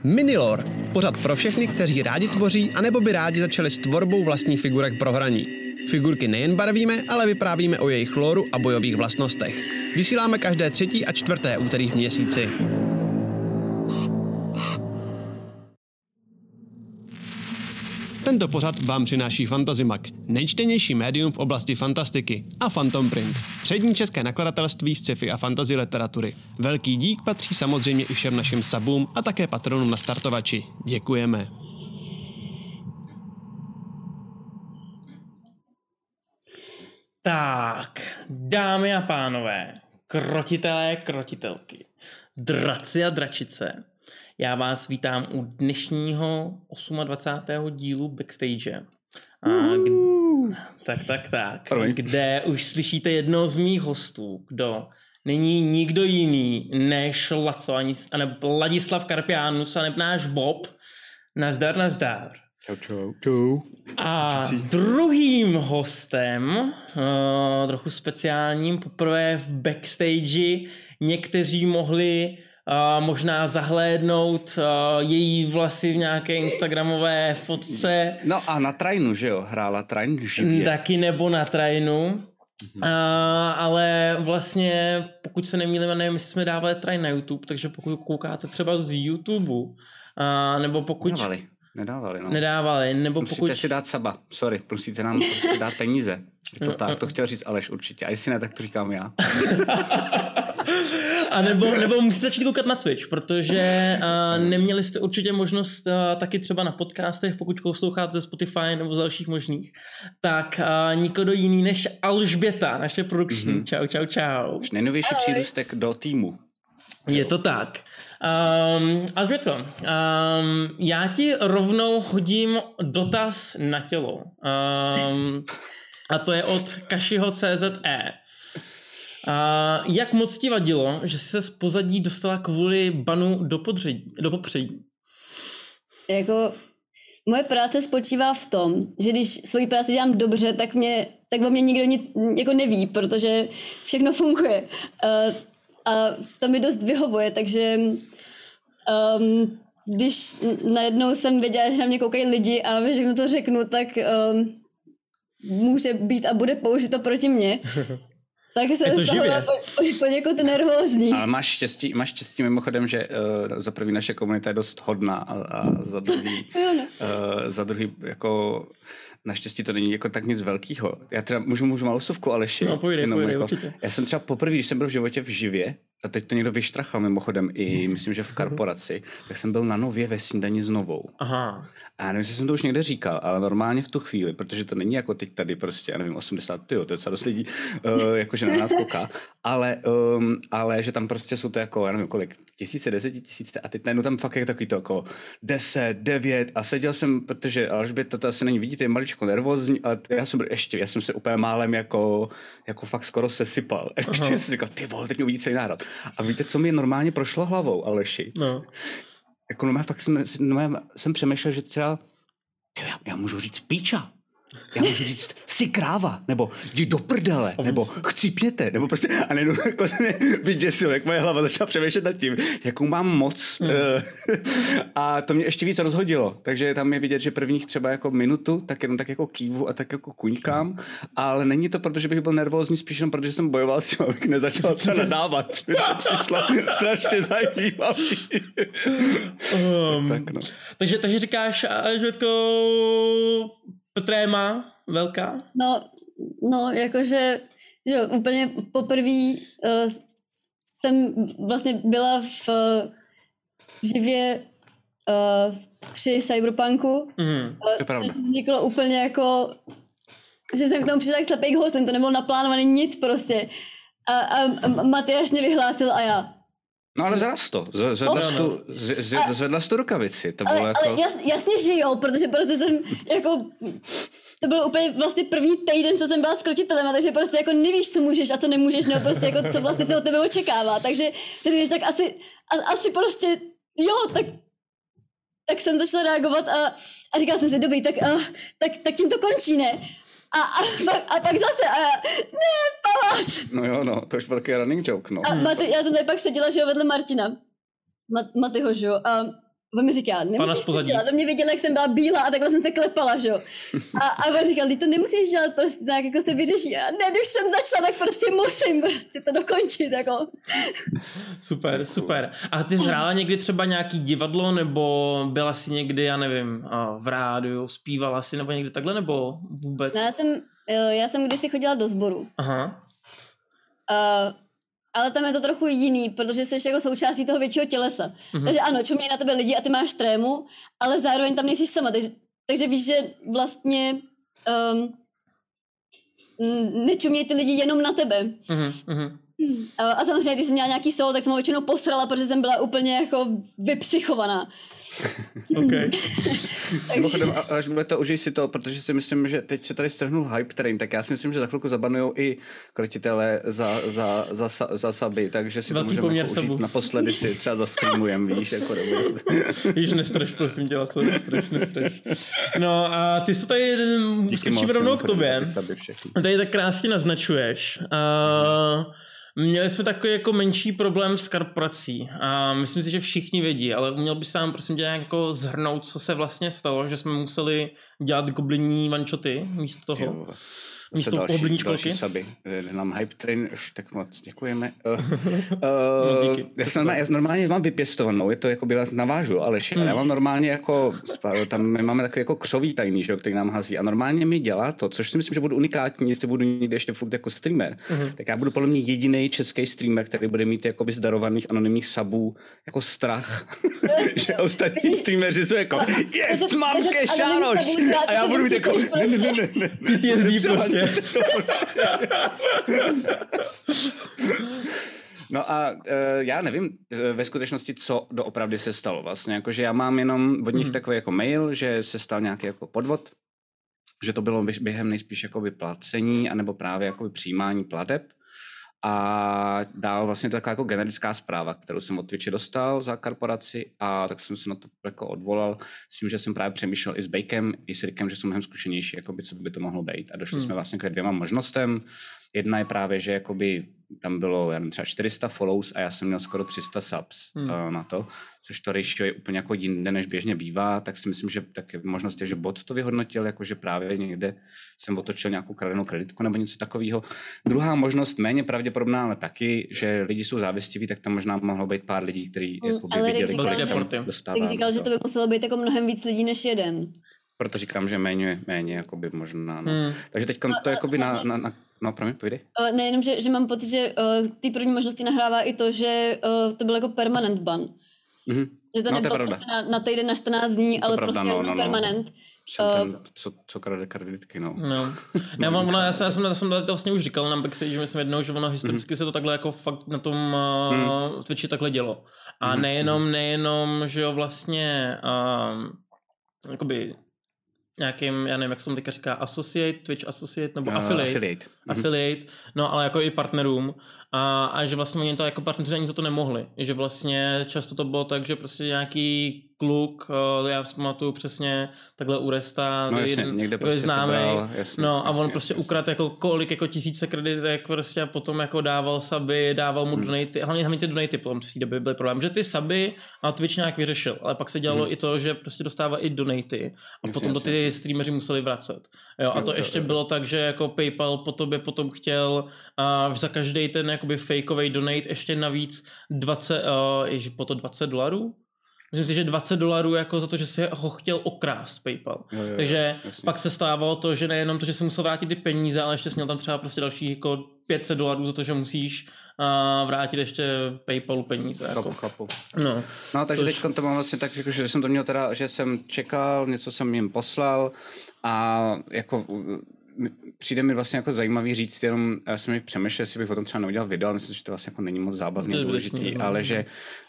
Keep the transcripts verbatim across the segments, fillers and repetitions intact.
Minilore, pořad pro všechny, kteří rádi tvoří, anebo by rádi začali s tvorbou vlastních figurek pro hraní. Figurky nejen barvíme, ale vyprávíme o jejich lóru a bojových vlastnostech. Vysíláme každé třetí a čtvrté úterý v měsíci. Tento pořad vám přináší Fantazimak, nejčtenější médium v oblasti fantastiky, a Phantom Print, přední české nakladatelství z sci-fi a fantasy literatury. Velký dík patří samozřejmě i všem našim subům a také patronům na startovači. Děkujeme. Tak, dámy a pánové, krotitelé, krotitelky, draci a dračice, já vás vítám u dnešního dvacátého osmého dílu Backstage. A k... Tak, tak, tak. První. Kde už slyšíte jednoho z mých hostů, kdo není nikdo jiný než Laco, ani, anebo Ladislav Karpianus, anebo náš Bob. Nazdar, nazdar. Čau, čau, čau. A druhým hostem, uh, trochu speciálním, poprvé v Backstage, někteří mohli uh, možná zahlédnout uh, její vlasy v nějaké instagramové fotce. No a na Trainu, že jo? Hrála Train živě. Taky nebo na Trainu. Mm-hmm. Uh, ale vlastně, pokud se nemýlím, nevím, jestli jsme dávali Train na YouTube, takže pokud koukáte třeba z YouTube, uh, nebo pokud... Nedávali. Nedávali, no. Nedávali, nebo musíte pokud... si dát saba, sorry, musíte nám dát peníze. Je to tak, to chtěl říct Aleš určitě. A jestli ne, tak to říkám já. A nebo, nebo musíte začít koukat na Twitch, protože uh, neměli jste určitě možnost uh, taky třeba na podcastech, pokud posloucháte ze Spotify nebo z dalších možných, tak uh, nikodo jiný než Alžběta, naše produkční. Mm-hmm. Čau, čau, čau. Už nejnovější přírůstek do týmu. Je to tak. Um, Alžbětko, um, já ti rovnou hodím dotaz na tělo. Um, a to je od Kashiho tečka cé zet e. Uh, jak moc ti vadilo, že jsi se z pozadí dostala kvůli banu do, podředí, do popředí? Jako, moje práce spočívá v tom, že když svoji práci dělám dobře, tak, mě, tak o mě nikdo nic, jako neví, protože všechno funguje. Uh, a to mi dost vyhovuje, takže um, když najednou jsem věděla, že na mě koukají lidi a všechno to řeknu, tak um, může být a bude použito proti mně. Tak jsem z toho po, poněkud nervózní. Ale máš štěstí, máš štěstí mimochodem, že uh, za první naše komunita je dost hodná a, a za druhý, uh, za druhý jako naštěstí to není jako tak nic velkýho. Já teda můžu můžu malosovku, Aleši. No pojde, pojde, jako, určitě. Já jsem třeba poprvé, když jsem byl v životě v živě, a teď to někdo vyštrachal mimochodem i myslím, že v korporaci, tak jsem byl na Nově ve snídani s Novou. Aha. A já nevím, jestli jsem to už někde říkal, ale normálně v tu chvíli, protože to není jako teď tady prostě, já nevím, osmdesát, tyjo, to je docela dost lidí, uh, jakože na nás kouká, ale, um, ale že tam prostě jsou to jako, já nevím kolik, tisíce, desetitisíce a teď najednou tam fakt je takový to jako deset, devět a seděl jsem, protože Alžběta to asi není vidíte, je maličko nervózní, ale já jsem byl ještě, já jsem se úplně málem jako, jako fakt skoro sesypal. Ještě jsem si říkal, ty vole, teď mě uvidí celý národ. A víte, co mi normálně prošlo hlavou, Aleši? No. Jako normálně fakt jsem, normálně jsem přemýšlel, že třeba já, já můžu říct píča, já můžu říct si kráva, nebo jdi do prdele, nebo chcípněte, nebo prostě a nejenom jako se mě vyděsil, jak moje hlava začala přemýšlet nad tím, jakou mám moc mm. A to mě ještě víc rozhodilo, takže tam je vidět, že prvních třeba jako minutu, tak jenom tak jako kývu a tak jako kuňkám, ale není to proto, že bych byl nervózní, spíš jenom protože jsem bojoval s tím, abych nezačal se nadávat. To přišlo strašně zajímavý. Um, tak no. takže, takže říkáš, Alžbětko, tréma velká? No, no, jakože, že úplně poprvé uh, jsem vlastně byla v uh, živě uh, při Cyberpunku. Mm, uh, což vzniklo úplně jako, že jsem k tomu přišla jak slepej hostem, to nebylo naplánované nic prostě. A, a Matyáš mě vyhlásil a já. No ale zraz to, zvedla oh, jsi no. tu, zvedla jsi tu rukavici, to bylo ale, jako... Ale jas, jasně, že jo, protože prostě jsem jako... To byl úplně vlastně první týden, co jsem byla s krotitelem, takže prostě jako nevíš, co můžeš a co nemůžeš, nebo prostě jako co vlastně se od tebe očekává, takže, takže tak asi, a, asi prostě, jo, tak, tak jsem začala reagovat a, a říkala jsem si, dobrý, tak, a, tak, tak tím to končí, ne? A, a, pak, a pak zase, a já, ne, palác. No jo, no, to už byl takový running joke, no. A Maty, já jsem tady pak seděla, že jo, vedle Martina, Mat, Matyho, že jo, a on mi říká, nemusíš to dělat, on mě viděl, jak jsem byla bílá a takhle jsem se klepala, že jo. A, a on říkal, ty to nemusíš dělat, prostě tak jako se vyřeší. A ne, když jsem začala, tak prostě musím prostě to dokončit, jako. Super, super. A ty jsi hrála někdy třeba nějaký divadlo, nebo byla jsi někdy, já nevím, v rádiu, zpívala jsi, nebo někdy takhle, nebo vůbec? No, já jsem, já jsem kdysi chodila do sboru. Aha. Uh, ale tam je to trochu jiný, protože jsi jako součástí toho většího tělesa. Mm-hmm. Takže ano, čumějí na tebe lidi a ty máš trému, ale zároveň tam nejsi sama. Takže, takže víš, že vlastně um, nečumějí ty lidi jenom na tebe. Mm-hmm. A, a samozřejmě, když jsem měla nějaký solo, tak jsem ho většinou posrala, protože jsem byla úplně jako vypsychovaná. Okay. Mimochodem, až bude to, užij si to, protože si myslím, že teď se tady strhnul hype train, tak já si myslím, že za chvilku zabanujou i krotitele za, za, za, za, za saby, takže si velký to můžeme jako užít naposledy si třeba zastreamujeme, víš, jako dobře. Víš, nestraš, prosím tě, co nestraš, nestraš. No a ty se tady skočíme rovnou k tobě. Tady tak krásně naznačuješ. Uh, Měli jsme takový jako menší problém s korporací a myslím si, že všichni vědí, ale uměl bys nám prosím tě nějak jako zhrnout, co se vlastně stalo, že jsme museli dělat goblinní mančoty místo toho. Jo, místo další, goblinní další školky. Saby. Nám Hype Train, už tak moc děkujeme. Uh, uh, no, díky. Já, jsem, já normálně mám vypěstovanou, je to jako byla navážu, ale hmm. já mám normálně jako, tam my máme takový jako křový tajný, že, který nám hazí a normálně mi dělá to, což si myslím, že budu unikátní, jestli budu někde ještě furt jako streamer, hmm. tak já budu podle mě jediný český streamer, který bude mít jakoby zdarovaných anonymních sabů jako strach, že ostatní streameři jsou jako yes, mám kešároč a já budu mít jako ne, ne, ne, ne, P T S D prostě. No a uh, já nevím ve skutečnosti, co doopravdy se stalo vlastně, jakože já mám jenom od nich hmm. takový jako mail, že se stal nějaký jako podvod, že to bylo během nejspíš jakoby placení anebo právě jakoby přijímání plateb a dál vlastně to taková jako generická zpráva, kterou jsem od Twitche dostal za korporaci a tak jsem se na to jako odvolal s tím, že jsem právě přemýšlel i s Bakem, i s Rickem, že jsou mnohem zkušenější, jakoby, co by to mohlo být a došli hmm. jsme vlastně k dvěma možnostem. Jedna je právě, že jakoby tam bylo já nevím, třeba čtyři sta follows a já jsem měl skoro tři sta subs hmm. uh, na to, což to ratio je úplně jako jinde, než běžně bývá, tak si myslím, že taky možnost je, že bot to vyhodnotil, jakože právě někde jsem otočil nějakou kradenou kreditku nebo něco takového. Druhá možnost, méně pravděpodobná, ale taky, že lidi jsou závistiví, tak tam možná mohlo být pár lidí, kteří hmm, jakoby viděli, kolik dostává. Tak říkal, že to by muselo být jako mnohem víc lidí než jeden. Proto říkám, že méně, méně jakoby možná. No. Hmm. Takže teď to jakoby na, na, na no, promiň, povídej. Uh, nejenom, že, že mám pocit, že uh, ty první možnosti nahrává i to, že uh, to byl jako permanent ban. Mm-hmm. Že to no, nebylo to prostě na, na týden, na čtrnáct dní, ale pravda, prostě no, no, permanent. No. Uh, ten, co, co krade kreditky, no. no. Ne, ono, já, jsem, já, jsem, já jsem to vlastně už říkal na backstage, že myslím jednou, že ono historicky mm-hmm. se to takhle jako fakt na tom uh, mm. Twitchi takhle dělo. A mm-hmm. nejenom, nejenom, že jo vlastně uh, jakoby nějakým, já nevím, jak se tomu teďka říká, associate, Twitch associate, nebo uh, affiliate. Affiliate. Affiliate, no ale jako i partnerům. A, a že vlastně oni to jako partneři ani za to nemohli. Že vlastně často to bylo tak, že prostě nějaký kluk, já si pamatuju přesně takhle u Resta, no, jasně, někde prostě známý, sebral, jasně, no a jasně, on prostě jasně. ukradl jako kolik, jako tisíce kreditek prostě a potom jako dával suby, dával mu hmm. donaty, hlavně, hlavně ty donaty potom v té době byly problém, že ty suby a Twitch nějak vyřešil, ale pak se dělalo hmm. i to, že prostě dostává i donaty a jasně, potom jasně, to ty jasně. streameři museli vracet. Jo, a to jo, ještě jo, jo. bylo tak, že jako PayPal po tobě potom chtěl uh, za každý ten jakoby fakeový donate ještě navíc dvacet, uh, ježi, po to dvacet dolarů? Myslím si, že dvacet dolarů jako za to, že si ho chtěl okrást PayPal. Jo, jo, Takže jasně. pak se stávalo to, že nejenom to, že si musel vrátit ty peníze, ale ještě jsi měl tam třeba prostě další jako pět set dolarů za to, že musíš uh, vrátit ještě PayPalu peníze. Chápu, jako. chápu. No, no takže což... teď to mám vlastně tak, že jsem to měl teda, že jsem čekal, něco jsem jim poslal a jako přijde mi vlastně jako zajímavý říct, jenom já jsem mi přemýšlel, jestli bych o tom třeba neudělal video, ale myslím, že to vlastně jako není moc zábavně důležitý, ale že,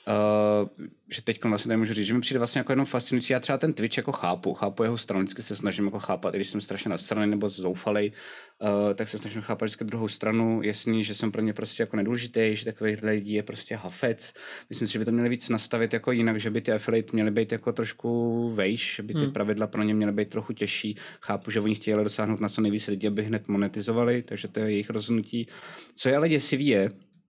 uh, že teď vlastně tady můžu říct, že mi přijde vlastně jako jenom fascinující. Já třeba ten Twitch jako chápu, chápu jeho stranu, vždycky se snažím jako chápat, i když jsem strašně nasraný nebo zoufalej, uh, tak se snažím chápat vždycky druhou stranu. Jasný, že jsem pro ně prostě jako nedůležitý, že takových lidí je prostě hafec. Myslím si, že by to měli víc nastavit jako jinak, že by ty affiliate měly být jako trošku vejš, že by ty hmm. pravidla pro ně měly být trochu těžší. Chápu, že oni chtěli dosáhnout na co nejvíc lidí, aby hned monetizovali, takže to je jejich rozhodnutí. Co je ale děsivý je,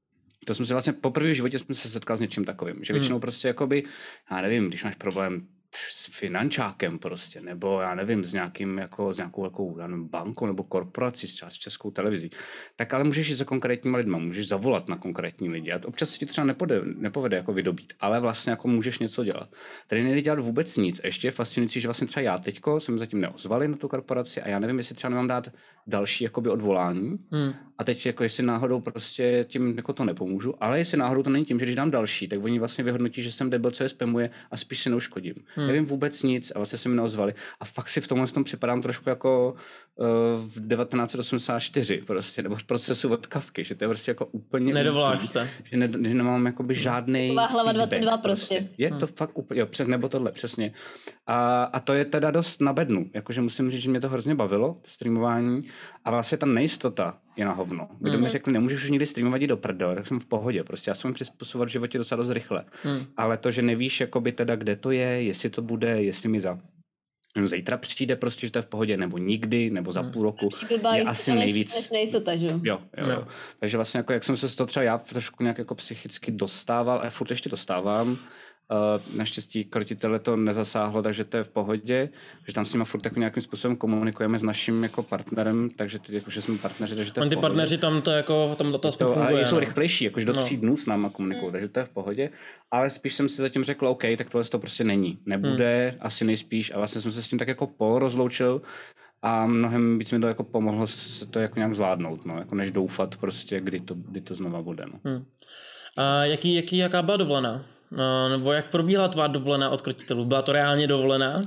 To jsem se vlastně poprvé v životě jsme se setkal s něčím takovým, že většinou prostě jakoby, já nevím, když máš problém s finančákem prostě, nebo já nevím, s nějakým, jako s nějakou velkou, já nevím, bankou nebo korporací, třeba s Českou televizí, tak ale můžeš jít za konkrétníma lidma, můžeš zavolat na konkrétní lidi a občas se ti třeba nepode, nepovede jako vydobít, ale vlastně jako můžeš něco dělat. Tady nejde dělat vůbec nic. Ještě je fascinující, že vlastně třeba já teďko jsem zatím neozvali na tu korporaci a já nevím, jestli třeba nemám dát další jakoby odvolání hmm. a teď jako jestli náhodou prostě tím jako to nepomůžu, ale jestli náhodou to není tím, že když dám další, tak oni vlastně vyhodnotí, že jsem debil, co je spamuje a spíš si neuškodím. Hmm. Nevím vůbec nic a vlastně se mi neozvali. A fakt si v tomhle tom připadám trošku jako uh, v devatenáct osmdesát čtyři prostě, nebo v procesu od Kafky, že to je prostě jako úplně... Nedovoláš se. Že, ne, že nemám jakoby žádnej... Taková hlava dvacet dva prostě. prostě. Je to hmm. fakt úplně, jo, přes, nebo tohle, přesně. A, a to je teda dost na bednu, jakože musím říct, že mě to hrozně bavilo, to streamování a vlastně ta nejistota je na hovno. Kdo mm. mi řekli, nemůžeš už nikdy streamovat do prdele, tak jsem v pohodě, prostě já jsem přizpůsobovat v životě docela dost rychle. Mm. Ale to, že nevíš, jakoby teda, kde to je, jestli to bude, jestli mi za zítra přijde prostě, že to je v pohodě, nebo nikdy, nebo za půl roku, je asi nejvíc. Než nejistota, že? Jo, jo, jo. Takže vlastně jako, jak jsem se z toho třeba já trošku nějak jako psychicky dostával, a furt ještě dostávám, Uh, naštěstí krotitele to nezasáhlo, takže to je v pohodě, že tam s nimi furt jako nějakým způsobem komunikujeme s naším jako partnerem, takže ty, jako, že jsme partneři, takže to je v ty pohodě. Partneři tam to jako, tam to aspoň funguje. A jsou no. rychlejší, jakože do no. tří dnů s náma komunikují, takže to je v pohodě, ale spíš jsem si zatím řekl, OK, tak tohle to prostě není, nebude, hmm. asi nejspíš a vlastně jsem se s tím tak jako polorozloučil a mnohem víc mi to jako pomohlo se to jako nějak zvládnout, no, jako než doufat prostě, kdy to, kdy to znova bude. No. Hmm. A jaký, jaký, jaká byla dovolená? No, nebo jak probíhala tvá dovolená od krotitelů? Byla to reálně dovolená?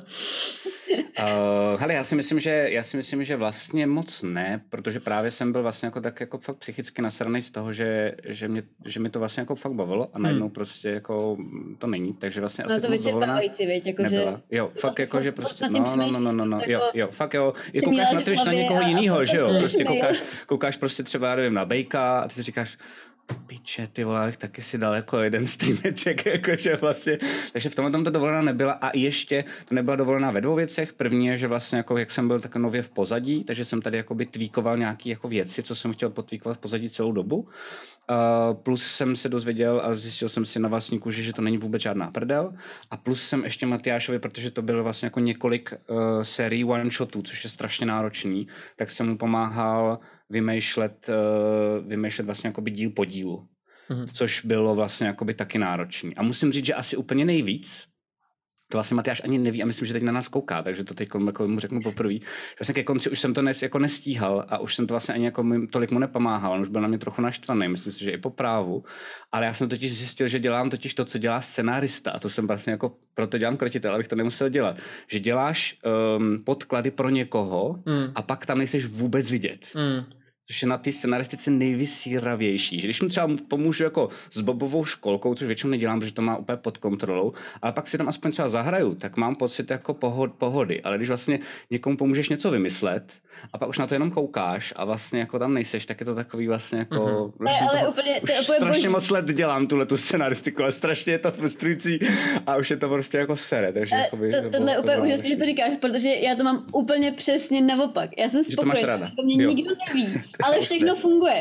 Uh, hele, já si myslím, že já si myslím, že vlastně moc ne, protože právě jsem byl vlastně jako tak jako fakt psychicky nasranej z toho, že, že, mě, že mi to vlastně jako fakt bavilo a najednou hmm. prostě jako to není, takže vlastně no asi to vyčerpávající, veď, jakože... Jo, fakt vlastně jako, že prostě, no, no, no, no, no, no, jo, jo, fakt jo, je koukáš na Twitch na někoho jinýho, že jo, prostě koukáš, koukáš prostě třeba, nevím, na Bejka a ty si říkáš, piče, ty vole, taky si dal jako jeden streameček, jakože vlastně, takže v tomhle tom to dovolená nebyla a ještě to nebyla dovolená ve dvou věcech. První je, že vlastně jako jak jsem byl tak nově v pozadí, takže jsem tady jakoby tweakoval nějaký jako věci, co jsem chtěl potweakovat v pozadí celou dobu. Uh, plus jsem se dozvěděl a zjistil jsem si na vlastní kůži, že to není vůbec žádná prdel. A plus jsem ještě Matyášovi, protože to bylo vlastně jako několik uh, sérií one-shotů, což je strašně náročný, tak jsem mu pomáhal vymýšlet, uh, vymýšlet vlastně jakoby díl po dílu. Mm-hmm. Což bylo vlastně jakoby taky náročný. A musím říct, že asi úplně nejvíc, to vlastně Matyáš ani neví a myslím, že teď na nás kouká, takže to teď jako mu řeknu poprvé. Vlastně ke konci už jsem to nes, jako nestíhal a už jsem to vlastně ani jako tolik mu nepomáhal, on už byl na mě trochu naštvaný, myslím si, že i po právu, ale já jsem totiž zjistil, že dělám totiž to, co dělá scenárista a to jsem vlastně jako, proto dělám krotitel, abych to nemusel dělat, že děláš um, podklady pro někoho mm. a pak tam nejseš vůbec vidět. Mm. Což je na té scenaristice nejvysíravější. Že když mu třeba pomůžu jako s Bobovou školkou, což většinou nedělám, protože to má úplně pod kontrolou, ale pak si tam aspoň třeba zahraju, tak mám pocit jako pohod, pohody. Ale když vlastně někomu pomůžeš něco vymyslet a pak už na to jenom koukáš a vlastně jako tam nejseš, tak je to takový vlastně jako... Mm-hmm. Vlastně ale toho, úplně, už úplně strašně boží. moc let dělám tuhle tu scenaristiku a strašně je to frustrující a už je to prostě jako sere. Takže ale jakoby, to, tohle je úplně úžasné, že to říkáš, protože já to mám úplně přesně naopak. Já jsem spokojená, to mě jo. nikdo neví. Ale všechno funguje.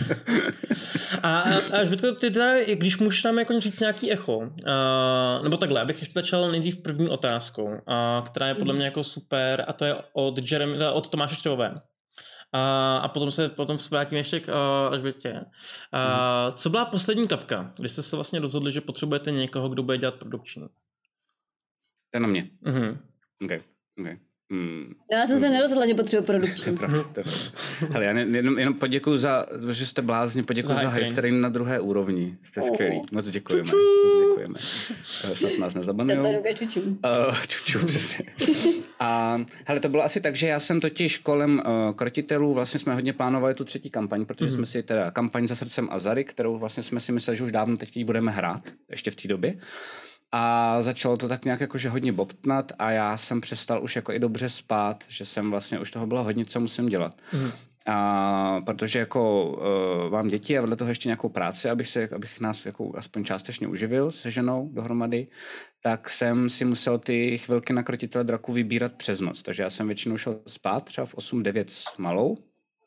A, a Žbětko, ty teda, když můžeš nám jako říct nějaký echo, uh, nebo takhle, abych ještě začal nejdřív první otázkou, uh, která je podle mě jako super, a to je od, Jeremy, od Tomáše Štřevové. Uh, a potom se potom vrátím ještě k uh, Žbětě. Uh, co byla poslední kapka, kdy jste se vlastně rozhodli, že potřebujete někoho, kdo bude dělat produkční? To je na mě. Uh-huh. Okay. Okay. Hmm. Já jsem se nerozhodla, že potřebuji produkční. Hele, já jenom, jenom poděkuju za, že jste blázni, poděkuju za, za hype, který na druhé úrovni. Jste skvělí. Oh. Moc děkujeme. Čuču. Moc děkujeme. Snad nás nezabanujou. Čuču. Uh, čuču, přesně. A hele, to bylo asi tak, že já jsem totiž kolem uh, krotitelů, vlastně jsme hodně plánovali tu třetí kampaň, protože mm-hmm. jsme si teda kampaň Za srdcem Azary, kterou vlastně jsme si mysleli, že už dávno teď budeme hrát, ještě v té době. A začalo to tak nějak jakože hodně bobtnat a já jsem přestal už jako i dobře spát, že jsem vlastně, už toho bylo hodně, co musím dělat. Mm. A protože jako uh, mám děti a vedle toho ještě nějakou práci, abych, se, abych nás jako aspoň částečně uživil se ženou dohromady, tak jsem si musel ty chvilky na krotitele draků vybírat přes noc. Takže já jsem většinou šel spát třeba v osm devět s malou.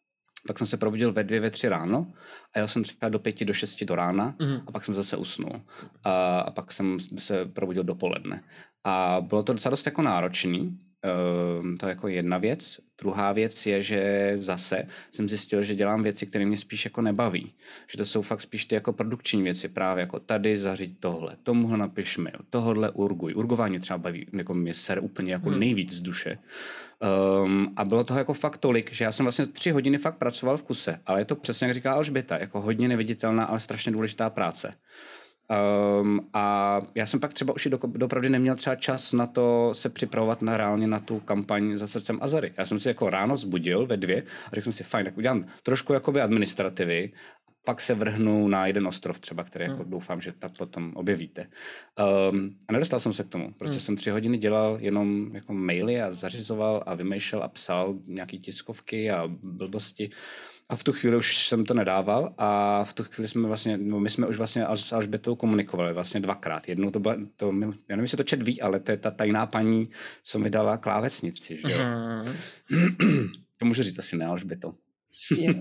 Pak jsem se probudil ve dvě, ve tři ráno a jel jsem třeba do pěti, do šesti do rána Mhm. a pak jsem zase usnul. A, a pak jsem se probudil dopoledne. A bylo to docela dost jako náročný. Um, to je jako jedna věc. Druhá věc je, že zase jsem zjistil, že dělám věci, které mě spíš jako nebaví. Že to jsou fakt spíš ty jako produkční věci. Právě jako tady zařiď tohle, tomuhle napiš mail, tohle urguj. Urgování třeba baví, jako mě ser úplně jako Hmm. nejvíc z duše. Um, a bylo toho jako fakt tolik, že já jsem vlastně tři hodiny fakt pracoval v kuse. Ale je to přesně, jak říká Alžběta, jako hodně neviditelná, ale strašně důležitá práce. Um, a já jsem pak třeba už i do, dopravdy neměl třeba čas na to se připravovat na reálně na tu kampaň Za srdcem Azary. Já jsem si jako ráno zbudil ve dvě a řekl jsem si, fajn, tak udělám trošku jakoby administrativy, pak se vrhnu na jeden ostrov třeba, který jako Hmm. doufám, že tak potom objevíte. Um, a nedostal jsem se k tomu, protože Hmm. jsem tři hodiny dělal jenom jako maily a zařizoval a vymýšlel a psal nějaký tiskovky a blbosti. A v tu chvíli už jsem to nedával a v tu chvíli jsme vlastně, no my jsme už vlastně s Alžbětou komunikovali vlastně dvakrát. Jednou to byla, to, já nevím, jestli to čet ví, ale to je ta tajná paní, co mi dala klávesnici, že jo. Mhm. To můžu říct asi ne, Alžběto. Jo.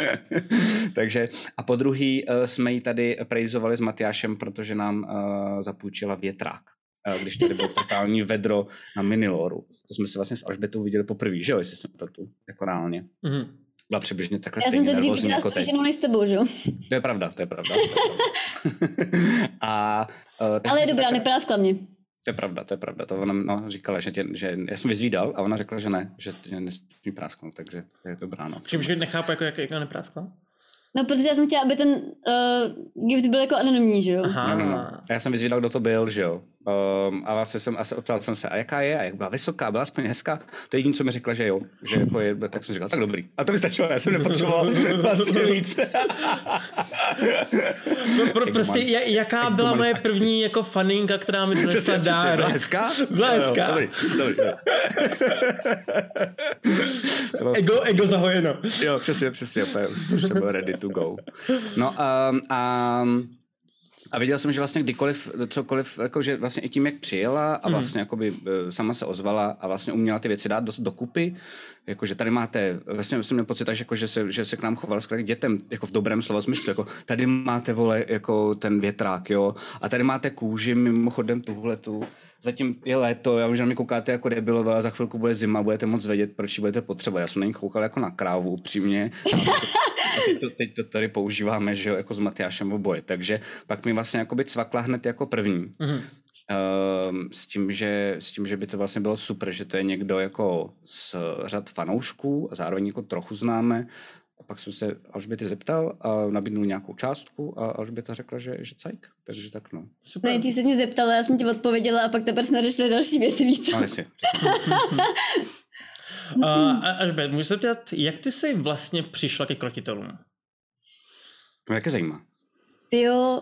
Takže a po druhý uh, jsme ji tady prejzovali s Matyášem, protože nám uh, zapůjčila větrák. Uh, když tady bylo totální vedro na Miniloru. To jsme se vlastně s Alžbětou viděli poprvé, že jo, jestli jsem to tu, jako reálně. Mhm. Byla přibližně takhle Já jsem stejně se dřív nervózní viděla jako s teď. ženou než s tebou, že jo? To je pravda, to je pravda. To je pravda. a, uh, takže Ale je jsme dobrá, takhle- nepráskla mě. To je pravda, to je pravda. To ona no, říkala, že, tě, že já jsem vyzvídal a ona řekla, že ne, že tě nesmí prásknout, takže to je dobrá. No. Čím, že nechápu, jako, jak, jak nepráskla? No, protože já jsem chtěla, aby ten uh, gift byl jako anonymní, že jo? Aha. No, no, no. A já jsem vyzvídal, kdo to byl, že jo. Um, a vlastně jsem, a se optal jsem se, a jaká je, a jak byla vysoká, byla aspoň hezká. To je jediné, co mi řekla, že jo. Že jako je, tak jsem říkal, tak dobrý. A to mi stačilo, já jsem nepotřeboval vlastně víc. Pro, pro, Jak prostě, mám- ja- jaká jak byla mám moje akci. první jako faninka, která mi donesla Přesně, přesně, dár? byla hezká? Byla Jo, hezká. Dobrý, dobrý. dobrý. To bylo- Ego, ego zahojeno. Jo, přesně, přesně, úplně, už jsem byl ready to go. No um, a, a viděl jsem, že vlastně kdykoliv, cokoliv, jakože vlastně i tím, jak přijela a vlastně jakoby eh, sama se ozvala a vlastně uměla ty věci dát do, dokupy, jakože tady máte, vlastně jsem měl pocit, až jako, že, se, že se k nám choval skoro k dětem, jako v dobrém slova smyslu, jako tady máte, vole, jako ten větrák, jo, a tady máte kůži, mimochodem tuhletu, zatím je léto, já vím, že na mě koukáte jako debilové, a za chvilku bude zima, budete moc vědět, proč ji budete potřebovat. Já jsem na ní koukal jako na krávu, upřímně. A teď, to, teď to tady používáme, že jo, jako s Matyášem oboje. Takže pak mi vlastně jakoby cvakla hned jako první. Mhm. Um, s, tím, že, s tím, že by to vlastně bylo super, že to je někdo jako z řad fanoušků a zároveň jako trochu známe. A pak jsem se Alžběty zeptal a nabídnul nějakou částku a Alžběta řekla, že, že cajk. Takže tak no. Super. Nejdřív se mě zeptala, já jsem ti odpověděla a pak teprve jsme řešili další věci, víš co? Ale si. A, a, Alžbět, můžu se ptát, jak ty jsi vlastně přišla ke krotitelům? To mě taky zajímá. Tyjo,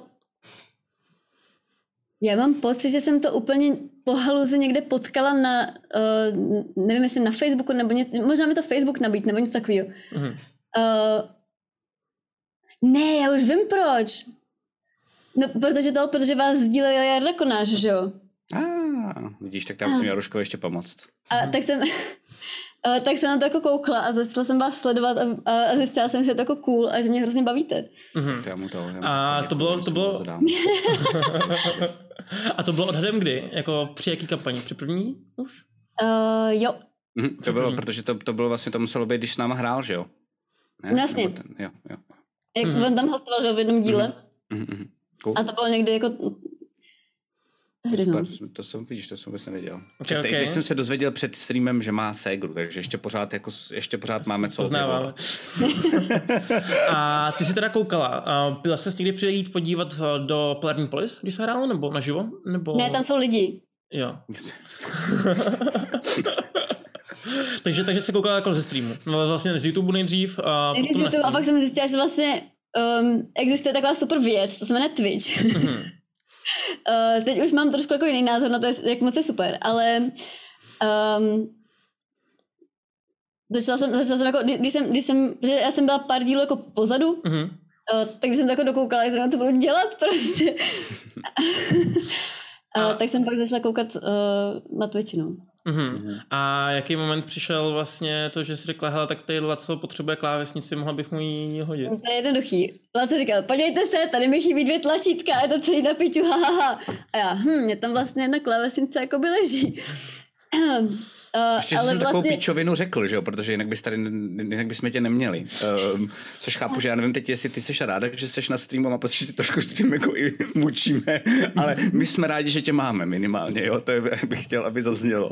já mám pocit, že jsem to úplně po haluzi někde potkala na, uh, nevím jestli na Facebooku, nebo něco, možná mi to Facebook nabít, nebo něco takového. Mhm. Uh, ne, já už vím proč. No, protože to, protože vás sdílel Jarda Konáš, že jo? A vidíš, tak tam musím Jaruškovi ještě pomoct. A tak jsem, a, tak jsem na to jako koukla a začala jsem vás sledovat a, a, a zjistila jsem, že je to jako cool a že mě hrozně bavíte. Mhm. To já mu to, já mu A děkuju, to bylo- že to jsem bylo- mu dám. A to bylo odhadem kdy? Jako při jaký kampani? Při první už? Uh, jo, Mhm, to bylo, protože to, to bylo vlastně, to muselo být, když s náma hrál, že jo? Ne? No jasně. Nebo ten, jo, jo. jak Mhm. on tam hostoval, že jo, v jednom díle. Mhm, mhm. Cool. A to bylo někdy jako tehdy, no. To, to jsem, vidíš, to jsem vůbec nevěděl. Okay, Te, okay. Teď jsem se dozvěděl před streamem, že má ségru, takže ještě pořád, jako, s- ještě pořád máme co Poznáváme. objevovat. A ty jsi teda koukala. A byla jsi někdy přijít podívat do Polarní Polis, když se hrálo, nebo naživo? Nebo... Ne, tam jsou lidi. Jo. takže, takže se koukala jako ze streamu. No, vlastně z YouTube nejdřív. A, Nejdřív potom na YouTube, a stream. pak jsem zjistila, že vlastně um, existuje taková super věc, to se jmenuje Twitch. Mhm. uh, teď už mám trošku jako jiný názor na to, jak moc je super, ale um, začala jsem, začala jsem jako, kdy- když jsem, když jsem, že já jsem byla pár dílů jako pozadu, Mhm. uh, tak jsem to jako dokoukala, jak zrovna to budu dělat prostě. uh, tak jsem pak začala koukat uh, na Twitchi, no. Mm-hmm. A jaký moment přišel vlastně to, že jsi řekla, hele, tak tady Laco potřebuje klávesnici, mohla bych mu ji hodit? To je jednoduchý. Laco říkal, podívejte se, tady mi chybí dvě tlačítka, je to celý na piču, ha, ha, ha. A já, hm, mě tam vlastně jedna klávesnice jako by leží. Uh, Ještě ale jsem vlastně... takovou píčovinu řekl, že jo, protože jinak, bys tady, jinak bychom tě neměli. Um, což chápu, že já nevím teď, jestli ty seš ráda, že seš na streamu a pocit, že ty trošku s tím jako i mučíme, ale my jsme rádi, že tě máme minimálně, jo, to je, bych chtěl, aby zaznělo.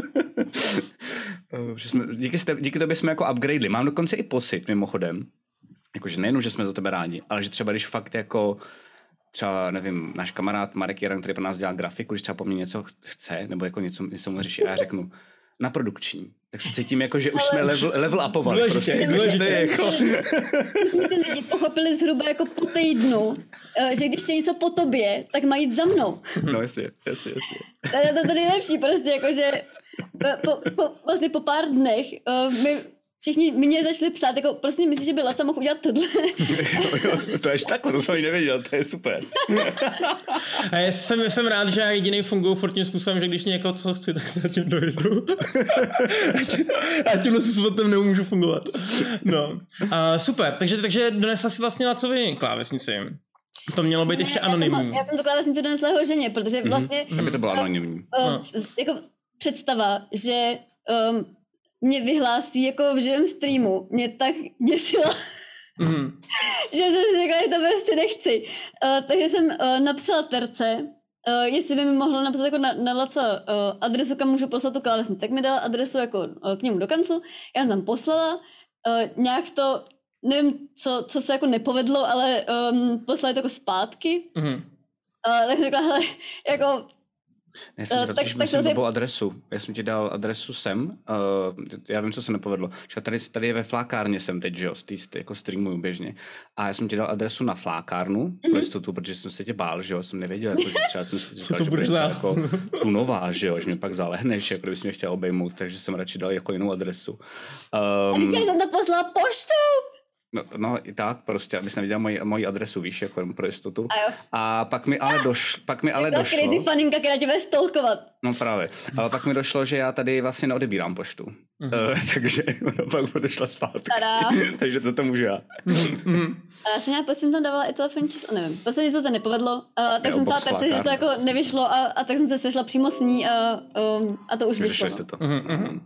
jsme, díky, díky tobě jsme jako upgradeli. Mám dokonce i pocit, mimochodem, jakože nejenom, že jsme za tebe rádi, ale že třeba když fakt jako třeba, nevím, náš kamarád Marek Jaran, který pro nás dělá grafiku, když třeba po mně něco chce, nebo jako něco, něco mu řeší a já řeknu, na produkční. Tak se cítím jako, že už ale... jsme level, level upovali. Důležitě, prostě. důležitě. Jako... Ty lidi pochopili zhruba jako po týdnu, že když chce něco po tobě, tak mají jít za mnou. No jasně, jasně, jasně. To je to nejlepší, prostě jako, že po, po, vlastně po pár dnech uh, my všichni mě začali psát, jako prostě myslíš, že by Laca mohl udělat tohle? jo, jo, to je takhle, to jsem ani nevěděl, to je super. A já jsem, jsem rád, že já jediný funguju furt tím způsobem, že když někoho co chci, tak se tím dojedu. A tímhle způsobem nemůžu fungovat. No. A super, takže, takže donesla si vlastně Lacovi klávesnici. To mělo být ne, ještě anonymní. Já jsem, já jsem to klávesnici donesla jeho ženě, protože vlastně... Mm-hmm. Aby to bylo anonymní. Uh, uh, jako představa, že um, mě vyhlásí jako v živém streamu, mě tak děsila, mm. že jsem si řekla, že to prostě nechci. Uh, takže jsem uh, napsala Terce, uh, jestli by mi mohla napsat jako na, na Laca uh, adresu, kam můžu poslat tu klávesnici. Tak mi dala adresu jako uh, k němu do kanclu, já jsem tam poslala, uh, nějak to, nevím, co, co se jako nepovedlo, ale um, poslali to jako zpátky. Mm. Uh, tak jsem řekla, hele, jako... Já jsem uh, tak, tak jsem blbou adresu. Já jsem ti dal adresu sem. Uh, já vím, co se nepovedlo. Tady, tady je ve flákárně jsem teď, že jo, jako streamuju běžně. A já jsem ti dal adresu na flákárnu, mm-hmm. jistotu, protože jsem se tě bál, že jo, jsem nevěděl, jako, že třeba jsem si říkal, že budeš jako tu nová, že jo, že mě pak zalehneš, jako kdybys mě chtěl obejmout, takže jsem radši dal jako jinou adresu. Um, A teď jsem to poslala poštou! No, no i tak prostě, abys neviděla moji, moji adresu, víš, jako jenom pro jistotu. A, a pak mi ale, doš, pak mi ale došlo... crazy faninka, která tě bude stalkovat. No právě. Ale pak mi došlo, že já tady vlastně neodebírám poštu. Mm-hmm. Uh, takže ono pak došla zpátky. Takže toto můžu já. Mm-hmm. A já jsem nějak prostě tam dávala i telefonní čas, a nevím. Prostě něco se nepovedlo, uh, tak jo, jsem stala terce, že to jako nevyšlo a, a tak jsem se sešla přímo s ní a, um, a to už vyšlo. Jste to. Mm-hmm.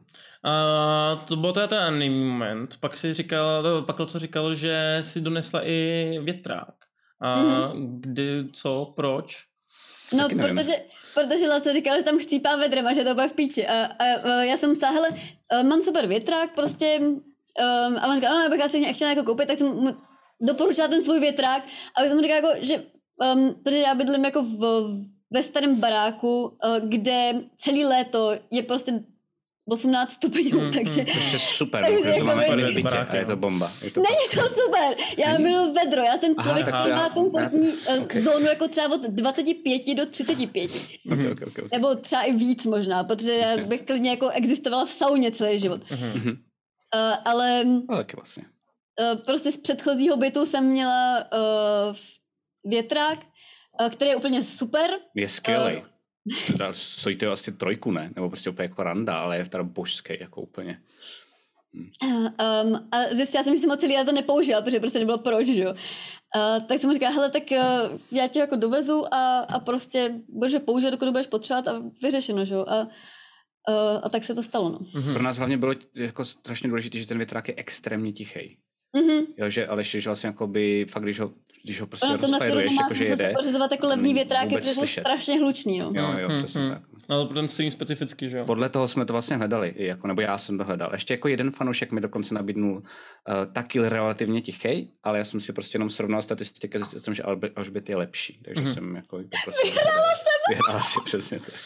A to byl teda ten anonymní moment. Pak si říkal, pak co říkal, že si donesla i větrák. A mm-hmm. kdy, co, proč? No, protože, protože Laco říkal, že tam chcípá vedrem a že to bude v píči. A, a, a já jsem psala, hele, mám super větrák, prostě, um, a on říkal, no, já bych asi chtěla jako koupit, tak jsem mu doporučila ten svůj větrák a jsem mu říkala, jako, že, um, protože já bydlím jako v, ve starém baráku, uh, kde celý léto je prostě osmnáct stupňů, mm, takže... To je super, takže jako to máme i v bytě a je to bomba. Je to Není to super, já miluji vedro, já jsem člověk, aha, který má komfortní já, okay. zónu jako třeba od dvacet pět do třicet pět. Okay, okay, okay. Nebo třeba i víc možná, protože já bych klidně jako existovala v sauně celý život. Mm-hmm. Uh, ale... No taky vlastně. Uh, prostě z předchozího bytu jsem měla uh, větrák, uh, který je úplně super. Je skvělej. Uh, Stojí to asi trojku, ne? Nebo prostě úplně jako randa, ale je teda božský, jako úplně. Hm. Um, a zjistila jsem, že jsem ho celý to nepoužila, protože prostě nebylo proč, že jo. Uh, tak jsem mu říkala, hele, tak uh, já tě jako dovezu a, a prostě budeš ho použít, dokud budeš potřebovat a vyřešeno, že jo. A, uh, a tak se to stalo, no. Mm-hmm. Pro nás hlavně bylo jako strašně důležité, že ten větrák je extrémně tichý. Mm-hmm. Jo, že, ale ještě, že vlastně jako by fakt, když ho, když ho prostě ono rozfajruješ, jakože jede. Ono pořizovat jako levný větráky, protože jsou strašně hluční, no. Jo, jo, přesně hmm, tak. Ale pro ten stejný specifický, že jo? Podle toho jsme to vlastně hledali, jako, nebo já jsem to hledal. Ještě jako jeden fanoušek mi dokonce nabídnul uh, taky relativně tichý, ale já jsem si prostě jenom srovnal statistiky a zjistil jsem, že Alžbět je lepší. Takže mm-hmm. jsem jako... Prostě vyhrála jsem! Vyhrála si, přesně tak.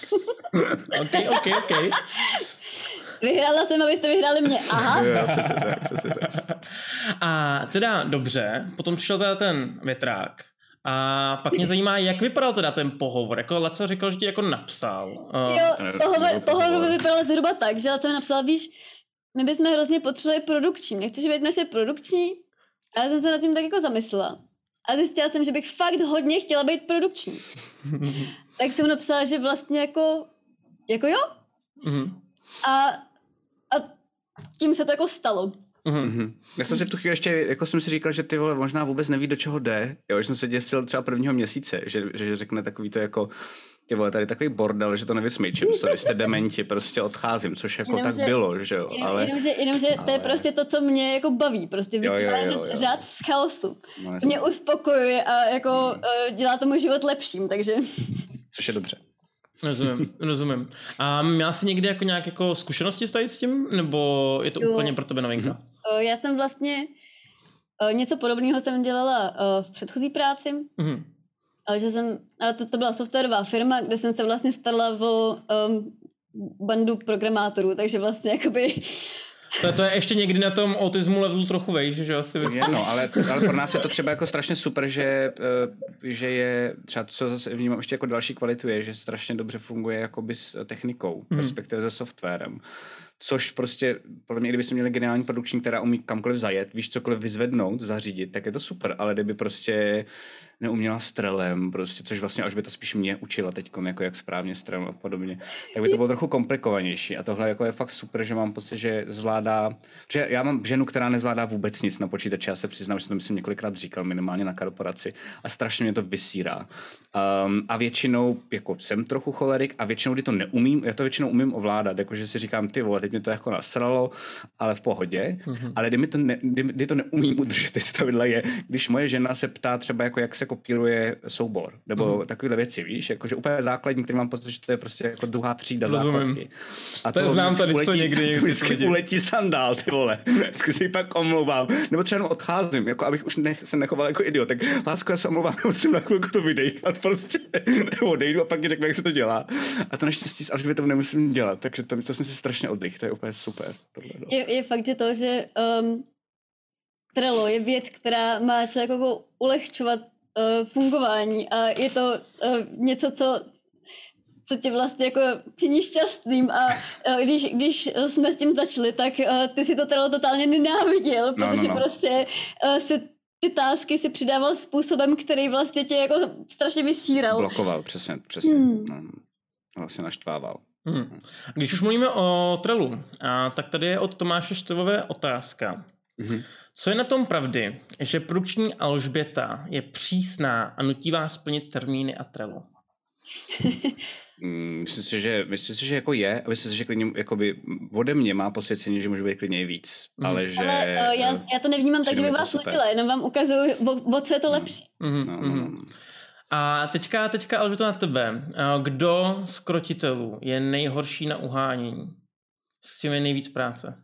ok, ok, ok. Vyhrála jsem, abyste vyhráli mě. Aha. Jo, přesně tak, přesně tak. A teda dobře, potom přišel teda ten větrák. A pak mě zajímá, jak vypadal teda ten pohovor. Jako Laco říkal, že ti jako napsal. Uh, jo, pohovor, pohovor vypadal zhruba tak, že Laco mi napsal, víš, my bychom hrozně potřebovali produkční. Nechceš být naše produkční? A já jsem se nad tím tak jako zamyslela. A zjistila jsem, že bych fakt hodně chtěla být produkční. Tak jsem napsala, že vlastně jako, jako jo. Mm-hmm. A, a tím se to jako stalo. Mm-hmm. Já jsem si v tu chvíli ještě, jako jsem si říkal, že ty vole možná vůbec neví, do čeho jde. Jo, že jsem se děsil třeba prvního měsíce, že, že řekne takový to jako, ty vole, tady takový bordel, že to nevysmyčím, sorry, jste dementi, prostě odcházím, což jako jenom, tak že, bylo, že jo. Jenom, ale, jenomže, jenomže ale... to je prostě to, co mě jako baví, prostě vytvářet řád z chaosu. No, mě uspokojuje a jako hmm. dělá tomu život lepším, takže... Což je dobře. Rozumím, rozumím. A měla jsi někdy jako nějak jako zkušenosti tady s tím, nebo je to jo. úplně pro tebe novinka? Mm-hmm. Já jsem vlastně něco podobného jsem dělala v předchozí práci. Mm-hmm. Že jsem, ale to, to byla softwarová firma, kde jsem se vlastně starala o um, bandu programátorů, takže vlastně jakoby... To, to je ještě někdy na tom autismu levelu trochu vejš, že asi je, no, ale, ale pro nás je to třeba jako strašně super, že, že je třeba, co zase vnímám ještě jako další kvalitu je, že strašně dobře funguje jakoby s technikou, hmm. respektive se softwarem. Což prostě, podle mě, kdyby jsme měli geniální produkční, která umí kamkoliv zajet, víš, cokoliv vyzvednout, zařídit, tak je to super, ale kdyby prostě neuměla strelem, prostě, což vlastně až by to spíš mě učila teďkom, jako jak správně strelem a podobně, tak by to bylo trochu komplikovanější a tohle jako je fakt super, že mám pocit, že zvládá, že já mám ženu, která nezvládá vůbec nic na počítači, já se přiznám, že jsem to myslím několikrát říkal, minimálně na korporaci a strašně mě to vysírá. Um, a většinou, jako jsem trochu cholerik a většinou, kdy to neumím, já to většinou umím ovládat, jakože si říkám, ty vole, teď mě to jako nasralo, ale v pohodě, mm-hmm. ale kdy, mi to ne, kdy, kdy to neumím udržet, ty stavidla je, když moje žena se ptá třeba, jako jak se kopíruje soubor, nebo mm. takovéhle věci, víš, jakože úplně základní, který mám pocit, že to je prostě jako druhá třída základky. A to, to znám tady uletí, to někdy. někdy vždycky uletí sandál, ty vole, vždycky si pak omlouvám, nebo třeba jenom odcházím, jako abych už nech, se nechoval jako idiot, tak lásko, já se omlouvám, musím na chvilku to vydejchat, prostě, nebo odejdu a pak mi řekne, jak se to dělá. A to naštěstí až kdyby to nemusím dělat, takže to, to jsem si strašně oddych, to je úplně super. Tohle, no. je, je fakt, že to, že um, Trello je věc, která má člověk jako ulehčovat uh, fungování a je to uh, něco, co co tě vlastně jako činí šťastným a uh, když, když jsme s tím začali, tak uh, ty si to Trello totálně nenáviděl, protože no, no, no. prostě uh, si ty tásky si přidával způsobem, který vlastně tě jako strašně vysíral. Blokoval, přesně, přesně. Hmm. No, vlastně naštvával. Hmm. Když už mluvíme o Trellu, a, tak tady je od Tomáše Štvové otázka. Mm-hmm. Co je na tom pravdy, že produkční Alžběta je přísná a nutí vás splnit termíny a Trello? Myslím si, že, myslím si, že jako je, a myslím si, že klidně, jakoby, ode mě má posvěcení, že může být klidně i víc, mm. ale že... Ale uh, já, já to nevnímám tak, že bych vás nutila, jenom vám ukazuju, o, o co je to lepší. Mm. No, no, no. A teďka, teďka Alžběto na tebe. Kdo z krotitelů je nejhorší na uhánění? S tím je nejvíc práce?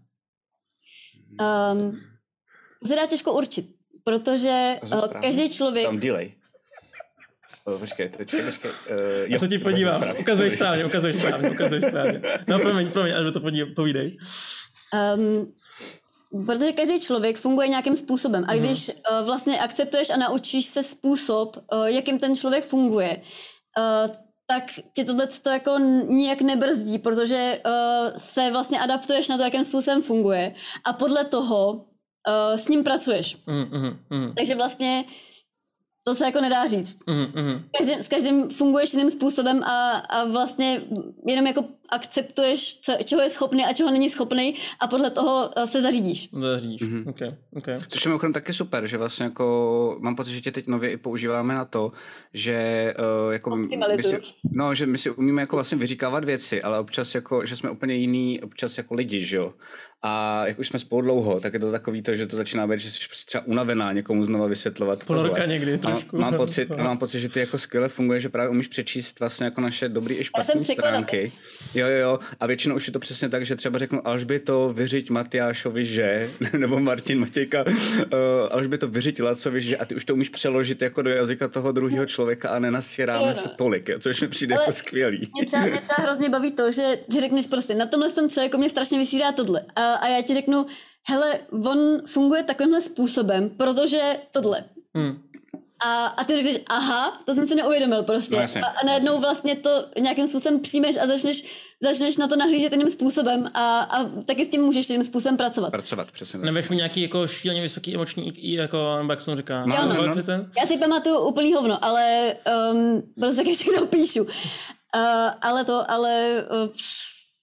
Um, to se dá těžko určit, protože uh, každý člověk... Tam delay. Oh, počkej, počkej, počkej. Uh, já se ti podívám, ukazuješ správně, ukazuješ správně, ukazuješ správně. No promiň, promiň, až to podívej, povídej. Um, protože každý člověk funguje nějakým způsobem a když uh, vlastně akceptuješ a naučíš se způsob, uh, jakým ten člověk funguje, uh, tak tě tohleto jako nijak nebrzdí, protože uh, se vlastně adaptuješ na to, jakým způsobem funguje a podle toho uh, s ním pracuješ. Mm, mm, mm. Takže vlastně to se jako nedá říct. Mm, mm. Každý, s každým funguješ jiným způsobem a, a vlastně jenom jako akceptuješ, co, čeho je schopný a čeho není schopný a podle toho se zařídíš. Zařídíš, mm-hmm. okay, okay. Což je mimochodem taky super, že vlastně jako mám pocit, že tě teď nově i používáme na to, že uh, jako my si, no, že my si umíme jako vlastně vyříkávat věci, ale občas jako, že jsme úplně jiný, občas jako lidi, že jo. A jak už jsme spolu dlouho, tak je to takový to, že to začíná být, že jsi třeba unavená někomu znova vysvětlovat. Ponorka někdy trošku. Mám pocit, mám pocit, že ty jako skvěle funguje, že právě umíš přečíst vlastně jako naše dobrý i špatné stránky. Jo, jo, jo. A většinou už je to přesně tak, že třeba řeknu Alžběto, vyřiď Matyášovi, že, nebo Martin Matějka, uh, Alžběto, vyřiď Lacovi, že, a ty už to umíš přeložit jako do jazyka toho druhého člověka a nenasíráme se tolik, což mi přijde ale jako skvělý. Mě třeba, mě třeba hrozně baví to, že ty řekneš prostě, na tomhle tom člověku mě strašně vysírá tohle. A, a já ti řeknu, hele, on funguje takovýmhle způsobem, protože tohle. Hmm. A, a ty řekneš, aha, to jsem si neuvědomil prostě. No, jasně, a, a najednou vlastně to nějakým způsobem přijmeš a začneš, začneš na to nahlížet jiným způsobem a, a taky s tím můžeš jiným způsobem pracovat. Pracovat, přesně. Nebudeš mi nějaký jako šíleně vysoký emoční I Q, jako, nebo jak jsem říká. No, no, no. Já si pamatuju úplný hovno, ale um, prostě taky všechno píšu. Uh, ale to, ale... Uh,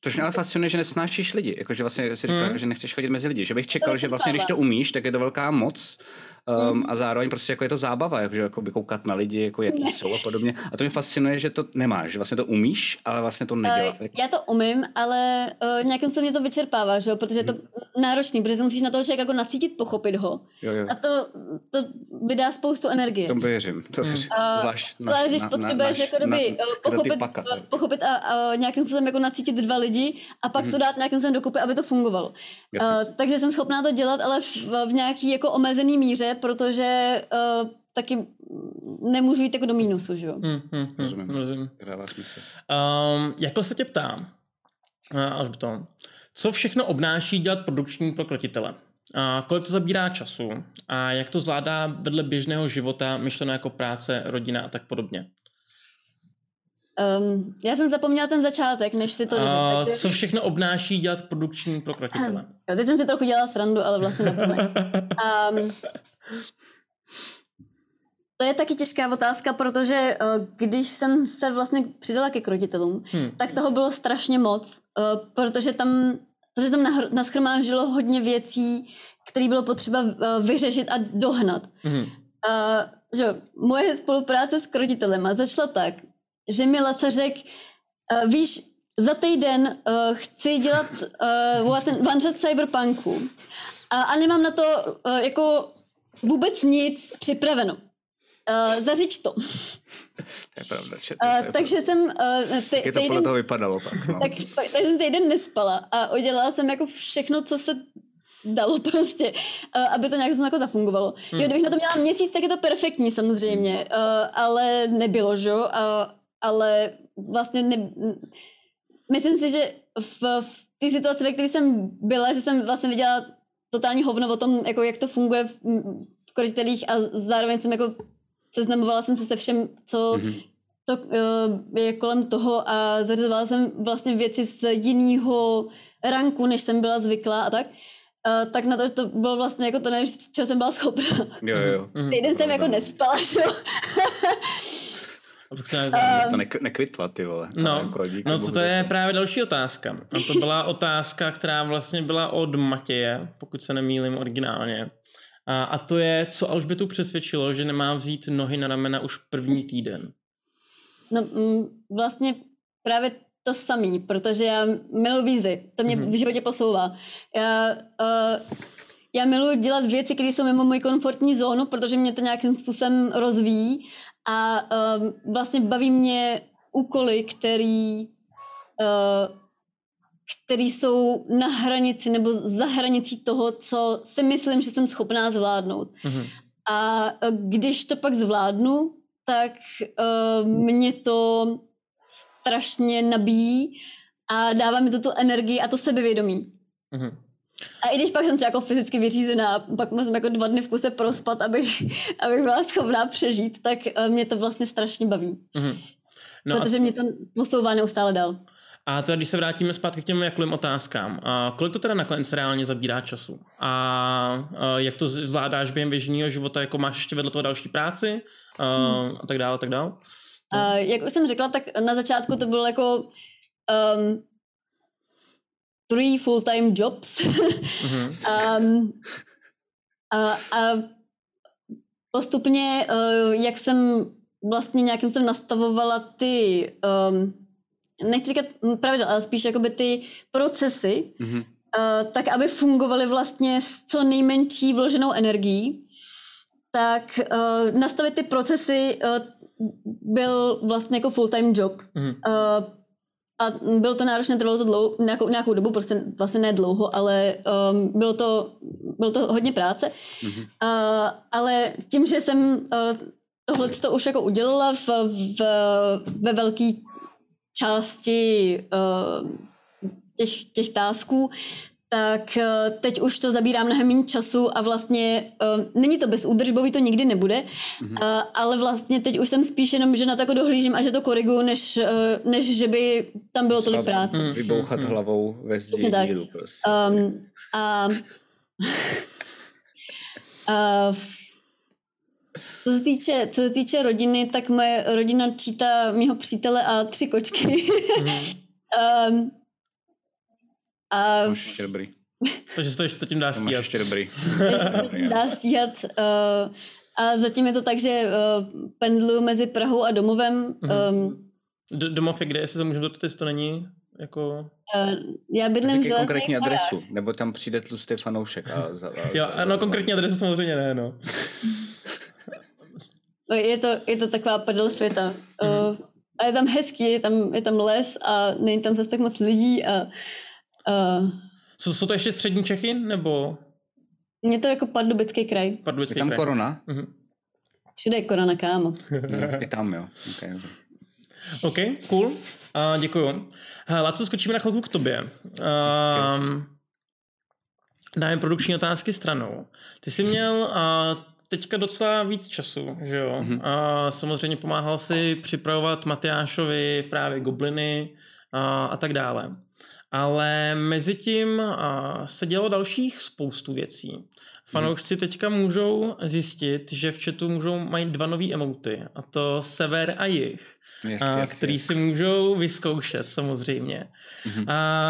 Což mě ale fascinuje, že nesnášíš lidi, jakože vlastně si říkal, Hmm. že nechceš chodit mezi lidi, že bych čekal, To že vlastně, když to umíš, tak je to velká moc um, a zároveň prostě jako je to zábava, jakože jako by koukat na lidi, jako jaký Ne. jsou a podobně. A to mě fascinuje, že to nemáš, že vlastně to umíš, ale vlastně to neděláš. Uh, já to umím, ale uh, nějakým se mě to vyčerpává, že jo? Protože je to náročný, protože se musíš na toho člověka jako nacítit, pochopit ho. Jo, jo. A to, to vydá spoustu energie. Tomu věřím, to věřím. Uh, Zvlášť ale když potřebuješ jako doby, uh, pochopit, paka, uh, pochopit a, a nějakým způsobem jako nacítit dva lidi a pak to dát nějakým způsobem dokupy, aby to fungovalo. Uh, takže jsem schopná to dělat, ale v, v nějaký jako omezený míře, protože uh, taky nemůžu jít jako do mínusu, že jo? Hmm, hmm, hmm, Rozumím. rozumím. Dává smysl. Um, jakhle se tě ptám, až by to, co všechno obnáší dělat produkční pro krotitele? A kolik to zabírá času? A jak to zvládá vedle běžného života, myšleno jako práce, rodina a tak podobně? Um, já jsem zapomněla ten začátek, než si to dořekl. A Tak co všechno obnáší dělat produkční pro krotitele? Jo, teď jsem si trochu dělala srandu, ale vlastně naplně. Um, to je taky těžká otázka, protože uh, když jsem se vlastně přidala ke krotitelům, Hmm. tak toho bylo strašně moc, uh, protože tam, protože tam nahr- naschromáždilo hodně věcí, které bylo potřeba uh, vyřešit a dohnat. Mhm. Uh, že jo, moje spolupráce s krotitelema začala tak, že mi Laca řekl, uh, víš, za týden uh, chci dělat uh, one shot cyberpunku a, a nemám na to uh, jako vůbec nic připraveno. Uh, zařiď to. To je pravda, čet, Uh, to je takže jsem uh, te, Jak to podle týden, toho vypadalo pak, no. tak, tak, tak jsem týden nespala a udělala jsem jako všechno, co se dalo prostě, uh, aby to nějak jako zafungovalo. Hmm. Jo, kdybych na to měla měsíc, tak je to perfektní samozřejmě, uh, ale nebylo, že jo, uh, ale vlastně ne, myslím si, že v, v té situaci, ve které jsem byla, že jsem vlastně viděla totální hovno o tom, jako jak to funguje v, v krotitelích a zároveň jsem jako seznamovala jsem se se všem, co mm-hmm. to uh, je kolem toho a zařizovala jsem vlastně věci z jiného ranku, než jsem byla zvyklá a tak. Uh, tak na to, to bylo vlastně jako to nejvíc, čeho jsem byla schopná. Jo, jo. Týden jsem jako nespala, že jo. Um, to ne- nekvitla, ty vole. No, jako, díky no bohu to, to je za právě další otázka. A to byla otázka, která vlastně byla od Matěje, pokud se nemýlím originálně. A, a to je, co Alžbětu přesvědčilo, že nemá vzít nohy na ramena už první týden. No mm, vlastně právě to samý, protože já miluji výzvy, to mě mm-hmm. v životě posouvá. Já, uh, já miluji dělat věci, které jsou mimo moji komfortní zónu, protože mě to nějakým způsobem rozvíjí a uh, vlastně baví mě úkoly, který, uh, který jsou na hranici nebo za hranicí toho, co si myslím, že jsem schopná zvládnout. Mm-hmm. A uh, když to pak zvládnu, tak uh, mě to strašně nabíjí a dává mi to tu energii a to sebevědomí. Mm-hmm. A i když pak jsem třeba jako fyzicky vyřízená, pak musím jako dva dny v kuse prospat, abych, abych byla schopná přežít, tak uh, mě to vlastně strašně baví. Mm-hmm. No protože a... mě to posouvá neustále dál. A teda, když se vrátíme zpátky k těm jakovým otázkám, a kolik to teda nakonec reálně zabírá času? A, a jak to zvládáš během běžného života, jako máš ještě vedle toho další práci a, hmm. a tak dále, a tak dále? No. Uh, jak už jsem řekla, tak na začátku to bylo jako um, three full-time jobs. Mm-hmm. um, a, a postupně, uh, jak jsem vlastně nějakým jsem nastavovala ty um, nechci říkat pravidla, ale spíš jakoby ty procesy, mm-hmm. uh, tak aby fungovaly vlastně s co nejmenší vloženou energií, tak uh, nastavit ty procesy uh, byl vlastně jako full-time job. Mm-hmm. Uh, a bylo to náročné, trvalo to dlouho, nějakou, nějakou dobu, prostě vlastně ne dlouho, ale um, bylo, to, bylo to hodně práce. Mm-hmm. Uh, ale tím, že jsem uh, tohleto už jako udělala v, v, ve velký části uh, těch, těch tásků, tak uh, teď už to zabírá mnohem méně času a vlastně uh, není to bezúdržbový, to nikdy nebude, mm-hmm. uh, ale vlastně teď už jsem spíš jenom, že na to jako dohlížím a že to koriguju, než, uh, než že by tam bylo tolik práce. Mm-hmm. Vybouchat mm-hmm. hlavou ve zdi dílu prostě. Um, a, a Co se týče, co se týče rodiny, tak moje rodina čítá mýho přítele a tři kočky. Mm. um, A To ještě dobrý. Takže se to ještě tím dá To máš stíhat. ještě dobrý. se tím dá stíhat. Uh, a zatím je to tak, že uh, pendluju mezi Prahou a domovem. Um, D- domov je kde, jestli se můžeme dotat, jestli to není jako... uh, já bydlím v Jaký Železných konkrétní horách. adresu? Nebo tam přijde tlustý fanoušek? A za, a, Jo, a, ano, konkrétní adresu samozřejmě ne, no. Je to, je to taková prdel světa. Uh, a je tam hezký, je tam, je tam les a není tam zase tak moc lidí a uh, Jsou, jsou to ještě střední Čechy, nebo je to jako Pardubický kraj. je Pardubický tam kraj? korona? Mhm. Všude je korona, kámo. I tam, jo. Okay, okay. OK, cool. Uh, děkuju. Hele, co skočíme na chvilku k tobě. Um, dáme produkční otázky stranou. Ty jsi měl uh, teďka docela víc času, že jo? Mhm. Uh, samozřejmě pomáhal si připravovat Matyášovi právě gobliny uh, a tak dále. Ale mezi tím uh, se dělo dalších spoustu věcí. Fanoušci teďka můžou zjistit, že v chatu můžou mají dva nový emoty, a to sever a jih. Yes, A, yes, který yes. si můžou vyzkoušet samozřejmě. Mhm.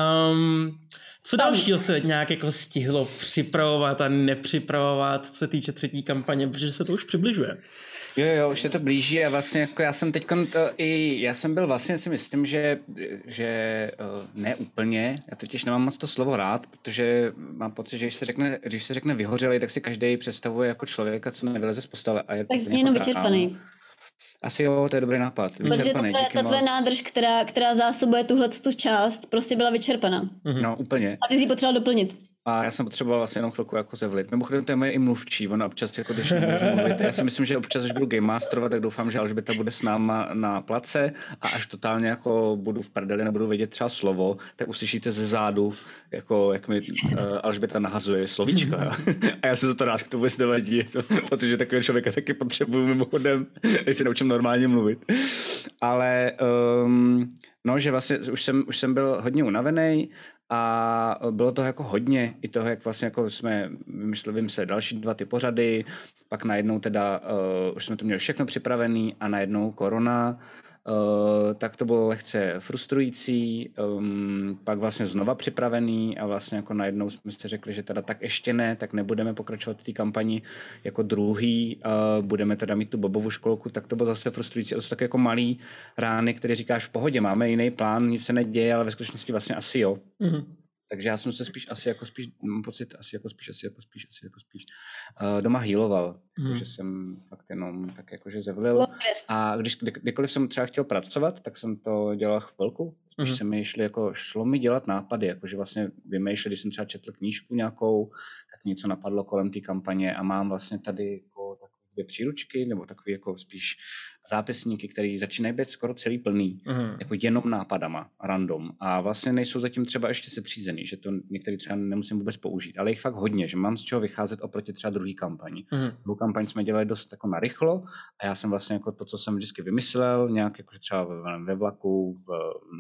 Um, co dalšího se nějak jako stihlo připravovat a nepřipravovat, co se týče třetí kampaně, protože se to už přibližuje. Jo, jo, už se to blíží a vlastně jako já jsem teď i, já jsem byl vlastně si myslím, že, že uh, ne úplně, já totiž nemám moc to slovo rád, protože mám pocit, že když se řekne, když se řekne vyhořelý, tak si každý představuje jako člověka, co nevyleze z postele. A je to Takže úplně jenom jako vyčerpaný. Asi jo, to je dobrý nápad. Protože ta Vyčerpaný, tvoje, díky ta tvoje moc. nádrž, která, která zásobuje tuhle tu část, prostě byla vyčerpaná. No, úplně. A ty jsi ji potřeboval doplnit. A já jsem potřeboval vlastně jenom chvilku jako zevlit. Mimochodem to je moje i mluvčí, ona občas jako když nemůžu mluvit. Já si myslím, že občas, až budu game masterovat, tak doufám, že Alžběta bude s náma na place a až totálně jako budu v prdeli, nebudu vědět třeba slovo, tak uslyšíte ze zádu, jako jak mi uh, Alžběta nahazuje slovíčka. A já se za to rád, k tomu vůbec nevadí. Protože takového člověka taky potřebuju mimochodem, když se naučím normálně mluvit. Ale um, no, že vlastně už jsem, už jsem byl hodně unavený. A bylo to jako hodně i toho, jak vlastně jako jsme vymysleli, vymysleli další dva ty pořady, pak najednou teda uh, už jsme to měli všechno připravený a najednou korona, uh, tak to bylo lehce frustrující, um, pak vlastně znova připravený a vlastně jako najednou jsme si řekli, že teda tak ještě ne, tak nebudeme pokračovat v té kampani jako druhý, uh, budeme teda mít tu Bobovou školku, tak to bylo zase frustrující. A to jsou tak jako malý rány, které říkáš v pohodě, máme jiný plán, nic se neděje, ale ve skutečnosti vlastně asi jo. Mm-hmm. Takže já jsem se spíš asi jako spíš, mám pocit, asi jako spíš, asi jako spíš, asi jako spíš uh, doma healoval, Hmm. takže jsem fakt jenom tak jakože zevlil. A když kdy, kdykoliv jsem třeba chtěl pracovat, tak jsem to dělal chvilku. Spíš Mhm. se mi šli, jako šlo mi dělat nápady, jakože vlastně vymýšlet, když jsem třeba četl knížku nějakou, tak něco napadlo kolem té kampaně a mám vlastně tady jako takové dvě příručky, nebo takové jako spíš zápisníky, které začínají být skoro celý plný, Mm-hmm. jako jenom nápadama, random. A vlastně nejsou zatím třeba ještě setřízený, že to některý třeba nemusím vůbec použít, ale jich fakt hodně, že mám z čeho vycházet oproti třeba druhý kampani. Mm-hmm. Druhou kampaň jsme dělali dost jako narychlo a já jsem vlastně jako to, co jsem vždycky vymyslel, nějak jako třeba ve, ve vlaku, v,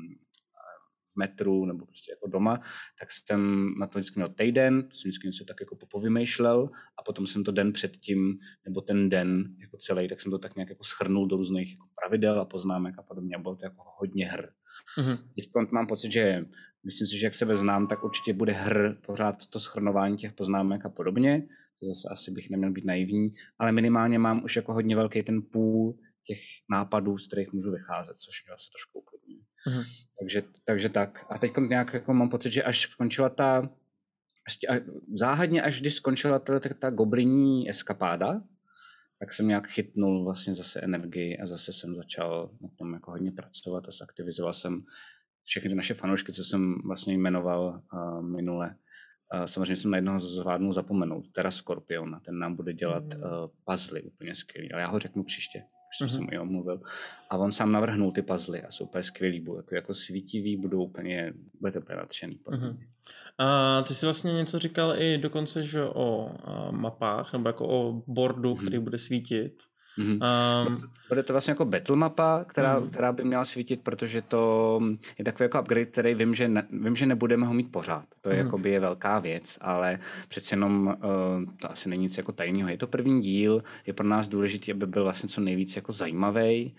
v metru nebo prostě jako doma, tak jsem na to vždycky měl týden, to jsem vždycky něco tak jako povymýšlel a potom jsem to den předtím, nebo ten den jako celý, tak jsem to tak nějak jako shrnul do různých jako pravidel a poznámek a podobně a bylo to jako hodně hr. Mm-hmm. Teď mám pocit, že myslím si, že jak sebe znám, tak určitě bude hr pořád to shrnování těch poznámek a podobně. To zase asi bych neměl být naivní, ale minimálně mám už jako hodně velký ten půl těch nápadů, z kterých můžu vycházet, což mě asi trošku uklidňuje. Mm-hmm. Takže, takže tak. A teď nějak jako mám pocit, že až skončila ta, až, záhadně až když skončila ta, ta, ta goblinní eskapáda, tak jsem nějak chytnul vlastně zase energii a zase jsem začal na tom jako hodně pracovat a zaktivizoval jsem všechny ty naše fanoušky, co jsem vlastně jmenoval uh, minule. Uh, samozřejmě jsem na jednoho zvládnul zapomenout, teda Skorpiona, ten nám bude dělat uh, puzzly úplně skvělý, ale já ho řeknu příště, už jsem mm-hmm. mu i omluvil. A on sám navrhnul ty puzzly a jsou úplně skvělý, budou jako, jako svítivý, budou úplně, budete úplně nadšený. Mm-hmm. A ty jsi vlastně něco říkal i dokonce, že o a, mapách, nebo jako o boardu, mm-hmm. který bude svítit. Mm-hmm. Um, Bude to vlastně jako battle mapa, která, mm. která by měla svítit, protože to je takový jako upgrade, který vím, že, ne, vím, že nebudeme ho mít pořád. To je, mm. jakoby je velká věc, ale přece jenom uh, to asi není nic jako tajného. Je to první díl, je pro nás důležitý, aby byl vlastně co nejvíc jako zajímavý,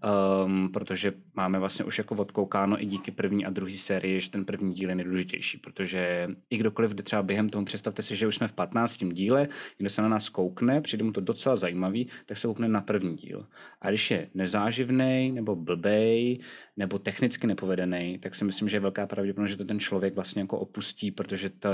um, protože máme vlastně už jako odkoukáno i díky první a druhé sérii, že ten první díl je nejdůležitější, protože i kdokoliv jde třeba během toho, představte si, že už jsme v patnáctém díle, někdo se na nás koukne, přijde mu to docela zajímavý, tak se koukne na první díl. A když je nezáživnej, nebo blbej, nebo technicky nepovedený, tak si myslím, že je velká pravděpodobnost, že to ten člověk vlastně jako opustí, protože to,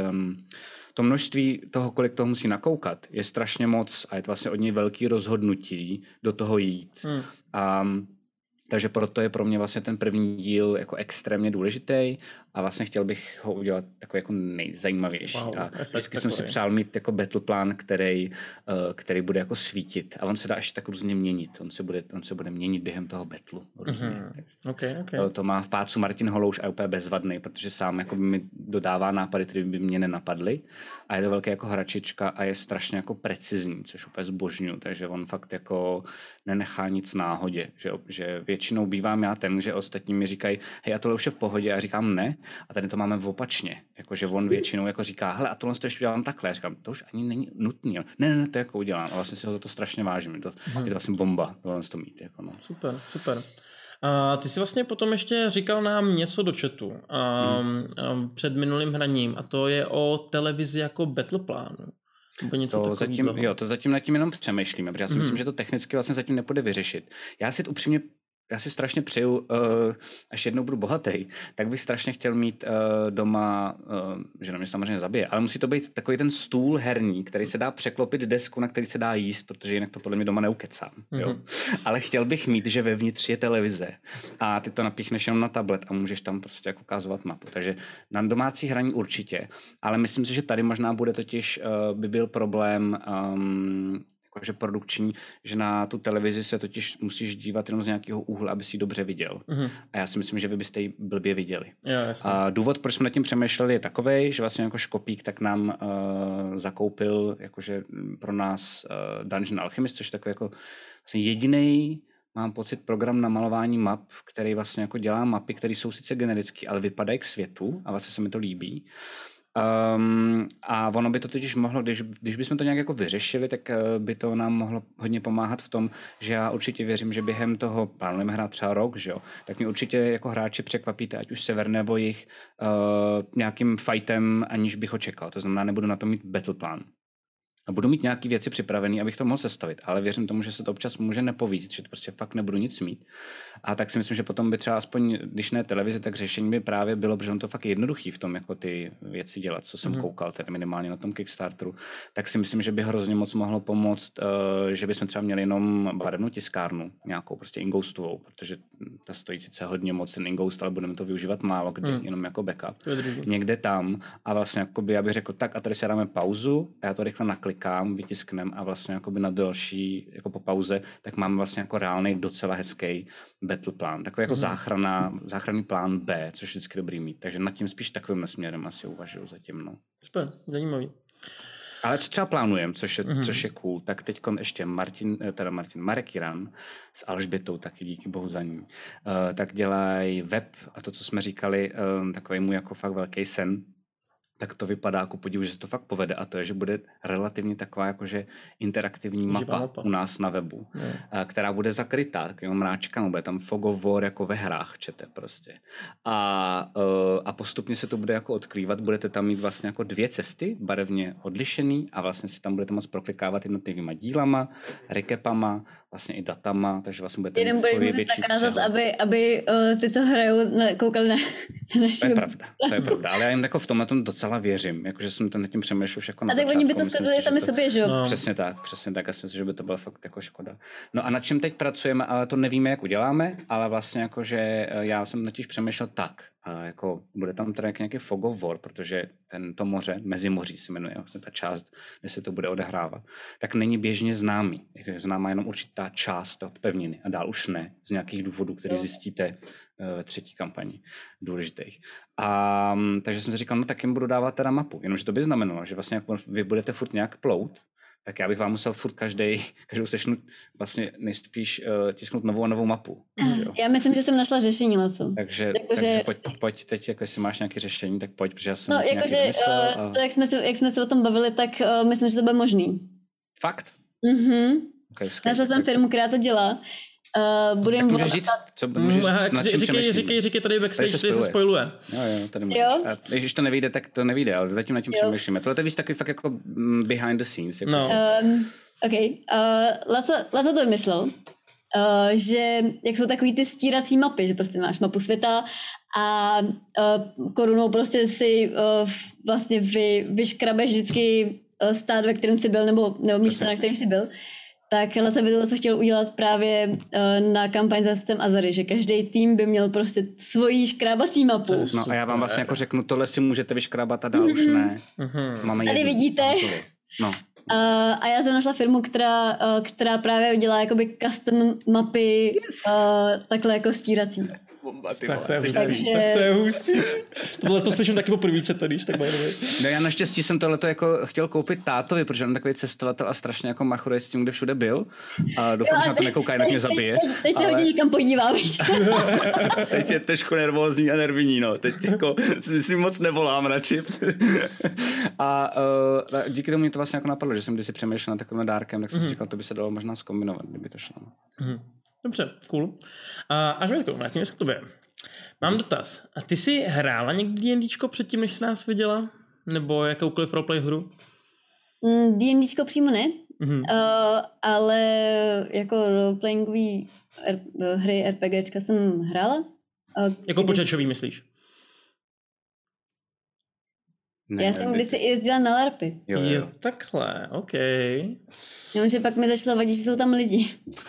to množství toho, kolik toho musí nakoukat, je strašně moc a je to vlastně od něj velký rozhodnutí do toho jít. Hmm. A takže proto je pro mě vlastně ten první díl jako extrémně důležitý a vlastně chtěl bych ho udělat takový jako nejzajímavější. Wow, a vždycky jsem si přál mít jako battle plán, který, uh, který bude jako svítit. A on se dá ještě tak různě měnit. On se bude, on se bude měnit během toho battlu. Mm-hmm. Okay, okay. To, to má v pácu Martin Holouš a je úplně bezvadný, protože sám jako mi dodává nápady, které by mě nenapadly. A je to velký jako hračička a je strašně jako precizní, což úplně zbožňuju. Takže on fakt jako nenechá nic náhodě. Že, že většinou bývám já ten, že ostatní mi říkají, hej, a tohle už je v pohodě. A já říkám ne. A tady to máme opačně. Jakože on většinou jako říká, hele, a tohle to ještě udělám takhle. Já říkám, to už ani není nutný. Ne, ne, ne, to jako udělám. A vlastně si ho za to strašně vážím. Je to, hmm. je to vlastně bomba, tohle to mít. Jako no. Super, super. A ty jsi vlastně potom ještě říkal nám něco do chatu um, um, před minulým hraním a to je o televizi jako battle plánu. Nebo něco to zatím, jo, to zatím nad tím jenom přemýšlíme, protože já si hmm. myslím, že to technicky vlastně zatím nepůjde vyřešit. Já si upřímně Já si strašně přeju, uh, až jednou budu bohatý, tak bych strašně chtěl mít uh, doma, uh, že na mě samozřejmě zabije, ale musí to být takový ten stůl herní, který se dá překlopit desku, na který se dá jíst, protože jinak to podle mě doma neukecám. Mm-hmm. Jo? Ale chtěl bych mít, že vevnitř je televize a ty to napíchneš jenom na tablet a můžeš tam prostě jako ukazovat mapu. Takže na domácí hraní určitě, ale myslím si, že tady možná bude totiž, uh, by byl problém um, že produkční, že na tu televizi se totiž musíš dívat jenom z nějakého úhlu, aby si ji dobře viděl. Mm-hmm. A já si myslím, že vy byste ji blbě viděli. Jo, a důvod, proč jsme nad tím přemýšleli, je takovej, že vlastně jako Škopík tak nám uh, zakoupil jakože pro nás uh, Dungeon Alchemist, což je takový jako vlastně jedinej, mám pocit, program na malování map, který vlastně jako dělá mapy, které jsou sice generické, ale vypadají k světu a vlastně se mi to líbí. Um, a ono by to totiž mohlo, když, když bychom to nějak jako vyřešili, tak uh, by to nám mohlo hodně pomáhat v tom, že já určitě věřím, že během toho, plánujeme hrát třeba rok, že jo, tak mě určitě jako hráči překvapíte, ať už sever nebo jich, uh, nějakým fightem, aniž bych ho čekal. To znamená, nebudu na to mít battle plan. A budu mít nějaké věci připravené, abych to mohl sestavit, ale věřím tomu, že se to občas může nepovíct, že to prostě fakt nebudu nic mít. A tak si myslím, že potom by třeba aspoň, když ne televize, tak řešení by právě bylo, protože on to fakt je jednoduchý v tom, jako ty věci dělat, co jsem mm. koukal, tedy minimálně na tom Kickstarteru, tak si myslím, že by hrozně moc mohlo pomoct, uh, že bychom třeba měli jenom barevnou tiskárnu, nějakou prostě ingoustovou, protože ta stojí sice hodně moc ten ingoust, ale budeme to využívat málo kdy, mm. jenom jako backup. Někde tam a vlastně jakoby já bych řekl tak a tady si dáme pauzu a já to rychle naklikám, vytisknem a vlastně jakoby na další, jako po pauze, tak máme vlastně jako reálný docela hezký battle plán. Takový jako mm. záchrana, záchranný plán B, což je vždycky dobrý mít. Takže nad tím spíš takovým směrem asi uvažuju zatím. No. Super, zajímavý. Ale co třeba plánujeme, což je, mm. což je cool, tak teď ještě Martin, teda Martin Marek Jiran s Alžbětou, taky díky bohu za ní, uh, tak dělají web a to, co jsme říkali, uh, takový můj jako fakt velký sen, tak to vypadá jako podivu, že se to fakt povede a to je, že bude relativně taková jakože interaktivní mapa, mapa u nás na webu, ne. která bude zakrytá takovým mráčkama, bude tam fog of war jako ve hrách čete prostě. A, a postupně se to bude jako odkrývat, budete tam mít vlastně jako dvě cesty, barevně odlišený a vlastně si tam budete moct proklikávat jednotlivýma dílama, recapama, vlastně i datama, takže vlastně budete Jenom budeš muset nakázat, aby, aby uh, ty, co hrajou, na, koukali na, na naši To je pravda, to je pravda, ale já jim jako v tomhle tom docela věřím, jakože jsem ten tím přemýšlel už jako na A tak začátku. oni by to zkazali sami to... sobě, že jo? No. Přesně tak, přesně tak, já si myslím, že by to byla fakt jako škoda. No a na čem teď pracujeme, ale to nevíme, jak uděláme, ale vlastně jakože já jsem totiž přemýšlel tak, a jako bude tam teda nějaký fog of war, protože ten, to moře, Mezimoří se jmenuje, vlastně ta část, kde se to bude odehrávat, tak není běžně známý. Je známá jenom určitá část od pevniny a dál už ne, z nějakých důvodů, které zjistíte ve třetí kampani důležitých. A takže jsem si říkal, no tak jim budu dávat teda mapu, jenomže to by znamenalo, že vlastně jako vy budete furt nějak plout tak já bych vám musel furt každý, každou sešnu vlastně nejspíš uh, tisknout novou a novou mapu. Jo? Já myslím, že jsem našla řešení leco. Takže, Jako, takže že... pojď, pojď teď, jako jestli máš nějaké řešení, tak pojď, protože já jsem No, nějaký jakože vymyslel uh, a... to, jak jsme, se, jak jsme se o tom bavili, tak uh, myslím, že to bude možný. Fakt? Mhm. Okay, Našla jsem firmu, která to dělá. Uh, budu jim volat. Co můžeš, Mm, nad čím říkej, přemýšlíme? říkej, říkej tady backstage, Tady se tady se spojuje. spojuje. Jo, jo, tady můžeš. Jo? A když to nevyjde, tak to nevyjde, ale zatím nad tím Jo. přemýšlíme. Tohle je víc takový fakt jako mm, behind the scenes. Jako No. Um, OK. Uh, Laco, Laco to vymyslel, uh, že jak jsou takový ty stírací mapy, že prostě máš mapu světa a uh, korunou prostě si uh, vlastně vy, vyškrabeš vždycky uh, stát, ve kterém jsi byl, nebo, nebo místo, na kterém jsi byl. Tak Laco by to, co chtěl udělat právě uh, na kampaň za srdcem Azary, že každý tým by měl prostě svoji škrábací mapu. No a já vám vlastně jako řeknu, tohle si můžete vyškrábat a dál už ne. Mhm. Máme Tady jednu. vidíte. No. Uh, a já jsem našla firmu, která, uh, která právě dělá jakoby custom mapy uh, takhle jako stírací. Bomba, ty Tak to je vole. hustý. Takže- Tak to je hustý. Tohle to slyším taky poprvé, co to víš, tak by the way. No já naštěstí jsem tohleto jako chtěl koupit tátovi, protože on je takový cestovatel a strašně jako machruje s tím, kde všude byl. A doufám, že na to nekouká, jinak mě zabije. Teď, teď se ale hodně někam podívám. teď je trošku nervózní a nervní, no. Teď jako si moc nevolám radši. A uh, díky tomu mě to vlastně jako napadlo, že jsem kdysi přemýšlel nad takovým dárkem, tak jsem si říkal, to by se dalo možná zkombinovat, kdyby to šlo. Mhm. Dobře, cool. A až Vítko, vrátíme se k tobě. Mám dotaz. A ty jsi hrála někdy D&Dčko předtím, než jsi nás viděla? Nebo jakoukoliv roleplay hru? Mm, D&Dčko přímo ne, Mhm. uh, ale jako roleplayingový R- hry RPGčka jsem hrála. Uh, Jako kdy- počítačový, myslíš? Ne, Já jsem ne, kdysi i jezdila na LARPy. Jo, jo, Je jo. takhle, OK. Jenomže pak mi začalo vadit, že jsou tam lidi.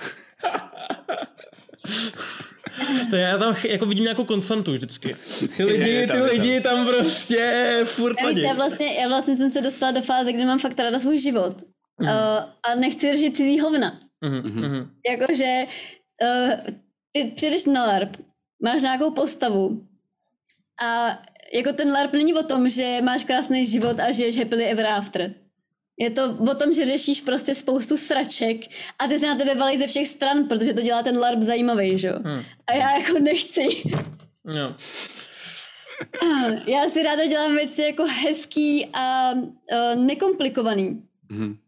To já tam ch- jako vidím nějakou konstantu vždycky. Ty Je, lidi, je tam, ty je tam. lidi tam prostě furt Já, víc, vadí. já, vlastně, já vlastně jsem se dostala do fáze, kde mám fakt ráda svůj život. Mhm. Uh, a nechci řešit cizí hovna. Mhm, mhm. Jakože uh, ty přijdeš na LARP, máš nějakou postavu a jako ten LARP není o tom, že máš krásný život a žiješ happily ever after. Je to o tom, že řešíš prostě spoustu sraček a ty se na tebe valí ze všech stran, protože to dělá ten LARP zajímavý, že jo? Hmm. A já jako nechci. Jo. Já si ráda dělám věci jako hezký a uh, nekomplikovaný. Mhm.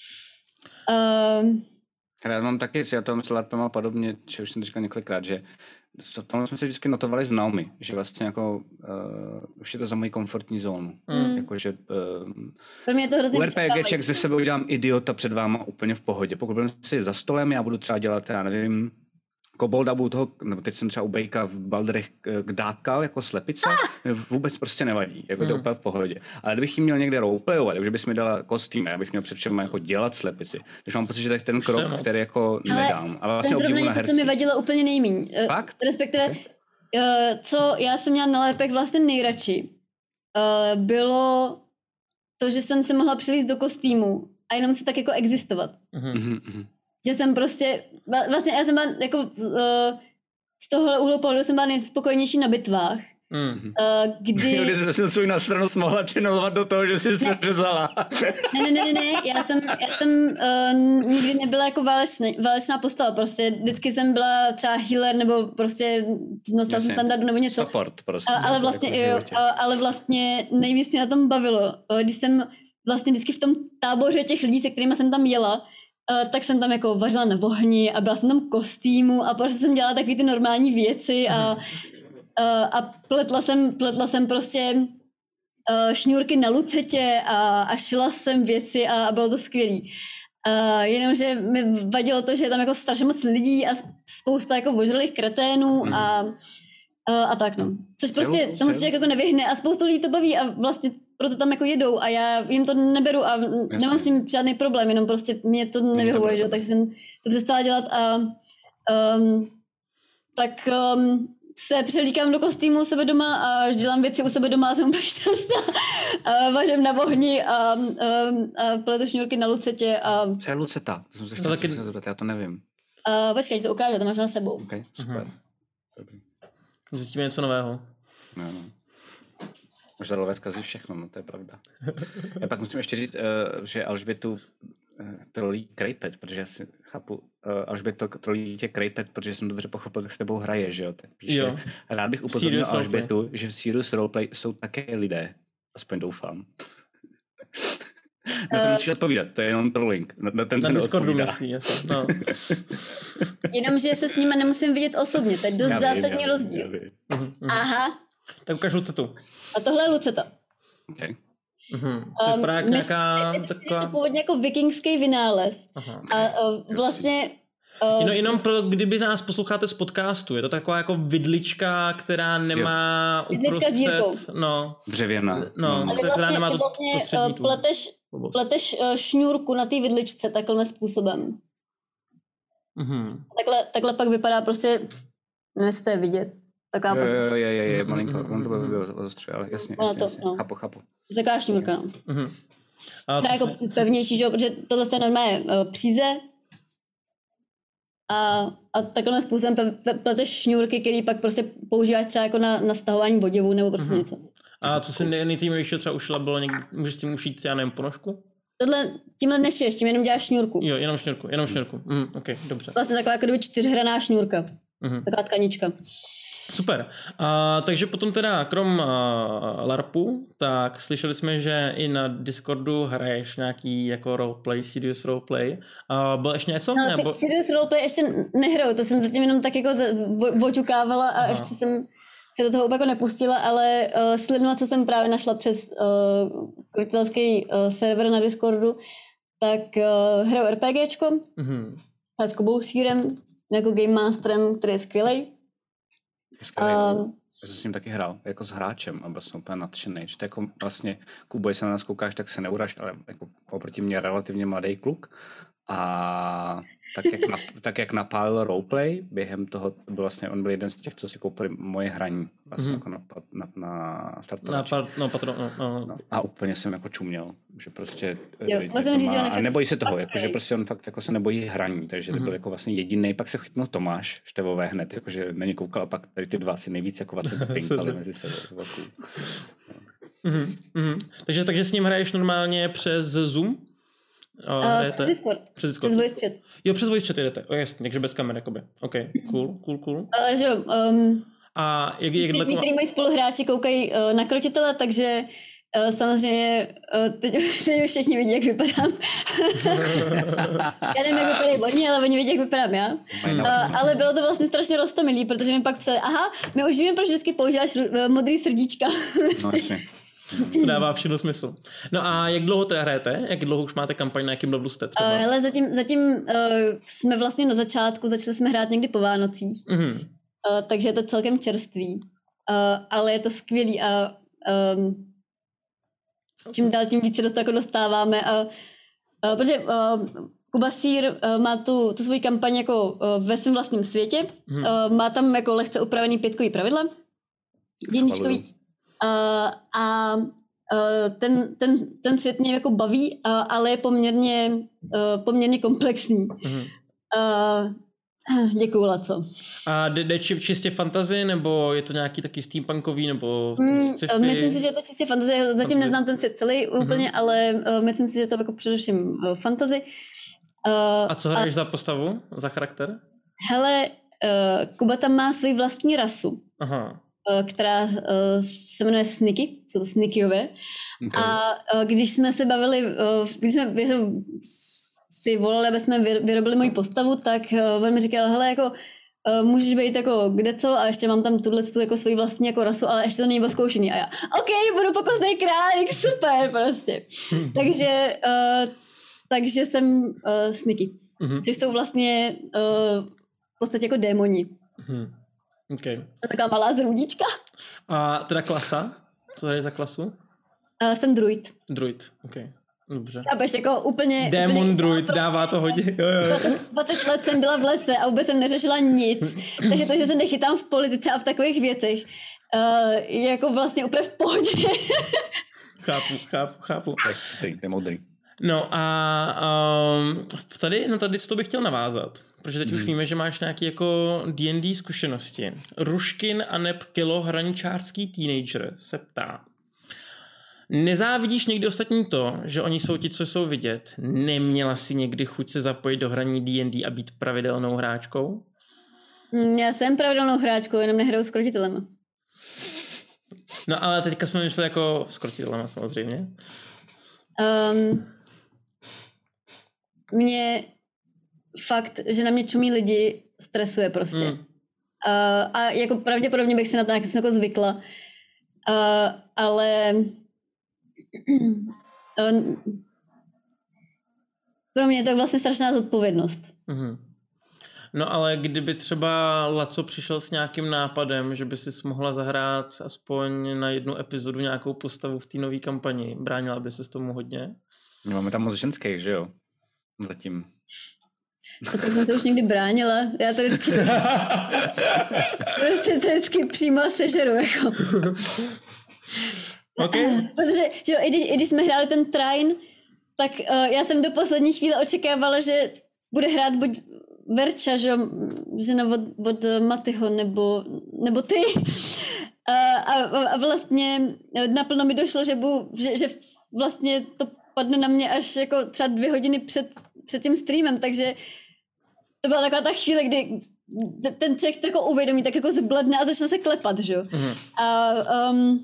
Uh, Já mám taky, já to mám s LARPem a podobně, že už jsem to říkal několikrát, že to tam jsme se vždycky notovali s Naomi, že vlastně jako uh, už je to za moji komfortní zónu. Mm. Jakože uh, pro mě je to hrozně u RPGček vyčerpávající. ze sebe udělám idiota před váma úplně v pohodě. Pokud budeme si za stolem, já budu třeba dělat, já nevím, kobolda, budu toho, nebo teď jsem třeba u Bejka v Baldrech kdákal jako slepice, ah! vůbec prostě nevadí, jako to je Mm. úplně v pohodě. Ale kdybych jí měl někde roleplayovat, takže bys mi dala kostým, já bych měl před všem jako dělat slepici. Takže mám pocit, že tak ten krok, moc. který jako Ale nedám. A To je vlastně zrovna obdivu na něco, co mi herci. vadilo úplně nejmíň. Eh, Fakt? Respektive, Okay. uh, co já jsem měla na LARPech vlastně nejradši, uh, bylo to, že jsem se mohla přilíst do kostýmu a jenom si tak jako existovat. Mhm. Mhm, mhm. Že jsem prostě, vla- vlastně já jsem byla jako uh, z tohohle úhlu pohledu jsem byla nejspokojenější na bitvách, Mm. uh, kdy... Jo, když jsi svůj nastranost mohla čenolovat do toho, že jsi se řezala. Ne, ne, ne, ne, ne, já jsem, já jsem uh, nikdy nebyla jako válečný, válečná postava, prostě vždycky jsem byla třeba healer nebo prostě nosila jsem Jasně. standardu nebo něco. Support prostě. A, ale vlastně, jako v jo, životě. a, ale vlastně nejvíc mě na tom bavilo, eh, když jsem vlastně vždycky v tom táboře těch lidí, se kterými jsem tam jela, Uh, tak jsem tam jako vařila na ohni a byla jsem tam v kostýmu a prostě jsem dělala takové ty normální věci a, uh, a pletla, jsem, pletla jsem prostě uh, šňůrky na lucetě a, a šila jsem věci a, a bylo to skvělý. Uh, jenomže mi vadilo to, že je tam jako strašně moc lidí a spousta jako ožralých kreténů Hmm. a, uh, a tak no. Což prostě Jo, tomu se jo. člověk jako nevyhne a spoustu lidí to baví a vlastně proto tam jako jedou a já jim to neberu a Jasně. nemám s tím žádný problém, jenom prostě mě to nevyhovuje, že? Takže jsem to přestala dělat a um, tak um, se převlíkám do kostýmu u sebe doma a dělám věci u sebe doma a jsem úplně šťastná. A vařím na ohni a, um, a pletu šňůrky na lucetě a... Co je luceta? To jsem se To chtěl taky- taky... zeptat, já to nevím. a počkej, to ukážu, to máš na sebou. OK, super. Mhm. Dobrý. Zjistíme něco nového. No, no. Možná lovec kazí všechno, no to je pravda. Já pak musím ještě říct, uh, že Alžbětu trolí Krejpet, protože já si chápu, uh, Alžběto, trolí tě Krejpet, protože jsem dobře pochopil, tak s tebou hraje, že jo? Tak píše, Jo. rád bych upozornil Serious Alžbětu, že v Serious Roleplay jsou také lidé. Aspoň doufám. Na to musíš odpovídat, to je jenom trolling. Na, na ten Na se Discordu neodpovídá. myslí, jasně. No. Jenomže se s nimi nemusím vidět osobně, to je dost Já vím, zásadní já vím, rozdíl. já vím. Mhm, mhm. Aha, Tak ukáž Lucetu. a tohle je Luceta. Okay. Mhm. To vypadá jak Um, nějaká myslím, že je to taková... původně jako vikingský vynález. Aha. A, a vlastně... Uh, Jenom, jenom pro, kdyby nás posloucháte z podcastu, je to taková jako vidlička, která nemá Vidlička s dírkou. no, Dřevěná. no, ale ty která vlastně, nemá ty tu vlastně prostřední uh, tu pleteš, oblast. pleteš uh, šňůrku na té vidličce takovým způsobem. Mhm. Takhle, takhle pak vypadá prostě, nevím, jestli to je vidět, taková Jo, prostě, jo, je, je, je, Mhm, malinko, mhm, on to mhm. bylo ostře, ale jasně, Ono jasně, to, jasně. no. chápu, chápu. taková šňůrka, no. Mhm. A Která co jako se- pevnější, že jo, protože tohle je normálně uh, příze a, a takovým způsobem pe- pe- pleteš šňůrky, který pak prostě používáš třeba jako na, na stahování oděvů nebo prostě Mhm. něco. a co si nej- nejzajímavějšího třeba ušila, bylo někdy, můžeš s tím ušít, já nevím, ponožku? Tohle, tímhle nešiješ, tím jenom děláš šňůrku. Jo, jenom šňůrku, jenom šňůrku. Mhm, ok, dobře. Vlastně taková jako kdyby čtyřhraná šňůrka, Mhm. taková tkanička. Super. A, takže potom teda krom uh, LARPu, tak slyšeli jsme, že i na Discordu hraješ nějaký jako roleplay, serious roleplay. Uh, bylo ještě něco? No, Nebo... Serious Roleplay ještě nehraju, to jsem zatím jenom tak jako vo- oťukávala a Aha. ještě jsem se do toho úplně jako nepustila, ale uh, slidma, co jsem právě našla přes uh, krutitelský uh, server na Discordu, tak uh, hraju RPGčko Mhm. s Kubou Sírem, jako Game Masterem, který je skvělej. Skvělý, Um, no. Já jsem s ním taky hrál, jako s hráčem a byl jsem úplně nadšený. Že to jako vlastně, Kubo, jestli na nás koukáš, tak se neuraž, ale jako oproti mě relativně mladý kluk. A tak jak, na, tak jak napálil roleplay, během toho, to byl vlastně, on byl jeden z těch, co si koupili moje hraní, vlastně Mhm. jako na, na, na Na startovači. par, no, patro, no, no. No, a úplně jsem jako čuměl, že prostě Jo, eh, musím říct, že on je a fakt nebojí se toho, fakt jako, že skvělý. prostě on fakt jako se nebojí hraní, takže to Mhm. byl jako vlastně jediný, pak se chytnul Tomáš Števové hned, jakože na ně koukal a pak tady ty dva si nejvíc jako vlastně pinkali mezi sebou. to bylo cool. Mhm, mhm. Takže, takže s ním hraješ normálně přes Zoom? O, Uh, hrajete? přes Discord, Přes Discord. přes voice chat. Jo, přes voice chat jdete. O, jasně, takže bez kamer, jakoby. OK, cool, cool, cool. Ale že jo, um, A jak, jak dlouho... některý moji spoluhráči koukají uh, na krotitele, takže uh, samozřejmě uh, teď, teď už všichni vidí, jak vypadám. Já nevím, jak vypadají oni, ale oni vidí, jak vypadám já. Mají Uh, na- ale bylo to vlastně strašně roztomilý, protože mi pak psali, aha, my už víme, proč vždycky používáš uh, modrý srdíčka. No, jasně. To dává všechno smysl. No a jak dlouho teda hrajete? Jak dlouho už máte kampaň, na jakém levelu jste třeba? Uh, hele, zatím, zatím uh, jsme vlastně na začátku, začali jsme hrát někdy po Vánocích, Mhm. uh, takže je to celkem čerstvý, uh, ale je to skvělý a um, čím dál tím více do toho jako dostáváme. A, uh, protože uh, Kuba Sýr uh, má tu, tu svoji kampaň jako uh, ve svém vlastním světě, Mhm. uh, má tam jako lehce upravený pětkový pravidla, jedničkový. Uh, a uh, ten, ten, ten svět mě jako baví, uh, ale je poměrně, uh, poměrně komplexní. Mhm. Uh, děkuju, Laco. A jde, jde či- čistě fantasy, nebo je to nějaký taky steampunkový, nebo Mm, sci-fi? uh, myslím si, že je to čistě fantasy. Zatím Fantasy. neznám ten svět celý úplně, Mhm. ale uh, myslím si, že je to jako především uh, fantasy. Uh, A co hraješ za postavu, za charakter? Hele, uh, Kuba tam má svoji vlastní rasu, Aha. uh, která uh, se jmenuje Sniky, jsou to Snikyové. Okay. A uh, když jsme se bavili, uh, když jsme, když jsme si volali, aby jsme vy- vyrobili moji postavu, tak uh, on mi říkal, hele, jako uh, můžeš být jako kde co a ještě mám tam tuhle tu jako svoji vlastní jako rasu, ale ještě to není oskoušený. A já, OK, budu pokusnej králík, super, prostě. takže, uh, takže jsem uh, Sniky, Mhm. což jsou vlastně uh, v podstatě jako démoni. Mhm. OK. Taková malá zrůdička. A teda klasa? Co hraješ za klasu? Uh, jsem druid. Druid. OK. Dobře. A peš jako úplně... Démon úplně, druid, dává to hodně. Jo, jo, jo. dvacet let jsem byla v lese a vůbec jsem neřešila nic. Takže to, že se nechytám v politice a v takových věcech, uh, je jako vlastně úplně v pohodě. Chápu, chápu, chápu. Tak, ty, ty moudrý. No a um, tady, no tady to bych chtěl navázat, protože teď hmm. už víme, že máš nějaké jako D and D zkušenosti. Ruškin a neb Kilo hraničářský teenager se ptá. Nezávidíš někdy ostatní to, že oni jsou ti, co jsou vidět? Neměla si někdy chuť se zapojit do hraní D and D a být pravidelnou hráčkou? Já jsem pravidelnou hráčkou, jenom nehraju s krotitelem. No ale teďka jsme mysleli jako s krotitelem samozřejmě. Um, mě fakt, že na mě čumí lidi, stresuje prostě. Mm. Uh, a jako pravděpodobně bych si na to nějak jako zvykla. Uh, ale uh, pro mě je to vlastně strašná zodpovědnost. Mm-hmm. No ale kdyby třeba Laco přišel s nějakým nápadem, že by si mohla zahrát aspoň na jednu epizodu nějakou postavu v té nové kampani, bránila by se s tomu hodně? No, máme tam moc ženských, že jo? Zatím. Co tak jsem to už někdy bránila? Já to vždycky... prostě to vždycky přímo sežeru, jako. Okay. Protože, že jo, i když, i když jsme hráli ten Trine, tak uh, já jsem do poslední chvíle očekávala, že bude hrát buď Verča, že jo, žena od, od Matyho, nebo, nebo ty. A, a, a vlastně naplno mi došlo, že, bu, že, že vlastně to padne na mě až jako třeba dvě hodiny před, před tím streamem, takže to byla taková ta chvíle, kdy ten člověk se jako uvědomí, tak jako zbledne a začne se klepat, že jo. Mm-hmm. A um,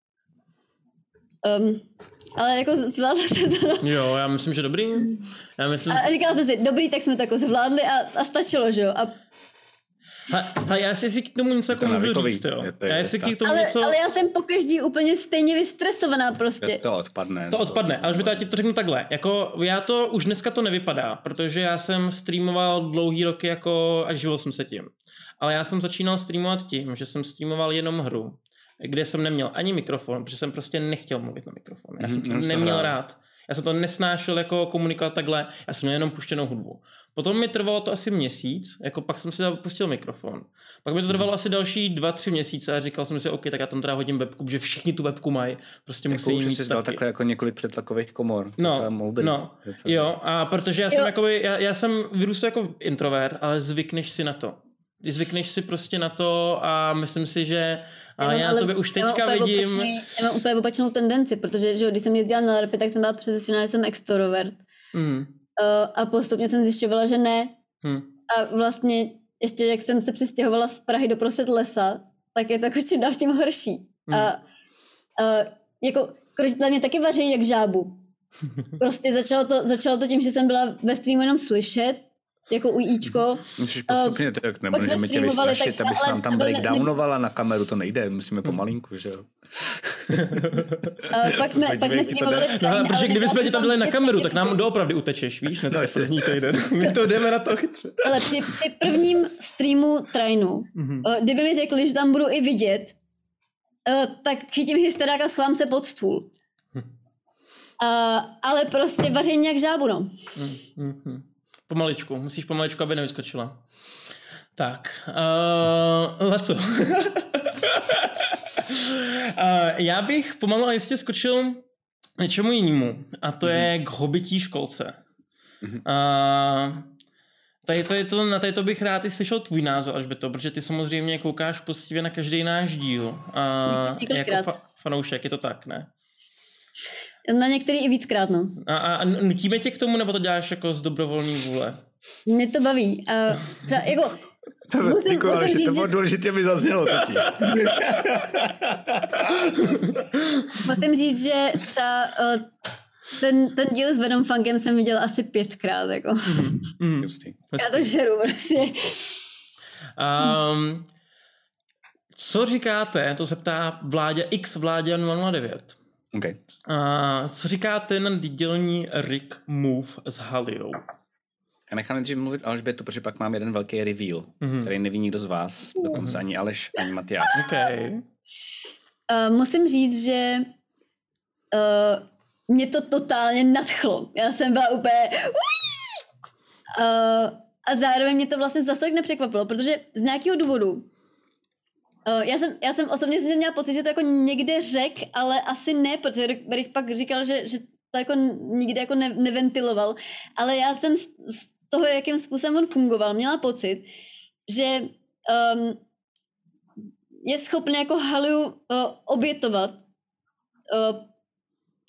um, ale jako zvládla se to. Jo, já myslím, že dobrý. Já myslím, a říkala jsem si, dobrý, tak jsme to jako zvládli a, a stačilo, že jo. A... A, a já si k tomu něco jako můžu říct, jo. Je to, je já si k tomu ale, něco... ale já jsem pokaždý úplně stejně vystresovaná prostě. To odpadne. To odpadne, ale už mi to řeknu takhle. Jako já to, už dneska to nevypadá, protože já jsem streamoval dlouhý roky jako a živil jsem se tím. Ale já jsem začínal streamovat tím, že jsem streamoval jenom hru, kde jsem neměl ani mikrofon, protože jsem prostě nechtěl mluvit na mikrofon. Já jsem to mm, neměl to rád. Já jsem to nesnášel jako komunikovat takhle, já jsem měl jenom puštěnou hudbu. Potom mi trvalo to asi měsíc, jako pak jsem si pustil mikrofon. Pak mi to trvalo asi další dva, tři měsíce a říkal jsem si, OK, tak já tam teda hodím webku, protože všichni tu webku mají, prostě tak musí mít taky. Dal takhle jako několik přetlakových komor. No, no, jo, a protože já jsem, jakoby, já, já jsem vyrůstal jako introvert, ale zvykneš si na to. Ty zvykneš si prostě na to a myslím si, že a já, já tobě už teďka já vidím... Opačný, já mám úplně opačnou tendenci, protože že, když jsem jezdila na LARPy, tak jsem byla přesvědčená, že jsem extrovert. Mm. Uh, a postupně jsem zjišťovala, že ne. Mm. A vlastně ještě jak jsem se přistěhovala z Prahy do prostřed lesa, tak je to jako čím dál tím horší. Mm. A uh, jako krotitelé mě taky vaří jak žábu. Prostě začalo to, začalo to tím, že jsem byla ve streamu jenom slyšet, jako ujíčko. Musíš postupně, uh, tak nemůžeme tě vystrašit, abys nám tam breakdownovala na kameru, to nejde, musíme pomalinku, že jo. uh, pak jsme, pak jsme streamovali... No, protože kdyby jsme tě tam dali na kameru, tak nám doopravdy utečeš, víš, na to první týden. My to jdeme na to chytře. Ale při, při prvním streamu Trainu, mm-hmm. uh, kdyby mi řekli, že tam budu i vidět, uh, tak chytím hysterák a schovám se pod stůl. Uh, ale prostě vaření jak žábu, no. Mm-hmm. Pomaličku, musíš pomaličku, aby nevyskočila. Tak, uh, Laco. uh, já bych pomalu a jistě skočil něčemu jinému, a to mm-hmm. je k hobití školce. Mm-hmm. Uh, tady to je to, na tady to bych rád i slyšel tvůj názor, až by to, protože ty samozřejmě koukáš poctivě na každý náš díl. Uh, jako fa- fanoušek, je to tak, ne? Na některý i víckrát, no. A, a nutíme tě k tomu, nebo to děláš jako z dobrovolný vůle? Mě to baví. A třeba jako... To, musím, děkuji, musím říct, to bylo že... důležitě, aby zaznělo totiž. Musím říct, že třeba uh, ten, ten díl s Venom Fungem jsem viděla asi pětkrát, jako. Mm, mm. Já to žeru prostě. Um, co říkáte, to se ptá Vláďa X Vláďa nula nula devět. Okay. Uh, co říkáte na didělní Rick Move s Haliou? Já nechám nejdřív mluvit Alžbětu, protože pak mám jeden velký reveal, mm-hmm. který neví nikdo z vás, dokonce mm-hmm. ani Aleš, ani Matyáš. Okay. Uh, musím říct, že uh, mě to totálně nadchlo. Já jsem byla úplně... Uh, a zároveň mě to vlastně zase tak nepřekvapilo, protože z nějakého důvodu Uh, já, jsem, já jsem osobně jsem měla pocit, že to jako někde řek, ale asi ne, protože Rick pak říkal, že, že to jako nikde jako ne, neventiloval. Ale já jsem z, z toho, jakým způsobem on fungoval, měla pocit, že um, je schopný jako Haliu uh, obětovat uh,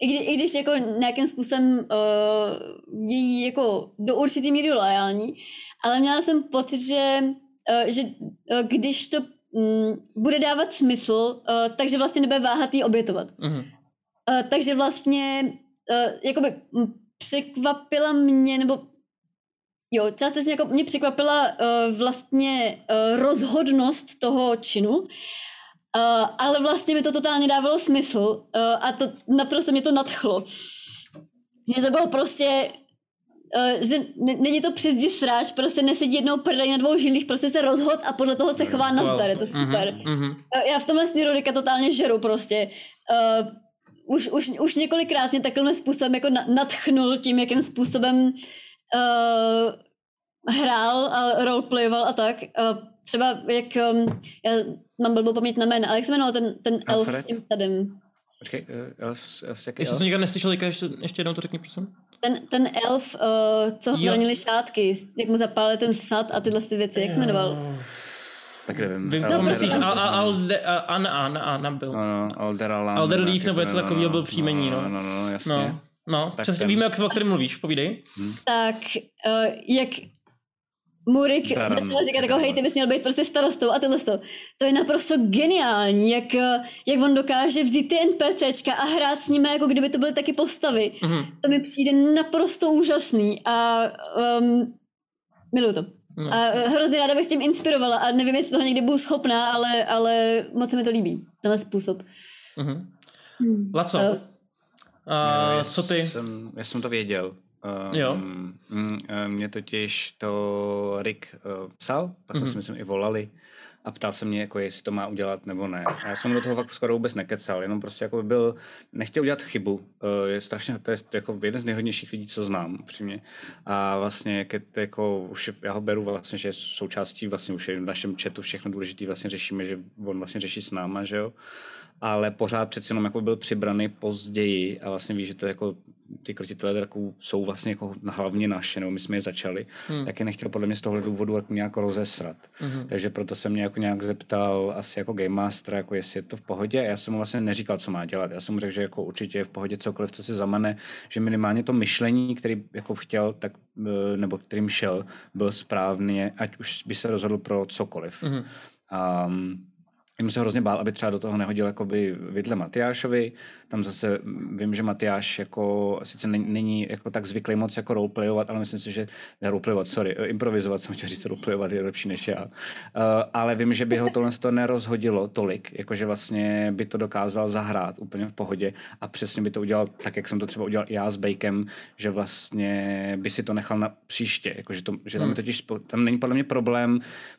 i, kdy, i když jako nějakým způsobem uh, její jako do určitý míry lojální, ale měla jsem pocit, že, uh, že uh, když to um, bude dávat smysl, uh, takže vlastně nebude váhat jí obětovat. Uh-huh. Uh, takže vlastně uh, jakoby překvapila mě, nebo jo, částečně jako mě překvapila uh, vlastně uh, rozhodnost toho činu, uh, ale vlastně mi to totálně dávalo smysl uh, a to naprosto mě to nadchlo. Že to bylo prostě, uh, že n- není to přes jdi sráč, prostě nesedí jednou prdej na dvou žilích, prostě se rozhod a podle toho se chová nazdar, je to super. Mm-hmm. Uh, já v tomhle směru Ricka totálně žeru prostě. Uh, už, už, už několikrát mě takovým způsobem jako na- nadchnul tím, jakým způsobem uh, hrál a roleplayoval a tak. Uh, třeba jak, um, já mám blbou paměť na jména, ale jak se jmenoval ten, ten elf s tím stadem? Počkej, uh, elf, elf, jaký Ještě elf? jsem nikdy neslyšel, ještě, ještě jednou to řekni, prosím. Ten, ten elf, uh, co zranili šátky, jak mu zapálili ten sad a tyhle ty věci, jak se jmenoval? Tak nevím. Vím, El- to No, myslíš, prostě- a, a, Alde, a, Anna, Anna, Anna byl. No, no, Alderalan. Alderleaf nebo něco no, takového byl no, příjmení, no. No, no, no, jasně. No, no Tak přesně ten- víme, jak, o kterém mluvíš, povídej. Tak uh, jak Murik Baron. začal říkat jako, hej, ty bys měl být prostě starostou a tohle to. To je naprosto geniální, jak, uh, jak on dokáže vzít ty NPCčka a hrát s nimi, jako kdyby to byly taky postavy. Mhm. To mi přijde naprosto úžasný a um, miluju to. No. A hrozně ráda bych s tím inspirovala a nevím, jestli toho někdy budu schopná, ale, ale moc se mi to líbí, tenhle způsob. Mhm. Laco, Uh, uh, Já co ty? Jsem, já jsem to věděl. Um, Jo. mm, mm, mě totiž to Rick uh, psal, pak jsme Mhm. si myslím i volali a ptal se mě, jako jestli to má udělat nebo ne. A já jsem do toho fakt skoro vůbec nekecal, jenom prostě jako byl, nechtěl udělat chybu. Uh, je strašně, to je jako jeden z nejhodnějších lidí, co znám, upřímně. A vlastně, ke, jako, už je, já ho beru vlastně, že je součástí vlastně už je v našem chatu všechno důležitý, vlastně řešíme, že on vlastně řeší s náma, že jo. Ale pořád přeci jenom jako byl přibraný později a vlastně víš, že to jako ty krotitelé draků jsou vlastně jako hlavně naše, nebo my jsme je začali, hmm. tak je nechtěl podle mě z tohle důvodu jako nějak rozesrat. Hmm. Takže proto se mě jako nějak zeptal asi jako Game Master, jako jestli je to v pohodě. Já jsem mu vlastně neříkal, co má dělat. Já jsem mu řekl, že jako určitě je v pohodě cokoliv, co si zamane, že minimálně to myšlení, který jako chtěl, tak, nebo kterým šel, byl správně, ať už by se rozhodl pro cokoliv. Hmm. Um, Jím se hrozně bál, aby třeba do toho nehodil jakoby vidle Matyášovi. Tam zase vím, že Matyáš jako sice není jako tak zvyklý moc jako roleplayovat, ale myslím si, že ne roleplayovat, sorry, improvizovat, jsem chtěl říct, roleplayovat je lepší než já. Uh, ale vím, že by ho tohle to nerozhodilo tolik, jakože vlastně by to dokázal zahrát úplně v pohodě a přesně by to udělal tak, jak jsem to třeba udělal já s Bakem, že vlastně by si to nechal na příště, jakože to, že tam, je totiž, tam není podle mě problém.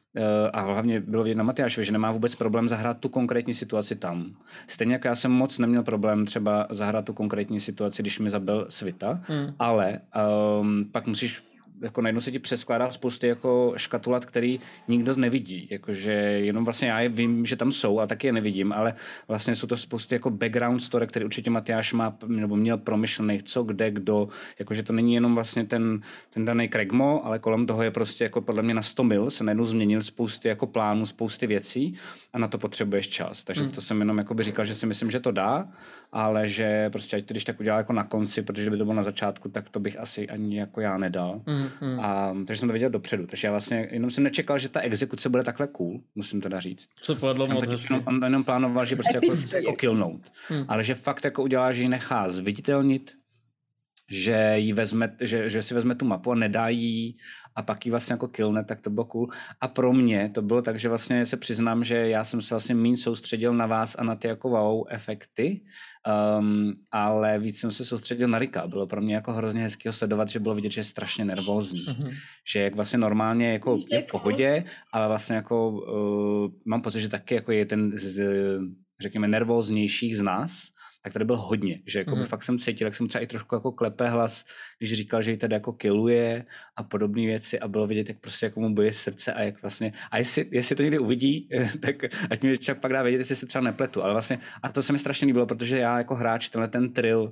A hlavně bylo vidět na Matyášovi, že nemá vůbec problém zahrát tu konkrétní situaci tam. Stejně jako já jsem moc neměl problém třeba zahrát tu konkrétní situaci, když mi zabil Svita, hmm. ale um, pak musíš jako najednou se ti přeskládá spousty jako škatulat, který nikdo nevidí, jakože jenom vlastně já je vím, že tam jsou a taky je nevidím, ale vlastně jsou to spousty jako background story, který určitě Matyáš má nebo měl promyšlený, co, kde, kdo, jakože to není jenom vlastně ten, ten daný Kregmo, ale kolem toho je prostě jako podle mě na sto mil se najednou změnil spousty jako plánů, spousty věcí a na to potřebuješ čas. Takže hmm. to jsem jenom jako by říkal, že si myslím, že to dá, ale že prostě ať to když tak udělá jako na konci, protože by to bylo na začátku, tak to bych asi ani jako já nedal. Hmm. Hmm. A, takže jsem to věděl dopředu. Takže já vlastně jenom jsem nečekal, že ta exekuce bude takhle cool, musím teda říct. Co povedlo moc jenom, on jenom plánoval, že prostě jako, jako killnout. Hmm. Ale že fakt jako udělá, že ji nechá zviditelnit, že, jí vezme, že, že si vezme tu mapu a nedá jí a pak ji vlastně jako killne, tak to bylo cool. A pro mě to bylo tak, že vlastně se přiznám, že já jsem se vlastně méně soustředil na vás a na ty jako wow efekty, um, ale víc jsem se soustředil na Ricka. Bylo pro mě jako hrozně hezký ho sledovat, že bylo vidět, že je strašně nervózní. Mm-hmm. Že jak vlastně normálně jako je v pohodě, ale vlastně jako uh, mám pocit, že taky jako je ten z, řekněme nervóznějších z nás, tak tady byl hodně, že jako mm. fakt jsem cítil, jak jsem třeba i trošku jako klepe hlas, když říkal, že ji tady jako killuje a podobné věci a bylo vidět, jak prostě jako mu boje srdce a jak vlastně, a jestli, jestli to někdy uvidí, tak ať mi však pak dá vědět, jestli se třeba nepletu, ale vlastně, a to se mi strašně líbilo, protože já jako hráč tenhle ten thrill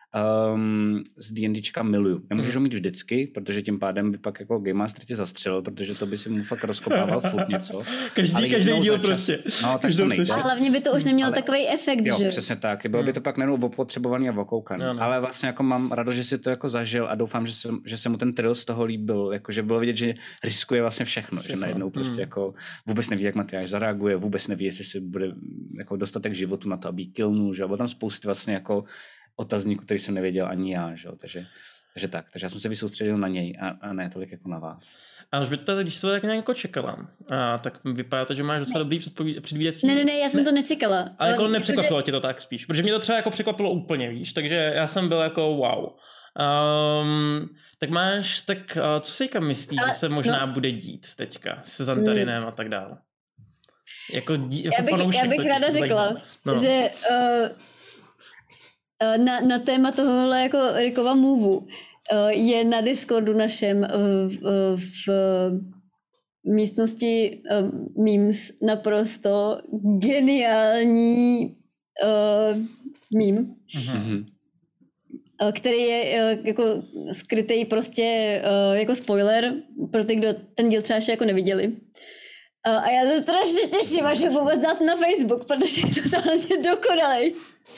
Um, z D&Dčka miluju. Nemůžeš ho mít vždycky, protože tím pádem by pak jako Game Master tě zastřelil, protože to by si mu fakt rozkopával furt něco. Každý, každý díl prostě. No, tak to nejde. A hlavně by to už nemělo ale... takový efekt, jo, že? Jo, přesně tak. Bylo hmm. by to pak nejenom opotřebovaný a okoukaný. No, no. Ale vlastně jako mám radost, že si to jako zažil a doufám, že se, že se mu ten thrill z toho líbil. Jako, že bylo vidět, že riskuje vlastně všechno. všechno. Že najednou prostě hmm. jako vůbec neví, jak Matyáš zareaguje, vůbec neví, jestli si bude jako dostatek životu na to, aby killnul, že? Bylo tam spousty vlastně jako otazníků, který jsem nevěděl ani já, že? Takže, takže tak. Takže já jsem se vysoustředil na něj a, a ne tolik jako na vás. A už by to, když se to tak nějak čekala, a tak vypadá to, že máš docela dobrý předvídací. Ne, ne, ne, já jsem ne. to nečekala. Ale jako nepřekvapilo tě to tak spíš, protože mě to třeba jako překvapilo úplně, víš, takže já jsem byl jako wow. Um, tak máš, tak uh, co si kam myslíš, že se možná no. bude dít teďka se Zantarinem mm. a tak dále? Jako, dí, jako já bych, fanoušek, já bych ráda řekla, no. že uh, na, na téma tohohle jako Rickova movu je na Discordu našem v, v místnosti memes naprosto geniální uh, meme, mm-hmm. který je jako skrytý prostě jako spoiler pro ty, kdo ten díl třeba ještě jako neviděli. A já se strašně těším, až ho vůbec dát na Facebook, protože je totálně dokonalej.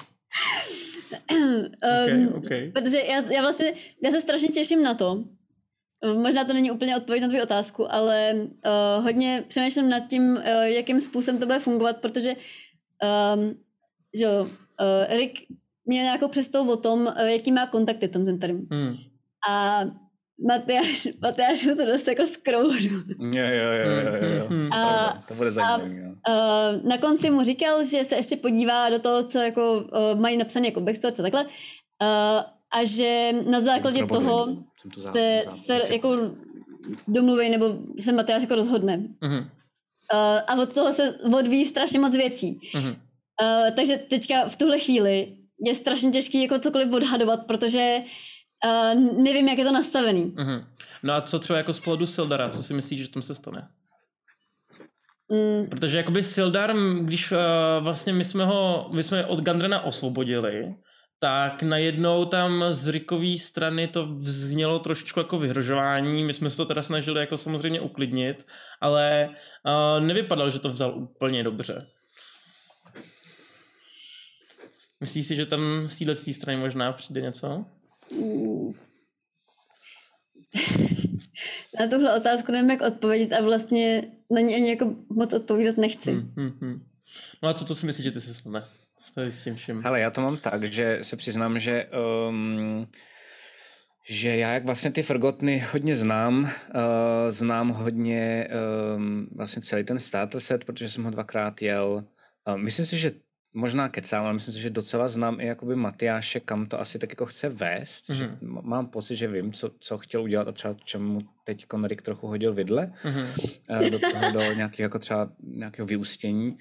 um, okay, okay. Protože já, já vlastně, já se strašně těším na to. Možná to není úplně odpověď na tvou otázku, ale uh, hodně přemýšlím nad tím, uh, jakým způsobem to bude fungovat, protože um, že, uh, Rick měl nějakou představu o tom, uh, jaký má kontakty v tom Zantarim. Hmm. A Matyáš, Matyáš to dost jako skroudu. Jo, jo, jo, jo, jo. A, to bude zajímavé. A, a na konci mu říkal, že se ještě podívá do toho, co jako uh, mají napsané jako backstory a takhle. Uh, a že na základě toho se, se jako domluví, nebo se Matyáš jako rozhodne. Uh-huh. Uh, a od toho se odvíjí strašně moc věcí. Uh-huh. Uh, takže teďka v tuhle chvíli je strašně těžký jako cokoliv odhadovat, protože Uh, nevím, jak je to nastavený. Uh-huh. No a co třeba jako z pohledu Sildara, co si myslíš, že tam se stane? Mm. Protože jakoby Sildar, když uh, vlastně my jsme ho, my jsme od Gandrena osvobodili, tak najednou tam z Rickové strany to vznělo trošičku jako vyhrožování, my jsme se to teda snažili jako samozřejmě uklidnit, ale uh, nevypadalo, že to vzal úplně dobře. Myslíš si, že tam z této strany možná přijde něco? Na tuhle otázku nevím, jak odpovědět a vlastně na ní ani jako moc odpovídat nechci. Hmm, hmm, hmm. No a co to si myslíš, že ty se stane? Stane s tím vším. Hele, já to mám tak, že se přiznám, že um, že já jak vlastně ty Forgotny hodně znám, uh, znám hodně um, vlastně celý ten starter set, protože jsem ho dvakrát jel. Uh, myslím si, že možná kecám, ale myslím si, že docela znám i jakoby Matyáše, kam to asi tak jako chce vést. Mm-hmm. Že mám pocit, že vím, co, co chtěl udělat a třeba čemu teď Rick trochu hodil vidle mm-hmm. do toho, do nějakého jako třeba nějakého vyústění. Uh,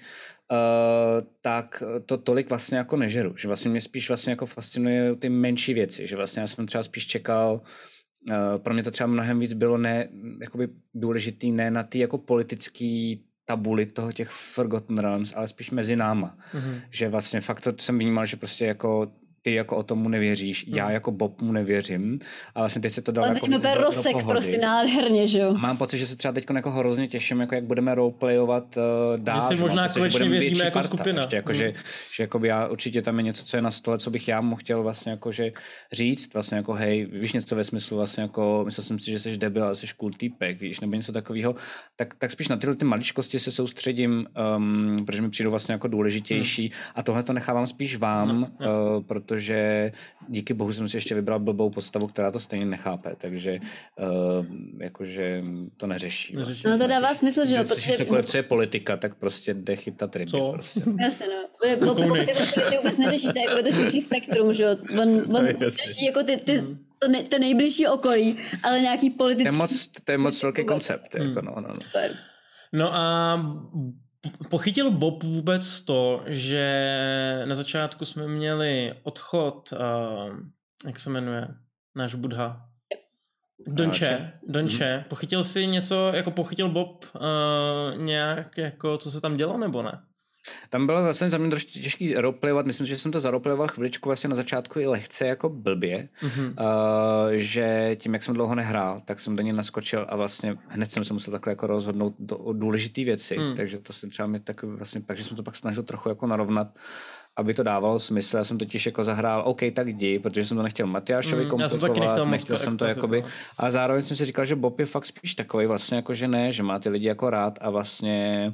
tak to tolik vlastně jako nežeru. Že vlastně mě spíš vlastně jako fascinuje ty menší věci. Že vlastně já jsem třeba spíš čekal, uh, pro mě to třeba mnohem víc bylo ne, jakoby důležitý ne na ty jako politický tabuli toho těch Forgotten Realms, ale spíš mezi náma. Mm-hmm. Že vlastně fakt to jsem vnímal, že prostě jako ty jako o tomu nevěříš, mm. já jako Bob mu nevěřím. A vlastně teď se to dalo jako do, do rozsek pohody. Prostě nádherně, že jo. Mám pocit, že se třeba teď jako hrozně těším, jako jak budeme roleplayovat uh, dál. Že si možná pocit, konečně věříme jako parta, skupina. Ještě, jako, mm. že, že jako já určitě tam je něco, co je na stole, co bych já mu chtěl vlastně jako, že říct, vlastně jako hej, víš něco ve smyslu vlastně jako, myslel jsem si, že jsi debil, ale jsi cool týpek, víš, nebo něco takového. Tak, tak spíš na tyhle ty maličkosti se soustředím, um, protože mi přijdou vlastně jako důležitější mm. a tohle to nechávám spíš vám, no, no. Uh, protože díky bohu jsem si ještě vybral blbou postavu, která to stejně nechápe, takže uh, jakože to neřeší. Vlastně. No to dává smysl, že jo? Protože cokoliv, co je politika, tak prostě jde chytat ryby. Co? Prostě. Jasně, no. Bo, bo, ty, ty vůbec neřešíte, jako to širší spektrum, že jo? On, on řeší jako ty, ty, to, ne, to nejbližší okolí, ale nějaký politický... To je moc, to je moc velký koncept. Hmm. Jako no, no, no. no a... Pochytil Bob vůbec to, že na začátku jsme měli odchod, uh, jak se jmenuje, náš Buddha? Donče, Donče. Hmm. Pochytil si něco, jako pochytil Bob uh, nějak, jako co se tam dělo, nebo ne? Tam bylo vlastně za mě trošku těžký roleplayovat, myslím, že jsem to zaroleplayoval chviličku vlastně na začátku i lehce jako blbě, mm-hmm. uh, že tím, jak jsem dlouho nehrál, tak jsem do něj naskočil a vlastně hned jsem se musel takhle jako rozhodnout do, o důležitý věci, mm. takže to jsem třeba mě tak vlastně, takže jsem to pak snažil trochu jako narovnat, aby to dávalo smysl. Já jsem totiž jako zahrál OK, tak jdi, protože jsem to nechtěl Matyášovi mm, komplikovat, nechtěl, nechtěl jsem to jakoby, a zároveň jsem si říkal, že Bob je fakt spíš takový vlastně jako, že ne, že má ty lidi jako rád a vlastně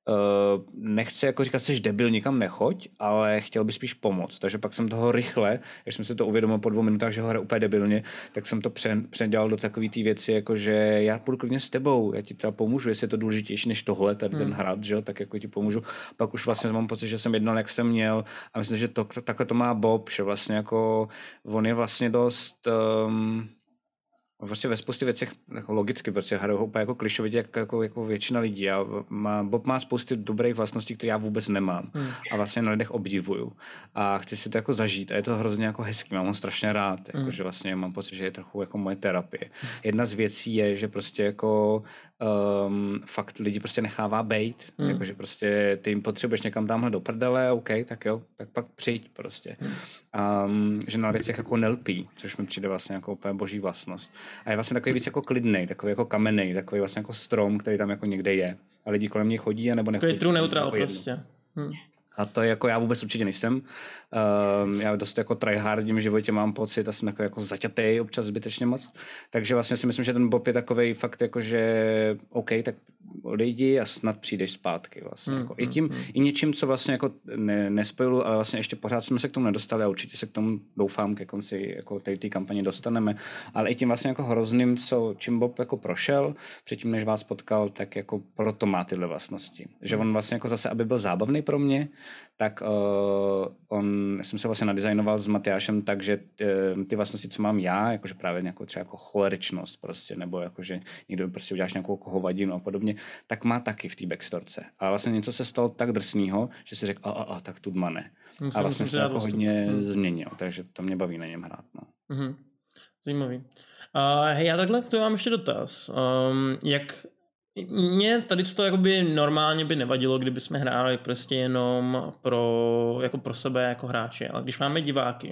Uh, nechci jako říkat, jsi debil, nikam nechoď, ale chtěl by spíš pomoct. Takže pak jsem toho rychle, když jsem si to uvědomil po dvou minutách, že ho hraje úplně debilně, tak jsem to předělal do takové té věci, jako že já půjdu klidně s tebou, já ti teda pomůžu, jestli je to důležitější než tohle, tady hmm. ten hrad, že jo, tak jako ti pomůžu. Pak už vlastně mám pocit, že jsem jednal, jak jsem měl, a myslím, že to, takhle to má Bob, že vlastně jako on je vlastně dost um, vlastně ve spoustě věcech jako logicky, protože hrajou úplně jako klišovitě jako, jako, jako většina lidí. A má, Bob má spousty dobrých vlastností, které já vůbec nemám. Hmm. A vlastně na lidech obdivuju. A chci si to jako zažít. A je to hrozně jako hezký. Mám ho strašně rád. Jako, hmm. že vlastně mám pocit, že je trochu jako moje terapie. Jedna z věcí je, že prostě jako um, fakt lidi prostě nechává bejt. Hmm. Jako, že prostě ty jim potřebuješ někam tamhle do prdele, OK, tak jo, tak pak přijď prostě. Hmm. Um, že na věcech jako nelpí, což mi přijde vlastně jako úplně boží vlastnost. A je vlastně takový víc jako klidnej, takový jako kamennej, takový vlastně jako strom, který tam jako někde je. A lidi kolem něj chodí, anebo nechodí. Takový true neutral prostě. Hm. A to je jako, já vůbec určitě nejsem. Um, já dost jako tryhardím v životě, mám pocit, a jsem takový jako zaťatej občas zbytečně moc. Takže vlastně si myslím, že ten Bob je takovej fakt jako, že OK, tak odejdi a snad přijdeš zpátky vlastně. Mm, jako. mm, I tím, mm. i něčím, co vlastně jako ne, nespojilu, ale vlastně ještě pořád jsme se k tomu nedostali a určitě se k tomu doufám ke konci jako té kampaně dostaneme. Ale i tím vlastně jako hrozným, co, čím Bob jako prošel, předtím, než vás potkal, tak jako proto má tyhle vlastnosti. Že on vlastně jako zase, aby byl zábavný pro mě, tak uh, on, jsem se vlastně nadizajnoval s Matyášem tak, že uh, ty vlastnosti, co mám já, jakože právě nějakou třeba jako choleričnost prostě, nebo jakože někdo prostě uděláš nějakou hovadinu a podobně, tak má taky v té backstorce. Ale vlastně něco se stalo tak drsného, že si řekl, a, a, a tak tudma ne. Musím, a vlastně se jako hodně hmm. změnil, takže to mě baví na něm hrát. No. Mm-hmm. Zajímavý. Uh, hej, já takhle to mám ještě dotaz. Um, jak Mně tady to jakoby normálně by nevadilo, kdyby jsme hráli prostě jenom pro, jako pro sebe jako hráči, ale když máme diváky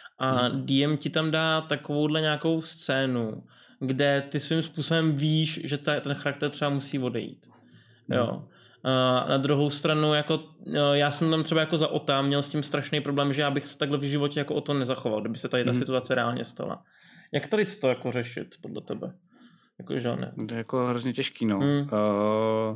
a D M ti tam dá takovouhle nějakou scénu, kde ty svým způsobem víš, že ta, ten charakter třeba musí odejít. Jo. A na druhou stranu, jako, já jsem tam třeba jako za Ota měl s tím strašný problém, že já bych se takhle v životě jako o to nezachoval, kdyby se tady ta mm. situace reálně stala. Jak tady to jako řešit podle tebe? Jako, že ne. To je jako hrozně těžký, no. Hmm. Uh,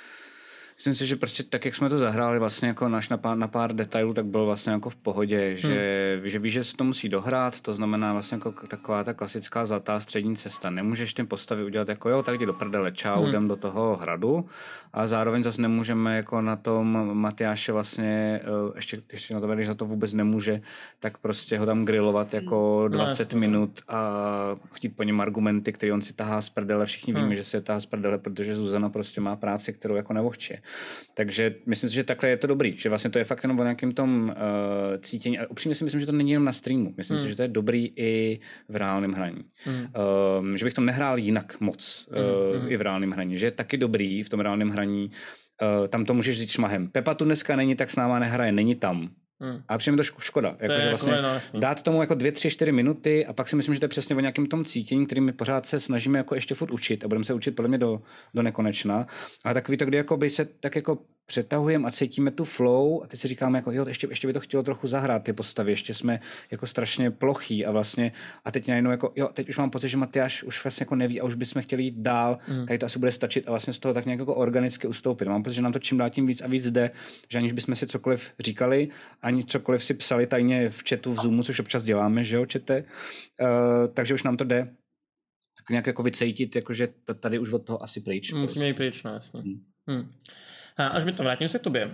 myslím si, že prostě tak, jak jsme to zahráli vlastně jako naš na pár, na pár detailů, tak bylo vlastně jako v pohodě, hmm. že, že víš, že se to musí dohrát, to znamená vlastně jako taková ta klasická zlatá střední cesta. Nemůžeš těm postavy udělat jako jo, tak jdi do prdele, čau, hmm. jdem do toho hradu, a zároveň zase nemůžeme jako na tom Matyáše vlastně, ještě když na to když za to vůbec nemůže, tak prostě ho tam grilovat jako dvacet no, minut a chtít po něm argumenty, které on si tahá z prdele. Všichni hmm. víme, že si je tahá z prdele, protože Zuzana prostě má práci, kterou jako nevohče. Takže myslím si, že takhle je to dobrý, že vlastně to je fakt jenom o nějakém tom uh, cítění. A upřímně si myslím, že to není jenom na streamu. Myslím hmm. si, že to je dobrý i v reálném hraní. Hmm. Um, že bych to nehrál jinak moc uh, hmm. i v reálném hraní. Že je taky dobrý v tom reálném hraní. Uh, tam to můžeš říct šmahem. Pepa tu dneska není, tak s náma nehraje, není tam. Hmm. A přijde mi to škoda. To jako, je že jako vlastně dát tomu jako dvě, tři, čtyři minuty a pak si myslím, že to je přesně o nějakém tom cítění, který my pořád se snažíme jako ještě furt učit a budeme se učit podle mě do, do nekonečna. Ale takový to, kdy jako by se tak jako přetahujeme a cítíme tu flow a teď si říkáme jako jo, ještě, ještě by to chtělo trochu zahrát ty postavy, ještě jsme jako strašně plochý a vlastně a teď najednou jako jo, teď už mám pocit, že Matyáš už vlastně jako neví a už bychom chtěli jít dál, mm. tady to asi bude stačit a vlastně z toho tak nějak jako organicky ustoupit. Mám pocit, že nám to čím dál tím víc a víc jde, že aniž bychom si cokoliv říkali, ani cokoliv si psali tajně v chatu v Zoomu, což občas děláme, že jo, čete, uh, takže už nám to jde tak nějak jako vycejtit, jakože tady už od toho asi pryč. Musíme jít pryč, no jasně. Hmm. Hmm. A až mi to vrátím se k tobě.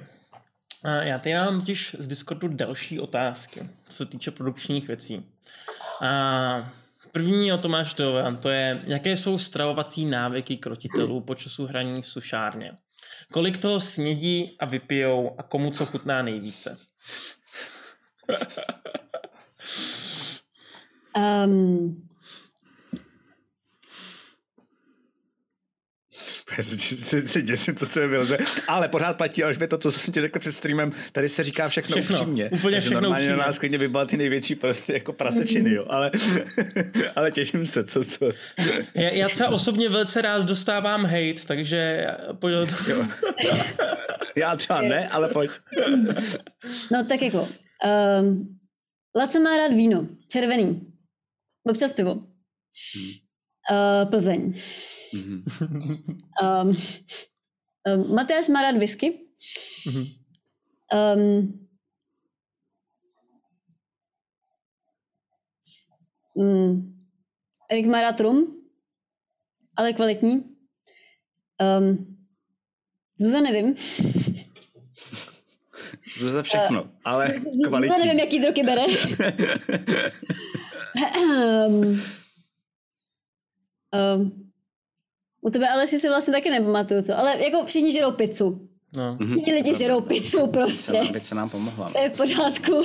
A já tady mám totiž z Discordu další otázky, co se týče produkčních věcí. A první o to máš to, to je, jaké jsou stravovací návyky krotitelů po času hraní v sušárně. Kolik toho snědí a vypijou a komu co chutná nejvíce? Um... si, si děsím, co jste vyleze. Ale pořád platí, až by to, co jsem ti řekl před streamem, tady se říká všechno, všechno upřímně. Úplně takže všechno normálně upřímně. na nás klidně vybalat ty největší prostě jako prasečiny, jo. Ale, ale těším se, co, co. Já, já třeba osobně velice rád dostávám hate, takže pojď. Já třeba ne, ale pojď. No tak jako, um, Laca má rád víno, červený, občas pivo, uh, Plzeň. Mhm. Um, um, Matyáš má rád whisky. Mhm. Um, um, Erik má rád rum, ale kvalitní. Um, Zuza nevím. Zuza všechno, ale Zuza kvalitní. nevím, jaký drogy bere. um, um, U tebe Aleši si vlastně taky nepamatuju, co? Ale jako všichni žerou pizzu. No. Všichni lidi žerou pizzu prostě. Teď se nám pomohla. To je v pořádku.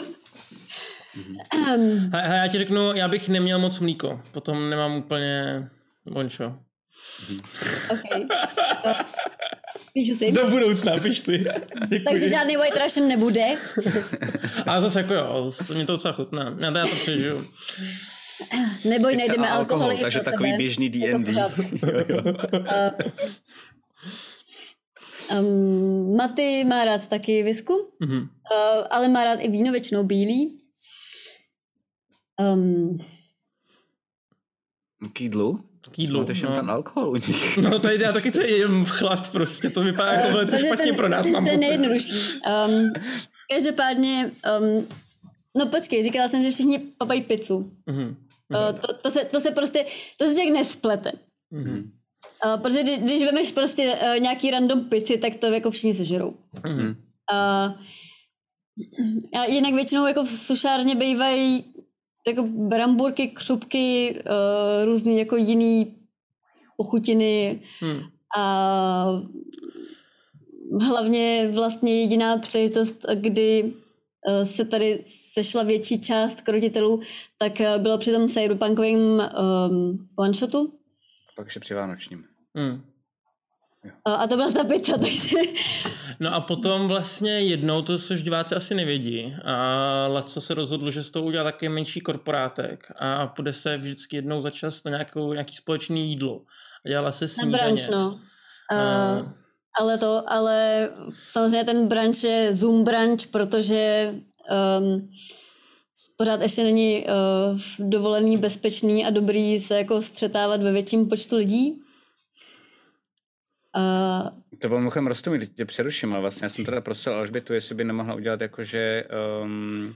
Um, A, a já ti řeknu, já bych neměl moc mlíko, potom nemám úplně bončo. OK. Uh, Píšu si. Do budoucna, piš si. Děkuji. Takže žádný white Russian nebude. Ale zase jako jo, to mě to docela chutná. Já to, já to přežiju. Neboj, najdeme alkohol, alkohol, i takže pro takový tebe. běžný D Je to v and D. pořádku. Uh, um, Maty má rád taky visku, Mhm. uh, ale má rád i víno, většinou bílý. Um, K jídlu? K jídlu, Máte no. ten no. alkohol u nich. No tady já taky chci jem chlast prostě, to vypadá jako velice takže špatně ten, pro nás. Mám To je pocit. nejjednodušší. Um, každopádně, um, no počkej, říkala jsem, že všichni papají pizzu. Mhm. Uh, to, to, se, to se prostě, to se nějak nesplete. Mhm. Uh, protože kdy, když vemeš prostě uh, nějaký random pici, tak to jako všichni sežerou. Mhm. Uh, a jinak většinou jako v sušárně bývají jako bramburky, křupky, uh, různý jako jiný pochutiny Mhm. a hlavně vlastně jediná příležitost, kdy uh, se tady sešla větší část krotitelů, tak uh, bylo při tom cyberpunkovém um, one-shotu. Pak ještě při Vánočním. Mhm. Uh, a to byla ta pizza, takže... No a potom vlastně jednou, to což diváci asi nevědí, a Laco se rozhodl, že z toho udělá taky menší korporátek a půjde se vždycky jednou za čas na nějakou, nějaký společný jídlo. A dělala se Na snídaně. brunch, no. Uh, Uh, ale to, ale samozřejmě ten brunch je Zoom brunch, protože um, pořád ještě není uh, dovolený, bezpečný a dobrý se jako střetávat ve větším počtu lidí. Uh, To byl mimochodem roztomí, teď tě přeruším, ale vlastně já jsem teda prosil Alžbětu, jestli by nemohla udělat jako, že, um,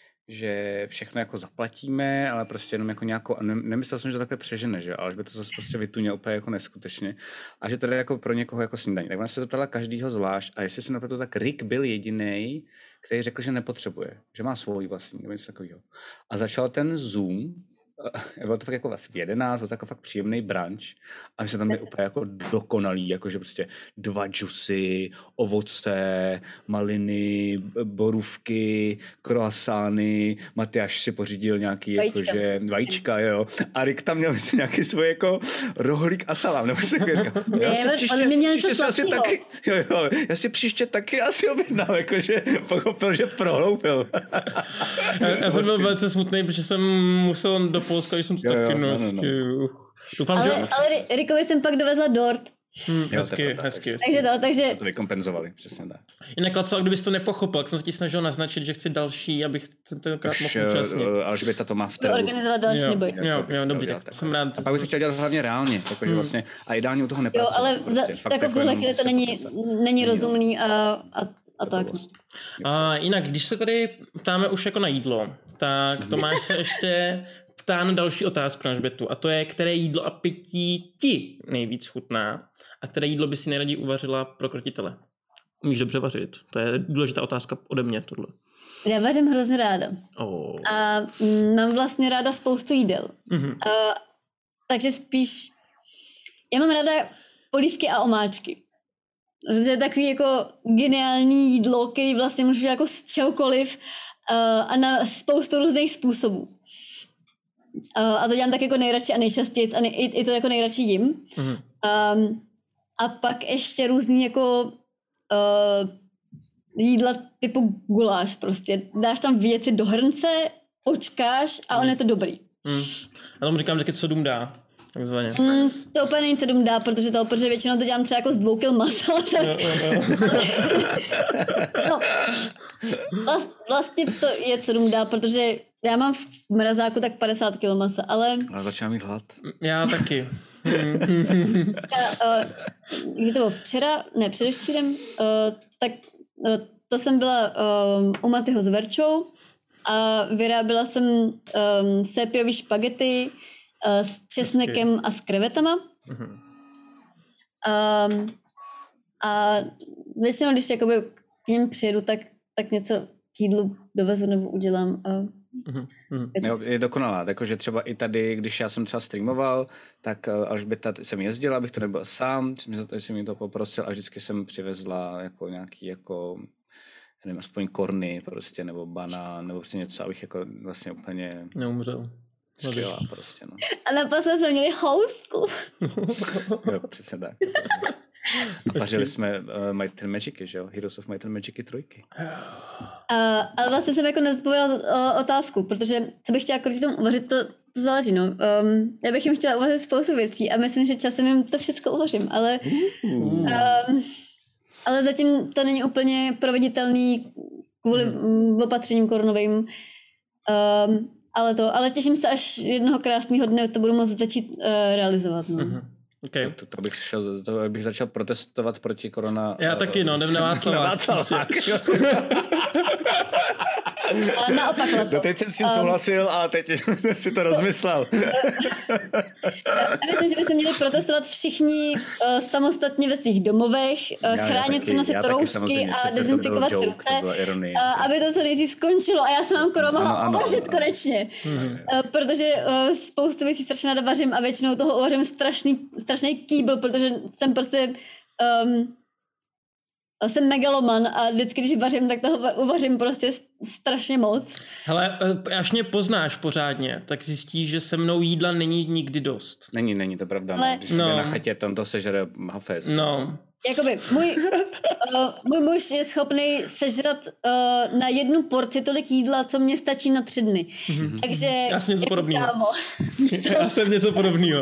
že všechno jako zaplatíme, ale prostě jenom jako nějakou, a ne, nemyslel jsem, že to takhle přežene, že Alžběta to prostě vytuně úplně jako neskutečně a že to je jako pro někoho jako snídaní. Tak ona se to ptala každýho zvlášť a jestli si na to tak Rick byl jedinej, který řekl, že nepotřebuje, že má svůj vlastní, nebo něco takového. A začal ten Zoom, bylo to fakt jako asi v jedenáct, byl to jako fakt příjemný brunch a my jsme tam byli úplně jako dokonalí, jakože prostě dva džusy, ovoce, maliny, borůvky, croissány, Matyáš si pořídil nějaký Vajíčka. jakože vajíčka, jo. A Rick tam měl myslím, nějaký svůj jako rohlík a salám, nebo se říká. Ne, ale my měli něco sladkýho. Taky, jo, jo, já si příště taky asi objednám, jakože pochopil, že prohloupil. já, já jsem byl velice smutný, protože jsem musel do Polska, když jsem to Jo, jo, taky no, no, no, no. Doufám, ale, že... ale Rickovi jsem pak dovezla dort. Hm, Jo, to je hezky, pravda, hezky, hezky. Takže to, takže To vykompenzovali, přesně tak. Jinak, Laco, a kdybys to nepochopil, jak jsem se ti snažil naznačit, že chci další, abych tentokrát Už mohl účastnit. uh, Alžběta to má v teru. organizovat další Jo. neboj. Jo, jo, dobrý, tak tak jsem rád. A pak bych to chtěl dělat hlavně reálně, takže vlastně a ideálně u toho Jo, nepracovat. ale za, prostě. Fakt jako v tuhle jenom chvíli to prostě není, pracovat. není rozumný a, a, a tak. No. A jinak, když se tady ptáme už jako na jídlo, tak Tomáš se ještě ptá na další otázku na Žbětu, a to je, které jídlo a pití ti nejvíc chutná a které jídlo by si nejraději uvařila pro krotitele. Umíš dobře vařit? To je důležitá otázka ode mě, tohle. Já vařím hrozně ráda. Oh. A mm, mám vlastně ráda spoustu jídel. Mm-hmm. A, takže spíš... Já mám ráda polívky a omáčky. To je takový jako geniální jídlo, který vlastně můžu jako z čehokoliv uh, a na spoustu různých způsobů. Uh, a to dělám tak jako nejradši a nejčastěji a nej, i, i to jako nejradši jim. Mm-hmm. Um, a pak ještě různý jako uh, jídla typu guláš prostě. Dáš tam věci do hrnce, počkáš a on je to dobrý. Hmm. Já tomu říkám taky, co dům dá. Takzvaně. Mm, to úplně není co dům dá, protože to, protože většinou to dělám třeba jako z dvou kil masa. Tak... Jo, jo, jo. no, vlast, vlastně to je co dům dá, protože já mám v mrazáku tak padesát kil masa, ale... Ale začínám mít hlad. Já taky. Já, uh, kdy to bylo včera, ne předevčírem, uh, tak uh, to jsem byla um, u Matyho s Verčou a vyrábila jsem um, sépiový špagety uh, s česnekem a s krevetama. Mhm. Um, a většinou, když jakoby k ním přijedu, tak, tak něco k jídlu dovezu nebo udělám. A Mhm. Mhm. je to... Jo, je dokonalá, takže třeba i tady, když já jsem třeba streamoval, tak uh, Alžběta jsem jezdila, abych to nebyl sám, jsem, za to, jsem mi to poprosil a vždycky jsem přivezla jako nějaký jako, nevím, aspoň korny prostě, nebo banán, nebo prostě něco, abych jako vlastně úplně Neumřel. skvělá prostě, no. A naposled jsme měli housku. Jo, přesně tak. A pařili jsme uh, Might and Magicy, že jo? Heroes of Might and Magicy trojky. A, ale vlastně jsem jako nezodpověděla otázku, protože co bych chtěla kvůli tomu uvařit, to, to záleží, no. Um, já bych jim chtěla uvařit spoustu věcí a myslím, že časem jim to všechno uvařím, ale Uh. um, ale zatím to není úplně proveditelný kvůli hmm. opatřením koronovým. Um, ale to, ale těším se, až jednoho krásného dne to budu moct začít uh, realizovat, no. Mhm. Okay. To, to, bych šel, to bych začal protestovat proti korona. Já taky, no, jdem na Václavák. Ale naopak leto. No teď jsem s tím souhlasil a teď jsem si to rozmyslel. Já myslím, že by se měli protestovat všichni uh, samostatně ve svých domovech, uh, chránit se, nosit roušky a dezinfikovat si ruce, uh, aby to co nejdřív skončilo a já jsem vám skoro mohla uvařit konečně. Mm-hmm. Uh, protože uh, spoustu věcí strašně ráda vařím a většinou toho uvařím strašný, strašný kýbl, protože jsem prostě... Um, jsem megaloman a vždycky, když vařím, tak toho uvařím prostě strašně moc. Hele, až mě poznáš pořádně, tak zjistíš, že se mnou jídla není nikdy dost. Není, není to pravda. Ale... No. Když no. jde na chatě, tam to sežere hafes. No. Jakoby, můj, uh, můj muž je schopný sežrat uh, na jednu porci tolik jídla, co mě stačí na tři dny. Mm-hmm. Takže... Já jsem něco jako podobného. Kámo, Já jsem něco podobného.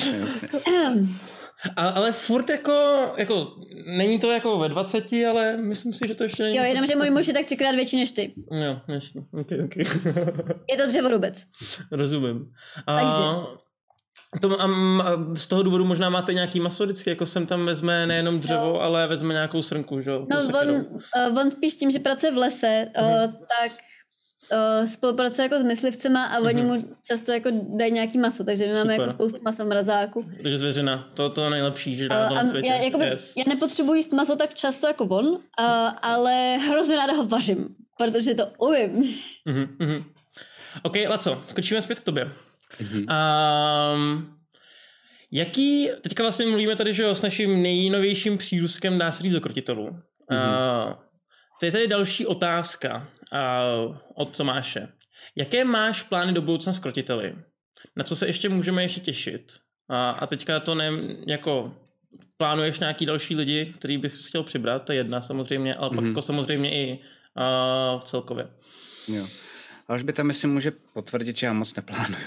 A, ale furt jako, jako, není to jako ve dvaceti, ale myslím si, že to ještě není. Jo, jenomže můj muž je tak třikrát větší než ty. Jo, jasně, okay, okay. Je to dřevorubec. Rozumím. A, Takže. To, a, a z toho důvodu možná máte nějaký maso vždycky, jako sem tam vezme nejenom dřevo, jo. ale vezme nějakou srnku, že jo? No on, uh, on spíš tím, že pracuje v lese, uh, mm-hmm. tak uh, spolupracuje jako s myslivcema a oni mm-hmm. mu často jako dají nějaký maso, takže my máme Super. jako spoustu masa v mrazáku. Takže zvěřina, to to nejlepší, že dá Uh, na světě. Já, jakoby, Yes. já nepotřebuji jíst maso tak často jako on, uh, ale hrozně ráda ho vařím, protože to umím. Mm-hmm, mm-hmm. OK, Laco, skočíme zpět k tobě. Mm-hmm. Um, jaký, teďka vlastně mluvíme tady, že jo, s naším nejnovějším přírůstkem dá se říct do krotitelů. Mm-hmm. Uh, to je tady další otázka uh, od Tomáše. Jaké máš plány do budoucna s krotiteli? Na co se ještě můžeme ještě těšit? Uh, a teďka to ne, jako plánuješ nějaký další lidi, který bych chtěl přibrat, to je jedna samozřejmě, ale mm-hmm. pak jako samozřejmě i uh, v celkově. Jo. Alžběta mi si může potvrdit, že já moc neplánuju.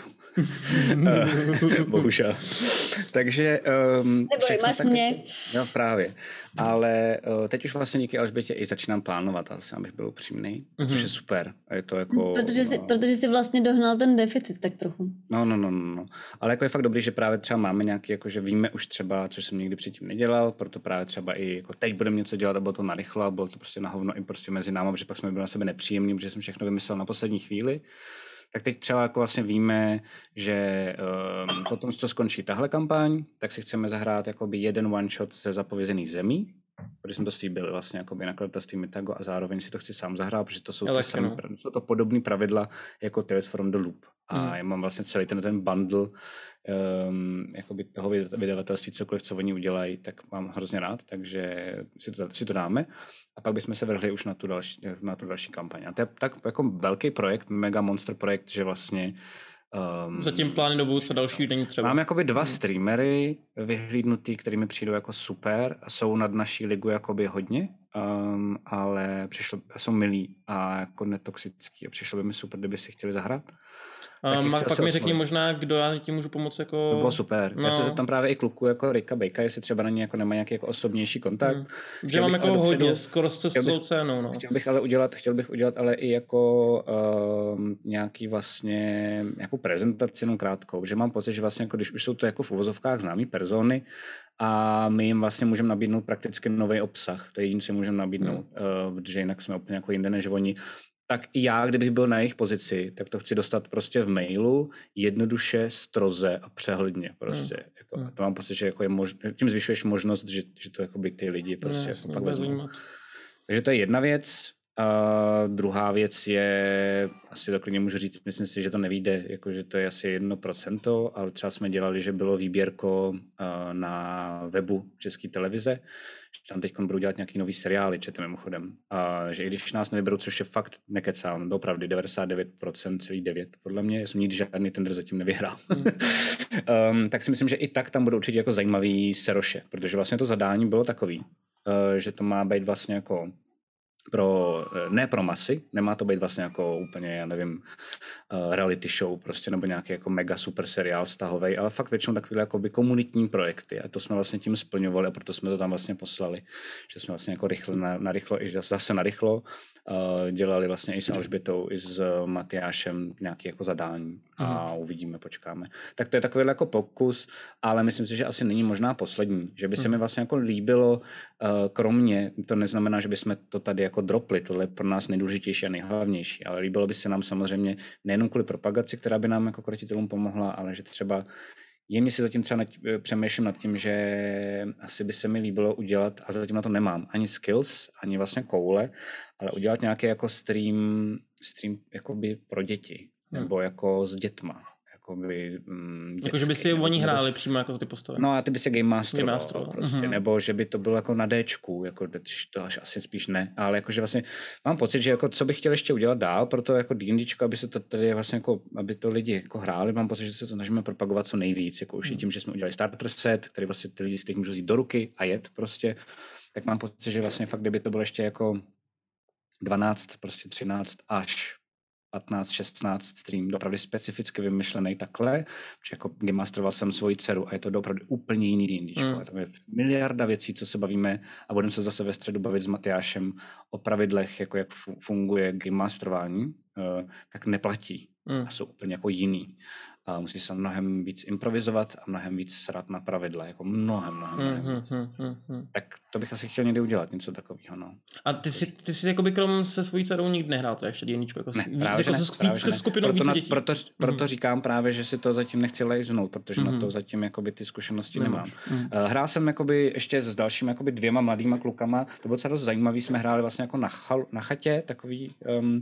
Bohužel. Takže... Um, Neboj, máš tak, mě. Jo, právě. Ale uh, teď už vlastně díky Alžbětě i začínám plánovat, ale abych byl upřímný, mm-hmm. což je super. Je to jako, protože, jsi, no, protože jsi vlastně dohnal ten deficit tak trochu. No, no, no, no. Ale jako je fakt dobrý, že právě třeba máme nějaký, jako že víme už třeba, což jsem nikdy předtím nedělal, proto právě třeba i jako teď budeme něco dělat a bylo to narychlo a bylo to prostě na hovno i prostě mezi námi, protože pak jsme byli na sebe nepříjemní, protože jsem všechno vymyslel na poslední chvíli. Tak teď třeba jako vlastně víme, že um, potom, co skončí tahle kampaň, tak si chceme zahrát jakoby jeden one shot ze zapovězených zemí, protože jsem to slíbil vlastně jakoby nakladatelství Mitago a zároveň si to chci sám zahrát, protože to jsou, ty samé, no. jsou to podobné pravidla jako Tales from the Loop. A hmm. já mám vlastně celý ten, ten bundle um, jakoby toho vydavatelství, cokoliv, co oni udělají, tak mám hrozně rád, takže si to, si to dáme. A pak bychom se vrhli už na tu další, na tu další kampaň. A to je tak jako velký projekt, mega monster projekt, že vlastně Um, Zatím plány do budoucna další není třeba. Mám jakoby dva streamery vyhlídnutý, který mi přijdou jako super a jsou nad naší ligu jakoby hodně, um, ale přišlo, jsou milí a jako netoxický a přišlo by mi super, kdyby si chtěli zahrát. Um, pak mi řekni možná, kdo já ti můžu pomoct jako... To bylo super. No. Já se zeptám právě i kluku jako Rika Bejka, jestli třeba na ně jako nemá nějaký jako osobnější kontakt. Hmm. Že mám jako hodně, dopředu, skoro s celou cénou. No. Chtěl bych ale udělat, chtěl bych udělat ale i jako um, nějaký vlastně nějakou prezentaci, no krátkou, že mám pocit, že vlastně jako když už jsou to jako v uvozovkách známý persony a my jim vlastně můžeme nabídnout prakticky nový obsah. To je jediné, co můžeme nabídnout, hmm. uh, protože jinak jsme úplně jako jinde než oni. Tak i já, kdybych byl na jejich pozici, tak to chci dostat prostě v mailu, jednoduše, stroze a přehledně prostě. Hmm. Jako, hmm. To mám pocit, že jako je mož... tím zvyšuješ možnost, že, že to jako by ty lidi prostě no, jako pak vezmou. Takže to je jedna věc. A druhá věc je, asi to klidně můžu říct, myslím si, že to nevyjde, jakože to je asi jedno procento, ale třeba jsme dělali, že bylo výběrko na webu České televize, že tam teď budou dělat nějaký nový seriály, čete mimochodem. A že i když nás nevyberou, což je fakt nekecám, opravdu devadesát devět procent celý devět, podle mě, já jsem nikdy žádný tender zatím nevyhrál. Mm. um, tak si myslím, že i tak tam budou určitě jako zajímavý seroše, protože vlastně to zadání bylo takový, uh, že to má být vlastně jako pro, ne pro masy, nemá to být vlastně jako úplně, já nevím, uh, reality show prostě, nebo nějaký jako mega super seriál stahovej, ale fakt většinou takové jakoby komunitní projekty a to jsme vlastně tím splňovali a proto jsme to tam vlastně poslali, že jsme vlastně jako rychle, na, na rychlo, i zase na rychlo uh, dělali vlastně i s Alžbětou, i s Matyášem nějaké jako zadání a mm. uvidíme, počkáme. Tak to je takový jako pokus, ale myslím si, že asi není možná poslední, že by se mm. mi vlastně jako líbilo, uh, kromě, to neznamená, že bychom to tady jako dropli, tohle je pro nás nejdůležitější a nejhlavnější, ale líbilo by se nám samozřejmě nejenom kvůli propagaci, která by nám jako krotitelům pomohla, ale že třeba jemně si zatím třeba nad, přemýšlím nad tím, že asi by se mi líbilo udělat, a zatím na to nemám ani skills, ani vlastně koule, ale udělat nějaký jako stream, stream jakoby pro děti, hmm. nebo jako s dětma. Jakoby, mm, jako, že by si oni hráli přímo jako za ty postavy. No a ty by si game masteroval, game masteroval prostě, uh-huh. nebo že by to bylo jako na Dčku, jako to až asi spíš ne, ale jakože vlastně mám pocit, že jako co bych chtěl ještě udělat dál pro to jako D&Dčko, aby se to tady vlastně jako, aby to lidi jako hráli, mám pocit, že se to snažíme propagovat co nejvíc, jako už uh-huh. i tím, že jsme udělali starter set, který vlastně ty lidi si teď můžou vzít do ruky a jet prostě, tak mám pocit, že vlastně fakt, kdyby to bylo ještě jako dvanáct, prostě třináct až patnáct šestnáct stream, opravdu specificky vymyšlený takhle, protože jako gamemasteroval jsem svoji dceru a je to opravdu úplně jiný D&Dčko. Mm. Tam je miliarda věcí, co se bavíme a budeme se zase ve středu bavit s Matyášem o pravidlech, jako jak funguje gamemasterování, tak neplatí mm. a jsou úplně jako jiný. A musí se mnohem víc improvizovat a mnohem víc srat na pravidla, jako mnohem, mnohem, mnohem mm, víc. Mm, mm, mm. Tak to bych asi chtěl někdy udělat, něco takového, no. A ty jsi, ty jsi jakoby krom se svojí dcerou nikdy nehrál to ještě D&Dčko, jako, ne, víc, právě jako ne, se právě víc ne. skupinou proto více na, dětí. Proto, proto mm. říkám právě, že si to zatím nechci lejznout, protože mm. na to zatím jakoby ty zkušenosti Nemáš. nemám. Mm. Uh, hrál jsem jakoby ještě s dalšími jakoby dvěma mladýma klukama, to bylo docela dost zajímavý, jsme hráli vlastně jako na, chal, na chatě takový um,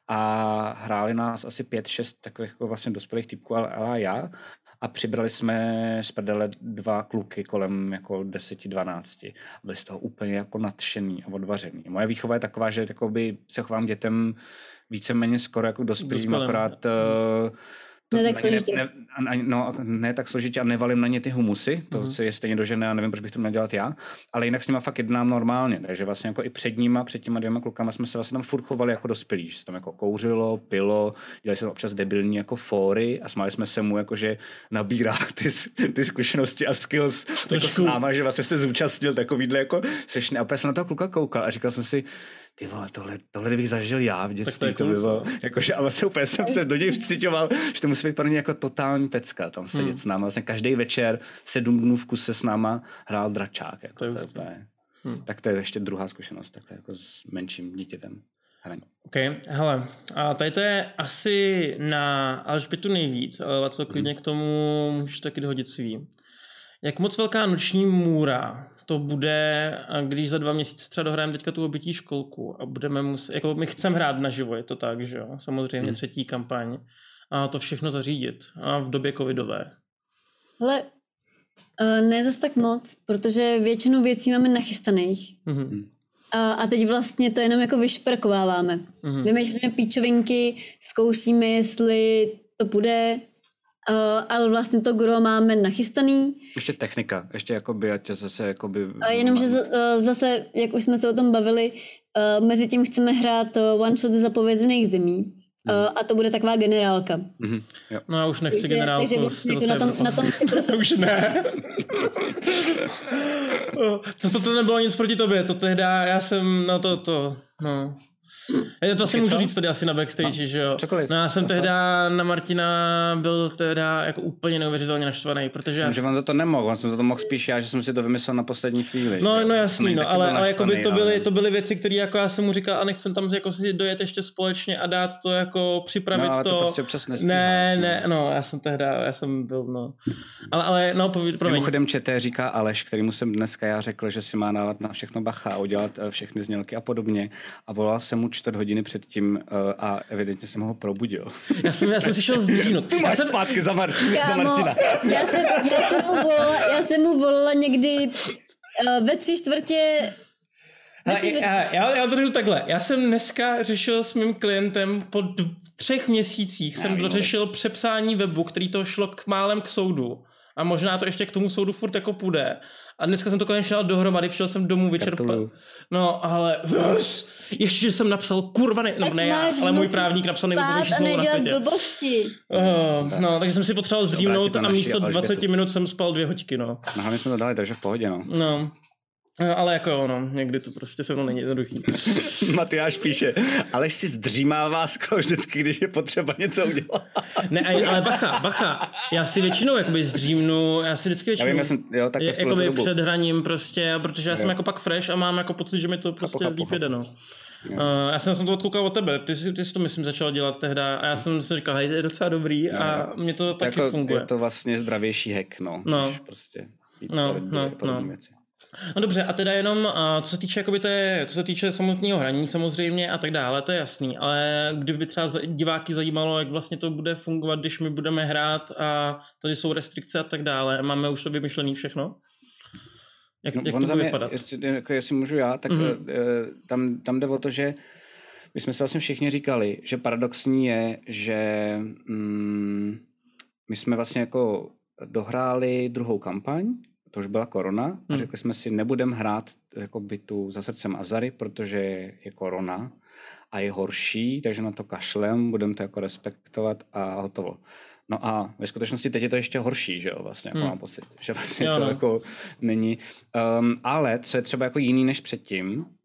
a hráli nás asi pět, šest takových jako vlastně dospělých typků, ale, ale já. A přibrali jsme z prdele dva kluky kolem jako deset dvanáct. Byli z toho úplně jako nadšený a odvařený. Moje výchova je taková, že se chovám dětem víceméně skoro jako dospělým, akorát... Uh, Ne tak složitě. Ne, ne, no, ne tak složitě a nevalím na ně ty humusy, to mm-hmm. se je stejně dožené a nevím, proč bych to měl dělat já, ale jinak s nima fakt jednám normálně, takže vlastně jako i před nima, před těma dvěma klukama jsme se vlastně tam furt chovali jako dospělí, že se tam jako kouřilo, pilo, dělali se tam občas debilní jako fóry a smáli jsme se mu jako, že nabírá ty, ty zkušenosti a skills jako s náma, že vlastně se zúčastnil takovýhle jako sešny a opět jsem na toho kluka koukal a říkal jsem si, ty vole, tohle, tohle kdybych zažil já v dětství, to, to bylo, jakože, ale vlastně úplně jsem se do něj vcíťoval, že to musí být pro ně jako totální pecka, tam sedět hmm. s náma, vlastně každý večer sedm dnů v kuse s náma hrál dračák, jako to, to je úplně, hmm. tak to je ještě druhá zkušenost, takhle jako s menším dítětem. Hraní. OK, hele, a tady to je asi na Alžbětu nejvíc, ale co klidně hmm. k tomu můžeš taky dohodit svý. Jak moc velká noční můra to bude, když za dva měsíce třeba dohrajeme teďka tu obytí školku a budeme muset, jako my chceme hrát naživo, je to tak, že jo, samozřejmě hmm. třetí kampaň a to všechno zařídit a v době covidové. Hele, ne zas tak moc, protože většinu věcí máme nachystaných. Hmm. A, a teď vlastně to jenom jako vyšperkováváme. Hmm. Vymýšlíme píčovinky, zkoušíme, jestli to půjde Uh, ale vlastně to gro máme nachystaný. Ještě technika, ještě jakoby, ať to zase jakoby... Uh, jenomže z, uh, zase, jak už jsme se o tom bavili, uh, mezi tím chceme hrát uh, one shot ze zapovězených zemí. Uh, a to bude taková generálka. Mm-hmm, jo. No já už nechci Takže, generálku. takže vlastně jako na, tom, na tom si prostě... Už ne. to, to, to nebylo nic proti tobě, to tehda, já jsem, no to, to, no. Já to asi můžu říct tady asi na backstage, no, že jo. Čokoliv. No já jsem no, tehda na Martina byl tehda jako úplně neuvěřitelně naštvaný, protože já... Že on za to nemohl, on jsem za to mohl spíš já, že jsem si to vymyslel na poslední chvíli. No, že? no jasný, no, ale, ale jakoby to byly, ale... to byly věci, které jako já jsem mu říkal a nechcem tam jako si dojet ještě společně a dát to jako připravit no, ale to. to prostě občas nestíháš, ne, no. ne, no, já jsem tehda, já jsem byl, no. Ale, ale no, povíd, promiň. Mimochodem čete říká Aleš, kterýmu jsem dneska já řekl, že si má dávat na všechno bacha a udělat všechny znělky a podobně a volal jsem mu čtvrt hodiny předtím a evidentně jsem ho probudil. Já jsem, já jsem si šel z dřínu. Tu máš jsem... zpátky za, Mar- Kámo, za Martina. Já jsem, já, jsem mu volala, já jsem mu volala někdy uh, ve tři čtvrtě... Hele, já, já, já to řeknu takhle. Já jsem dneska řešil s mým klientem po dv- třech měsících. Já jsem dořešil přepsání webu, který to šlo k málem k soudu. A možná to ještě k tomu soudu furt jako půjde. A dneska jsem to konečně dal dohromady, přišel jsem domů vyčerpat. No, ale yes, ještě, že jsem napsal kurva, ne, no, ne já, ale můj právník napsal nejúplnější smlouvu na světě. Blbosti. Uh, no, takže jsem si potřeboval zdřímnout a místo dvacet minut jsem spal dvě hoďky, no. No, hlavně jsme to dali, takže v pohodě, no. No. Ale jako jo, no, někdy to prostě se mnou není jednoduchý. Matyáš píše, Aleš si zdřímává skoro vždycky, když je potřeba něco udělat. Ne, ale bacha, bacha, já si většinou jakoby zdřímnu, já si vždycky většinou, já vím, já jsem, jo, tak je, jakoby před hraním prostě, protože já jo. jsem jako pak fresh a mám jako pocit, že mi to prostě líp jede, no. Uh, já jsem, jsem to odkoukal od tebe, ty, ty jsi to myslím začal dělat tehda a já jsem si říkal, hej, to je docela dobrý jo. a mě to tak taky jako, funguje. Je to vlastně zdravější hack, no. No. Prostě no, no, no. Věci. No dobře, a teda jenom, a co se týče, jakoby to je, co se týče samotného hraní samozřejmě a tak dále, to je jasný, ale kdyby třeba diváky zajímalo, jak vlastně to bude fungovat, když my budeme hrát a tady jsou restrikce a tak dále, máme už to vymyšlený všechno? Jak, no, jak to bude je, vypadat? Jestli, jako jestli můžu já, tak mm-hmm. tam, tam jde o to, že my jsme si vlastně všichni říkali, že paradoxní je, že mm, my jsme vlastně jako dohráli druhou kampaň, to už byla korona, a hmm. řekli jsme si, nebudeme hrát jakoby tu za srdcem Azary, protože je korona a je horší, takže na to kašlem, budeme to jako respektovat a hotovo. No a ve skutečnosti teď je to ještě horší, že jo, vlastně, jako hmm. mám pocit, že vlastně jo, to no. jako není. Um, ale co je třeba jako jiný než předtím, uh,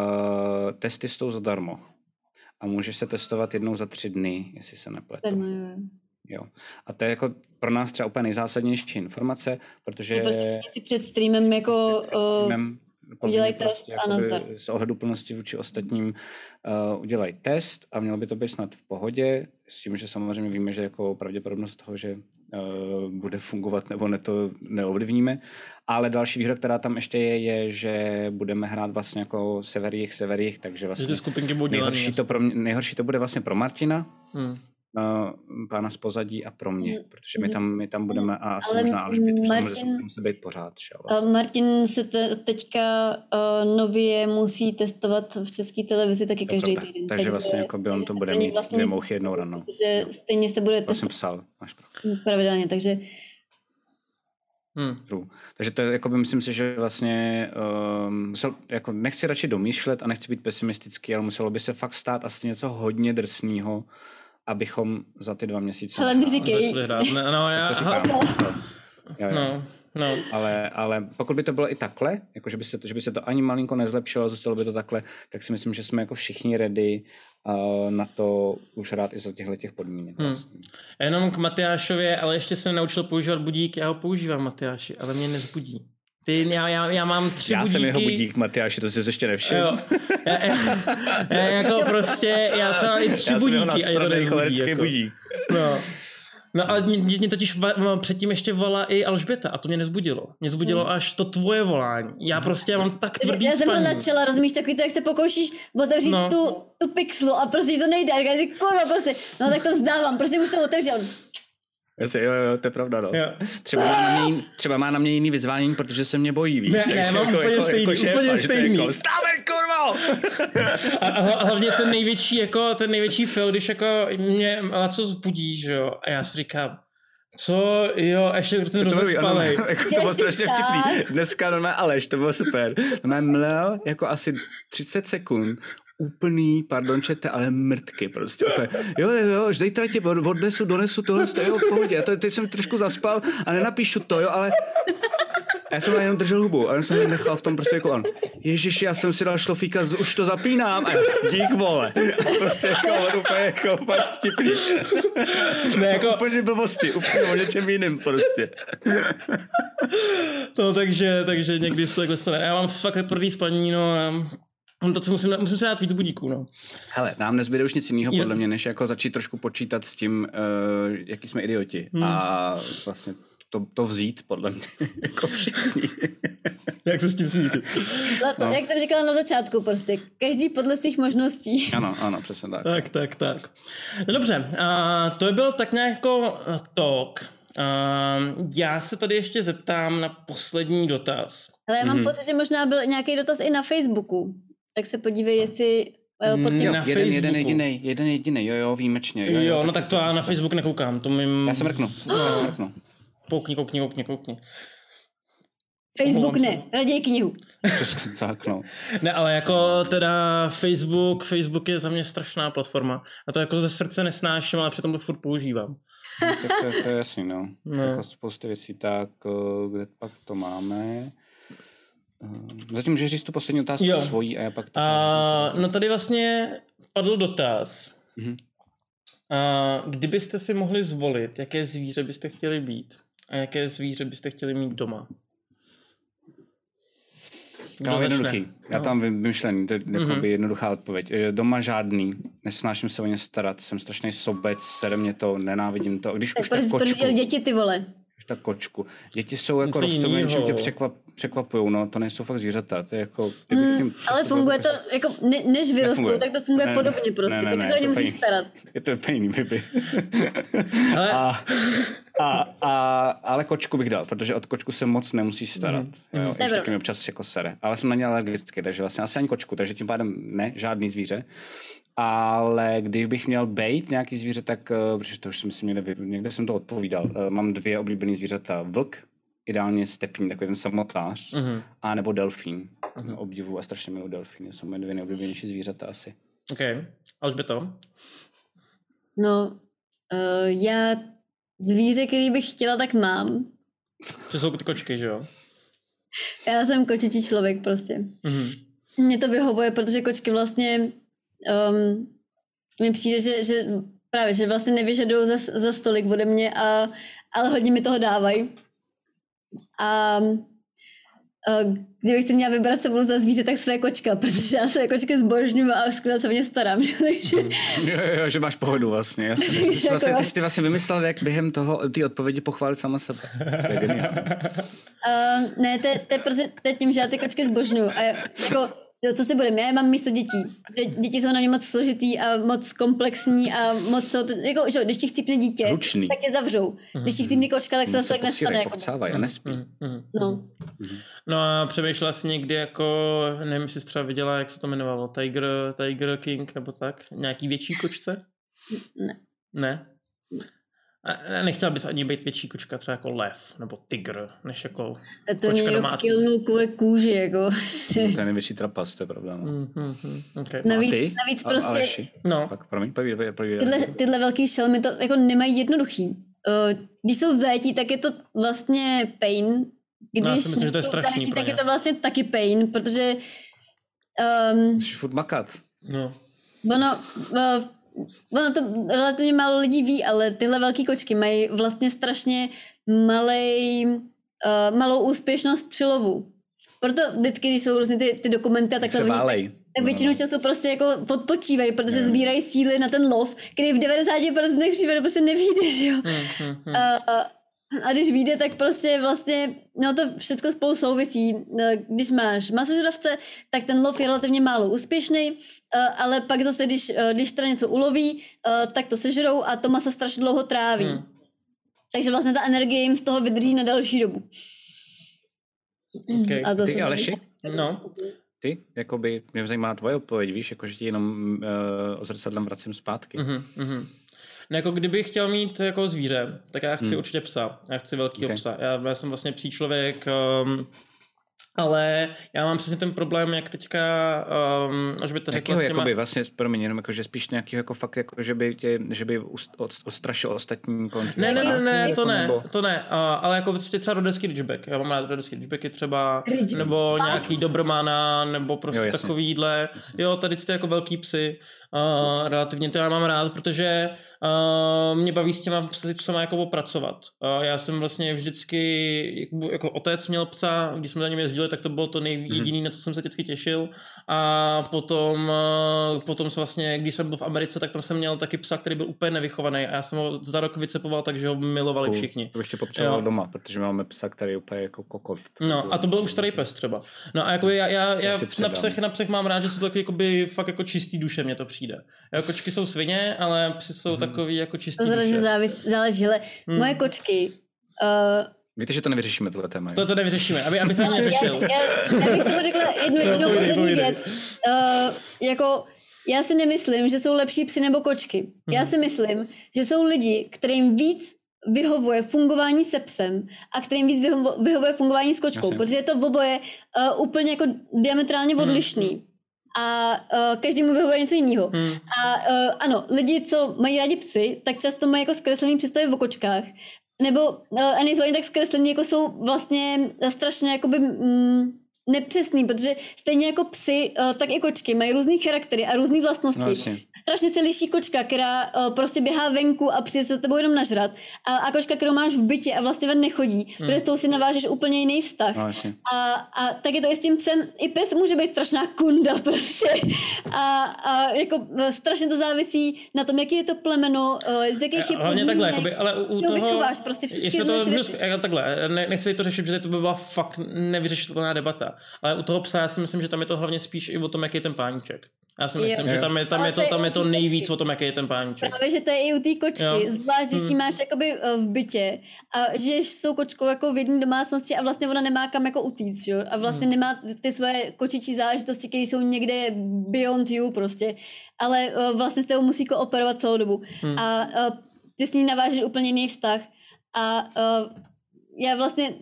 testy jsou zadarmo. A můžeš se testovat jednou za tři dny, jestli se nepletu. Ten, Jo. A to je jako pro nás třeba úplně nejzásadnější informace, protože... Je prostě si před streamem jako uh, udělají test prostě a nazdar. Z ohleduplnosti vůči ostatním uh, udělají test a mělo by to být snad v pohodě, s tím, že samozřejmě víme, že jako pravděpodobnost toho, že uh, bude fungovat nebo ne, to neovlivníme. Ale další výhoda, která tam ještě je, je, že budeme hrát vlastně jako severích, severích, takže vlastně ty skupinky budou nejhorší, dělaný, to pro mě, nejhorší to bude vlastně pro Martina, hmm. Uh, pána z pozadí a pro mě, protože my tam, my tam budeme a asi ale možná Alžbět, Martin, musí být pořád. Že, vlastně. Martin se te, teďka uh, nově musí testovat v České televizi taky každý pravda. týden. Takže, takže vlastně jako by on to bude mít vlastně dvě mouchy jednou ranou. Protože no. stejně se bude testovat. To jsem psal, máš pravdu. Pravidelně, takže Hmm. Takže to je, jako by myslím si, že vlastně um, musel, jako nechci radši domýšlet a nechci být pesimistický, ale muselo by se fakt stát asi něco hodně drsného, abychom za ty dva měsíce... Ale neříkej. No, no, já... To říkám. No. Jo, jo. No, no. Ale, ale pokud by to bylo i takhle, jako že by se to, že by se to ani malinko nezlepšilo, zůstalo by to takhle, tak si myslím, že jsme jako všichni ready uh, na to už hrát i za těchto těch podmínek. Hmm. Vlastně. Jenom k Matyášově, ale ještě se nenaučil používat budík, já ho používám, Matyáši, ale mě nezbudí. Ty, já, já, já mám tři já budíky. Já jsem jeho budík, Matyáši, to jsi ještě nevšiml. Já, já, já, jako prostě, já třeba i tři já budíky a je to nezbudí. Jako. Budík. No. No ale mě, mě totiž předtím ještě volala i Alžběta a to mě nezbudilo. Mě zbudilo hmm. až to tvoje volání. Já prostě já mám tak tvrdý já spaní. Já jsem to načela, rozumíš, takový to, jak se pokoušíš otevřít no. tu, tu pixlu a prostě to nejde. A já si, kurva, prostě, no tak to vzdávám, prostě už to otevřel. Jasně, jo, jo, to je pravda, no. Třeba má, na mě, třeba má na mě jiný vyzvání, protože se mě bojí, víš. Ne, ne, mám jako, úplně jako, stejný, jako šéfa, úplně stejný. Jako, Stávej, kurvo! A, a hlavně ten největší, jako, ten největší fail, když jako mě Laco zbudí, že jo, a já si říkám, Co? Jo, ještě ten rozespalej. Jako to bylo strašně vtipný. Dneska normálně Aleš, to bylo super. Normálně mlel jako asi třicet sekund úplný, pardon, čete, ale mrtky prostě. Úplně, jo, jo, jo, zítra tě odnesu, donesu tohle, to jo, v pohodě. Já to, teď jsem trošku zaspal a nenapíšu to, jo, ale... A já jsem jenom držel hubu, a já jsem nechal v tom prostě jako on. Ježiši, já jsem si dal šlofíka, už to zapínám. A dík, vole. A prostě jako on úplně jako fakt vtipný. Ne, jako... Úplně blbosti, úplně o něčem jiným prostě. No, takže, takže někdy se takhle stane. Já mám fakt tvrdý spaní, no a to, co musím, musím se dát víc budíků, no. Hele, nám nezbyde už nic jiného podle mě, než jako začít trošku počítat s tím, uh, jaký jsme idioti. Hmm. A vlastně to, to vzít, podle mě, jako všichni. Jak se s tím smířit? To, no. Jak jsem říkala na začátku, prostě každý podle svých možností. Ano, ano, přesně tak. Tak, tak, tak. No dobře, a to byl tak nějak jako talk. A já se tady ještě zeptám na poslední dotaz. Ale já mám Mhm. pocit, že možná byl nějaký dotaz i na Facebooku. Tak se podívej, jestli uh, pod tím... Jo, Na jeden, jeden Facebooku. jedinej, jeden jedinej, jo, jo, výjimečně. Jo, Jo, jo, jo no tak to já na Facebook nekoukám. To mým... Já se mrknu, já se mrknu. Koukni, koukni, koukni, koukni. Facebook Omlouvám ne, raději knihu. Přesně tak, no. Ne, ale jako teda Facebook, Facebook je za mě strašná platforma. A to jako ze srdce nesnáším, ale přitom to furt používám. Tak to, to je jasný, no. No. Jako spousta věcí, tak eh, kde pak to máme? Eh, Zatím můžeš říct tu poslední otázku Jo. svojí a já pak to... A, no tady vlastně padl dotaz. Mhm. A, kdybyste si mohli zvolit, jaké zvíře byste chtěli být a jaké zvíře byste chtěli mít doma? Kdo Já mám začne? jednoduchý. Já No. tam vymyšlený, to je Mhm. jakoby jednoduchá odpověď. Eh, Doma žádný, nesnáším se o ně starat, jsem strašný sobec, sere mě to, nenávidím to. Když Tak už tak proč kočku, dělat děti, ty vole? už tak kočku. Děti jsou jako Něco rostomilé, jinýho. čím tě překvap, překvapujou, no, to nejsou fakt zvířata, to je jako... kdybych Mm, jim ale přistupoval funguje jako- to, jako ne, než vyrostou, Nefunguje. tak to funguje Ne, podobně prostě, ne, ne, taky ne, se o ně to musí paní. starat. Je to pejný, baby. Ale- a, a, a, ale kočku bych dal, protože od kočku se moc nemusíš starat. Mhm. Mm. Jo, Nebyl. ještě taky mi občas jako sere. Ale jsem na ně alergický, takže vlastně asi ani kočku, takže tím pádem ne, žádný zvíře. Ale kdybych měl bejt nějaký zvíře, tak, uh, protože to už jsem si někde, někde jsem to odpovídal, uh, mám dvě oblíbené zvířata. Vlk, ideálně stepní, takový ten samotář, Mhm. a nebo delfín. Mhm. Obdivuju a strašně miluji delfíny, jsou moje dvě nejoblíbenější zvířata asi. OK. A už by to? No, uh, já zvíře, který bych chtěla, tak mám. To jsou ty kočky, že jo? Já jsem kočičí člověk prostě. Mhm. Mně to vyhovuje, protože kočky vlastně um, mi přijde, že, že právě, že vlastně nevyžadují za, za stolik ode mě, a, ale hodně mi toho dávají. A, a kdybych si měla vybrat, co budu za zvíře, tak své kočka, protože já své kočky zbožňuji a skvěle se o ně starám. že? Takže Jo, jo, že máš pohodu vlastně. jasně. Ty jsi vlastně, ty jsi vlastně vymyslel, jak během toho ty odpovědi pochválit sama sebe. To je geniální. Uh, ne, to je, to je prostě to je tím, že já ty kočky zbožňuju. A jako, jo, co si budeme, já je mám místo dětí. Dě, děti jsou na mě moc složitý a moc komplexní a moc jsou to, jako, že, když ti chcípne dítě, Ručný. tak tě zavřou. Když ti chcípne kočka, tak se zase tak nestane. Jako. Pochcávají a nespí. Mhm, mhm. No. No a přemýšlela jsi někdy jako, nevím, jestli jsi třeba viděla, jak se to jmenovalo, Tiger, Tiger King nebo tak? Nějaký větší kočce? Ne. Ne? A nechtěla bys ani být větší kočka, třeba jako lev nebo tygr, než jako A to mě kočka někdo domácí. kilnul kvůli kůži, jako. To je největší trapas, to je pravda. No. Mm, mm, mm, okay. Navíc, ty? navíc A- prostě Aleši? No, Tak promiň, povídej, povídej. tyhle, tyhle velký šelmy to jako nemají jednoduchý. Uh, když jsou v zajetí, tak je to vlastně pain. Když No, já si myslím, že to je jsou v strašný zajetí, pro tak ně. je to vlastně taky pain, protože um, Musíš furt makat. no. ono, uh, ono to relativně málo lidí ví, ale tyhle velké kočky mají vlastně strašně malej, uh, malou úspěšnost při lovu. Proto vždycky, když jsou různě ty, ty dokumenty a takhle, Se oni tak, válej. tak většinou času prostě jako podpočívají, protože Ne. sbírají síly na ten lov, který v devadesáti procentech případů prostě nevyjde, že jo. Mm, mm, mm. A, a, a když vyjde, tak prostě vlastně, no to všechno spolu souvisí. No, když máš masožravce, tak ten lov je relativně málo úspěšný, ale pak zase, když, když teda něco uloví, tak to sežerou a to maso strašně dlouho tráví. Hmm. Takže vlastně ta energie jim z toho vydrží na další dobu. Okay. A to Ty, se Aleši? No, Ty, jakoby, mě zajímá tvoje odpověď, víš, jakože ti jenom uh, o zrcadlem vracím zpátky. mhm, mhm. No jako kdybych chtěl mít jako zvíře, tak já chci Hmm. určitě psa. Já chci velkýho Okay. psa. Já, já jsem vlastně psí člověk, um, ale já mám přesně ten problém, jak teďka, um, až by to řekla Jakýho, s těma... jakoby, vlastně, promiň, jenom jako, že spíš nějakého jako fakt, jako, že by, tě, že by ust- od- odstrašil ostatní kolem tvých Ne, ne, ne, ptáků, ne, jako, to ne, nebo- to ne, uh, ale jako prostě třeba rodecký ridgeback, já mám rád rodecký ridgebacky třeba, Ridgeback. nebo nějaký dobrmana, nebo prostě Jo, jasně. takový jídle, jo, tady ty jako velký psy, uh, relativně to já mám rád, protože uh, mě baví s těma psy, psama jako pracovat. Uh, já jsem vlastně vždycky, jako, jako otec měl psa, když jsme za ním jezdili, tak to bylo to nejjediný, mm-hmm. na co jsem se vždycky těšil, a potom, uh, potom se vlastně, když jsem byl v Americe, tak tam jsem měl taky psa, který byl úplně nevychovaný a já jsem ho za rok vycepoval, takže ho milovali Cool. všichni. To bych tě potřeboval Jo. doma, protože máme psa, který je úplně jako kokot. No a to byl už starý pes třeba. No a jakoby já, já, já si na předám. psech, na psech mám rád, že jsou to taky jakoby, fakt jako čistý duše, mně to přijde. Jo, kočky jsou svině, ale psy jsou Mhm. takový jako čistý To zrovna duše. závis, záleží, hele, Hmm. moje kočky, uh, Víte, že to nevyřešíme tohle téma. jo? To to nevyřešíme, aby, aby se ani já, neřešil. já, já bych tomu řekla jednu jedinou povídej, poslední povídej. věc. Uh, jako, já si nemyslím, že jsou lepší psy nebo kočky. Já Mhm. si myslím, že jsou lidi, kterým víc vyhovuje fungování se psem a kterým víc vyhovo, vyhovuje fungování s kočkou, Jasně. protože je to v oboje uh, úplně jako diametrálně odlišný. A uh, každému vyhovuje něco jiného. Hmm. A uh, ano, lidi, co mají rádi psy, tak často mají jako zkreslený představy o kočkách. Nebo uh, a nejsou ani tak zkreslený, jako jsou vlastně strašně jakoby mm, nepřesný, protože stejně jako psy, uh, tak i kočky mají různý charaktery a různé vlastnosti. No, jasně. Strašně se liší kočka, která uh, prostě běhá venku a přijde se s tebou jenom nažrat. A, a kočka, kterou máš v bytě a vlastně ven nechodí, hmm. protože s tou si navážeš úplně jiný vztah. No, jasně. A, a tak je to i s tím psem. I pes může být strašná kunda prostě. A, a jako eh, strašně to závisí na tom, jaký je to plemeno, eh, z jakých je Hlavně takhle, jakoby, ale u, u jo, toho... vychováš prostě všechny jestli tyhle to, věci. jako takhle, ne, nechci to řešit, protože to by byla fakt nevyřešitelná debata. Ale u toho psa já si myslím, že tam je to hlavně spíš i o tom, jaký je ten páníček. Já si myslím, Jo. že tam je, tam Ale je to, to je tam je u to té nejvíc kočky. o tom, jaký je ten páníček. Právě, že to je i u té kočky, Jo. zvlášť když ji Hmm. máš jakoby eh, v bytě a žiješ s tou kočkou jako v jedné domácnosti a vlastně ona nemá kam jako utíct, že? A vlastně Hmm. nemá ty svoje kočičí záležitosti, které jsou někde beyond you prostě, ale eh, vlastně s tebou musí kooperovat celou dobu. Hmm. A eh, ty s ní navážeš úplně jiný vztah a eh, já vlastně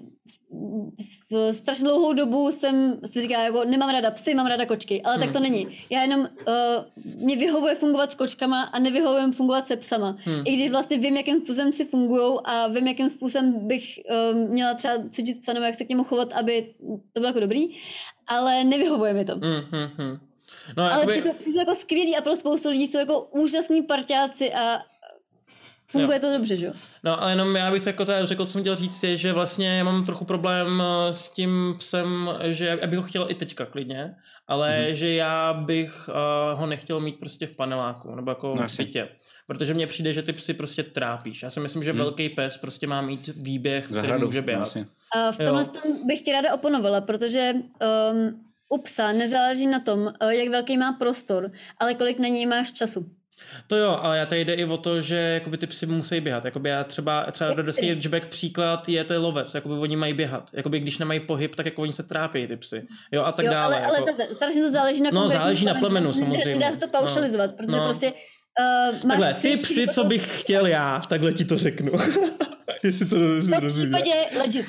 s- s- strašně dlouhou dobu jsem si říkala, jako nemám ráda psy, mám ráda kočky, ale Hmm. tak to není. Já jenom, uh, mě vyhovuje fungovat s kočkama a nevyhovuje mi fungovat se psama. Hmm. I když vlastně vím, jakým způsobem si fungujou a vím, jakým způsobem bych um, měla třeba cvičit psa nebo jak se k němu chovat, aby to bylo jako dobrý, ale nevyhovuje mi to. Hmm, hmm, hmm. No, Ale jakoby, psy jsou, psy jsou jako skvělí a pro spoustu lidí jsou jako úžasní parťáci a funguje Jo. to dobře, že jo? No ale jenom já bych to jako tady řekl, co jsem chtěl říct, je, že vlastně já mám trochu problém eh, s tím psem, že já bych ho chtěl i teďka klidně, ale Mhm. mm-hmm. že já bych uh, ho nechtěl mít prostě v paneláku, nebo jako No, v jasně. bytě. Protože mně přijde, že ty psy prostě trápíš. Já si myslím, že Mhm. velký pes prostě má mít výběh, který Zahradu, může běhat. vlastně. A v tomhle Jo. tom bych ti ráda oponovala, protože um, u psa nezáleží na tom, uh, jak velký má prostor, ale kolik na něj máš času. To jo, ale já tady jde i o to, že jakoby ty psy musí běhat. Jakoby já třeba, třeba Jak rodecký ty? ridgeback příklad je to lovec. Jakoby oni mají běhat. Jakoby když nemají pohyb, tak jako oni se trápí ty psy. Jo a tak Jo, dále. ale, ale jako... zase, strašně to záleží na No, konkrétním záleží na plemenu. plemenu, Nedá- samozřejmě. Nedá se to paušalizovat, No. protože No. prostě uh, máš Takhle, ty psy, co bych chtěl já, takhle ti to řeknu. Jestli to, jestli to v tom rozumíš. případě legit.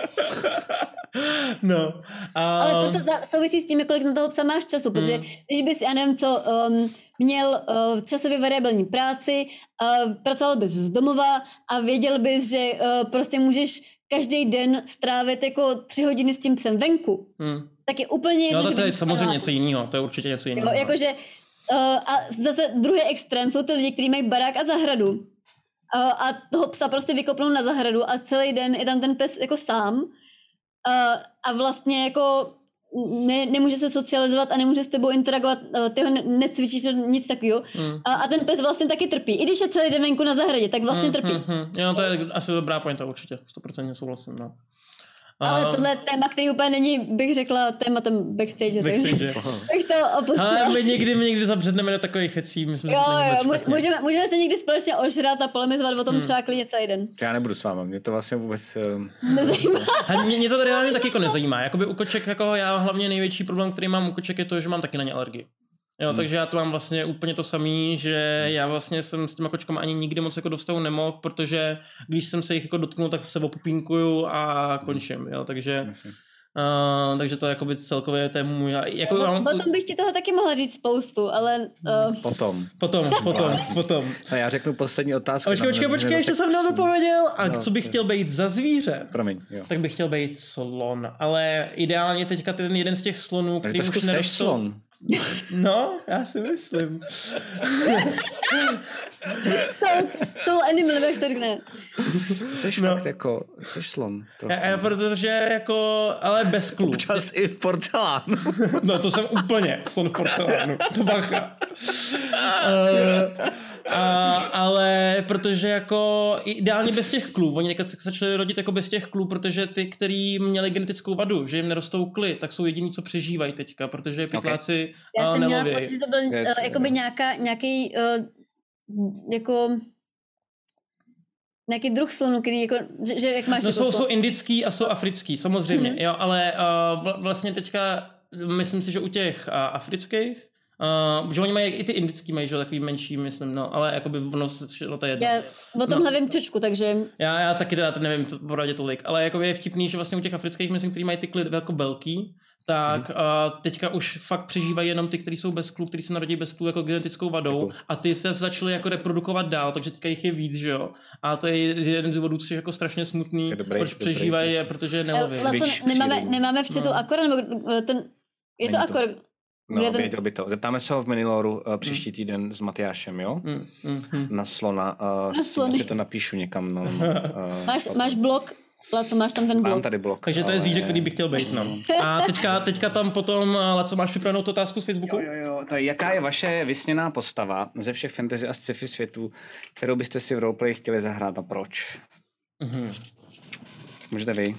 No. A... Ale furt to za- souvisí s tím, kolik na toho psa máš času, protože Hmm. když bys, já nevím co, um, měl uh, časově variabilní práci, uh, pracoval bys z domova a věděl bys, že uh, prostě můžeš každý den strávit jako tři hodiny s tím psem venku, Hmm. tak je úplně jedno, No to, že to je bydlíš v samozřejmě paneláku. něco jiného, to je určitě něco jiného. Jo, jakože, uh, a zase druhý extrém jsou ty lidi, kteří mají barák a zahradu. Uh, a toho psa prostě vykopnou na zahradu a celý den je tam ten pes jako sám. Uh, a vlastně jako ne, nemůže se socializovat a nemůže s tebou interagovat, uh, ty ho ne, necvičíš nic takového. Hmm. A, a ten pes vlastně taky trpí. I když je celý den venku na zahradě, tak vlastně Hmm, trpí. hmm, hmm. Jo, to je asi dobrá pointa, určitě. sto procent souhlasím, no. Ale A- tohle je téma, který úplně není, bych řekla, tématem backstage, takže Backstage. bych to opustila. Ale my někdy, my někdy zabředneme do takových věcí, my jsme Jo, to není jo, vůbec mu- špatně. můžeme, můžeme se někdy společně ožrat a polemizovat o tom Hmm. třeba klidně celý den. Já nebudu s váma, mě to vlastně vůbec... Um, Nezajímá. A mě, mě to reálně taky jako nezajímá. Jakoby u koček, jako já hlavně největší problém, který mám u koček, je to, že mám taky na ně alergii. Jo, Hmm. takže já to mám vlastně úplně to samý, že já vlastně jsem s těma kočkama ani nikdy moc jako do vztahu nemohl, protože když jsem se jich jako dotknul, tak se opupínkuju a končím, jo, takže... Uh, takže to jakoby celkově to je můj... Jako, O, mám, o tom bych ti toho taky mohla říct spoustu, ale... Uh, Potom. Potom, potom, potom. A já řeknu poslední otázku. Počkej, počkej, počkej, ještě jsem nedopověděl. A No, co bych chtěl být za zvíře? Promiň, jo. Tak bych chtěl být slon, ale ideálně teďka ten jeden z těch slonů, který trošku už seš nerostou... slon. No, já si myslím. soul, soul animal, jak se to řekne. Seš No. fakt jako, seš slon. trochu. Já, já, protože jako, ale bez klů. Občas i v porcelánu. No to jsem úplně slon v porcelánu, to bacha. Uh, a, ale protože jako ideálně bez těch klů, oni teďka se začali rodit jako bez těch klů, protože ty, který měli genetickou vadu, že jim nerostou kly, tak jsou jediní, co přežívají teďka, protože pytláci Já uh, jsem měla nelovějí. pocit, že to byl Yes, uh, jakoby jo. nějaká, nějaký uh, jako nějaký druh slonu, který jako, že, že jak máš No jako jsou, slon. jsou indický a jsou africký, samozřejmě, Mhm. jo, ale uh, vl- vlastně teďka, myslím si, že u těch uh, afrických, uh, že oni mají i ty indický, mají, že jo, takový menší, myslím, no, ale jakoby ono, no to je jedno. Já o tomhle vím čočku, takže Já, já taky teda nevím to poradě tolik, ale jako je vtipný, že vlastně u těch afrických, myslím, který mají ty kly jako velký, tak Mhm. uh, teďka už fakt přežívají jenom ty, kteří jsou bez klů, kteří se narodí bez klů jako genetickou vadou Děkuju. a ty se začaly jako reprodukovat dál, takže teďka jich je víc, že jo. A to je jeden z důvodů, což je jako strašně smutný, To je dobrý, proč dobrý přežívají, tip. je, protože Eh, neloví. Switch vlastně nemáme, přírodu. nemáme v chatu No. akor, nebo eh, ten, je to Není to. akor. No, Kde ten- věděl by to. Zeptáme se ho v Miniloru uh, příští týden s Matyášem, jo? Mm, mm, mm. Na slona. Uh, Na s tím slony. si to napíšu někam. No, uh, Máš, máš blok, Laco, máš tam ten Mám blok. tady blok. Takže to je ale- zvíře, který bych chtěl být, no. A teďka, teďka tam potom, ale co máš připravenou tu otázku z Facebooku? Jo, jo, jo. To je, jaká je vaše vysněná postava ze všech fantasy a sci-fi světů, kterou byste si v roleplay chtěli zahrát a proč? Mhm. Můžete vy.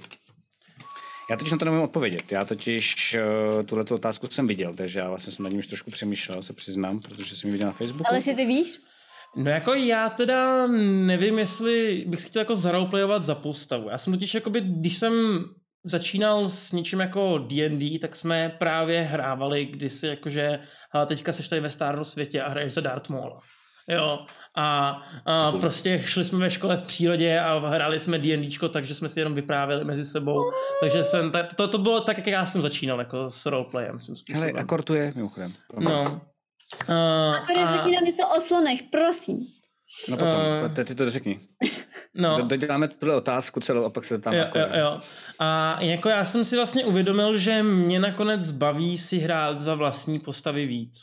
Já totiž na to nevím odpovědět. Já totiž uh, tuhletu otázku jsem viděl, takže já vlastně jsem nad ní už trošku přemýšlel, se přiznám, protože jsem ji viděl na Facebooku. Ale že ty víš? No jako já teda nevím, jestli bych si chtěl jako zaroleplayovat za postavu. Já jsem totiž jakoby, když jsem začínal s něčím jako D and D, tak jsme právě hrávali kdysi jakože hele, teďka seš tady ve Star světě a hraješ za Darth Maula. Jo. A, a prostě šli jsme ve škole v přírodě a hráli jsme D&Dčko, takže jsme si jenom vyprávěli mezi sebou. Takže jsem, ta, to, to bylo tak, jak já jsem začínal jako s roleplayem. svým způsobem. Hele, akord tu je, mimochodem. No. Uh, Akor, řekni nám něco o slonech, prosím. No potom, Uh, ty, ty to řekni. no. Do- Doděláme tuhle otázku celou a pak se tam Jo, jo, akord. jo. A jako já jsem si vlastně uvědomil, že mě nakonec baví si hrát za vlastní postavy víc.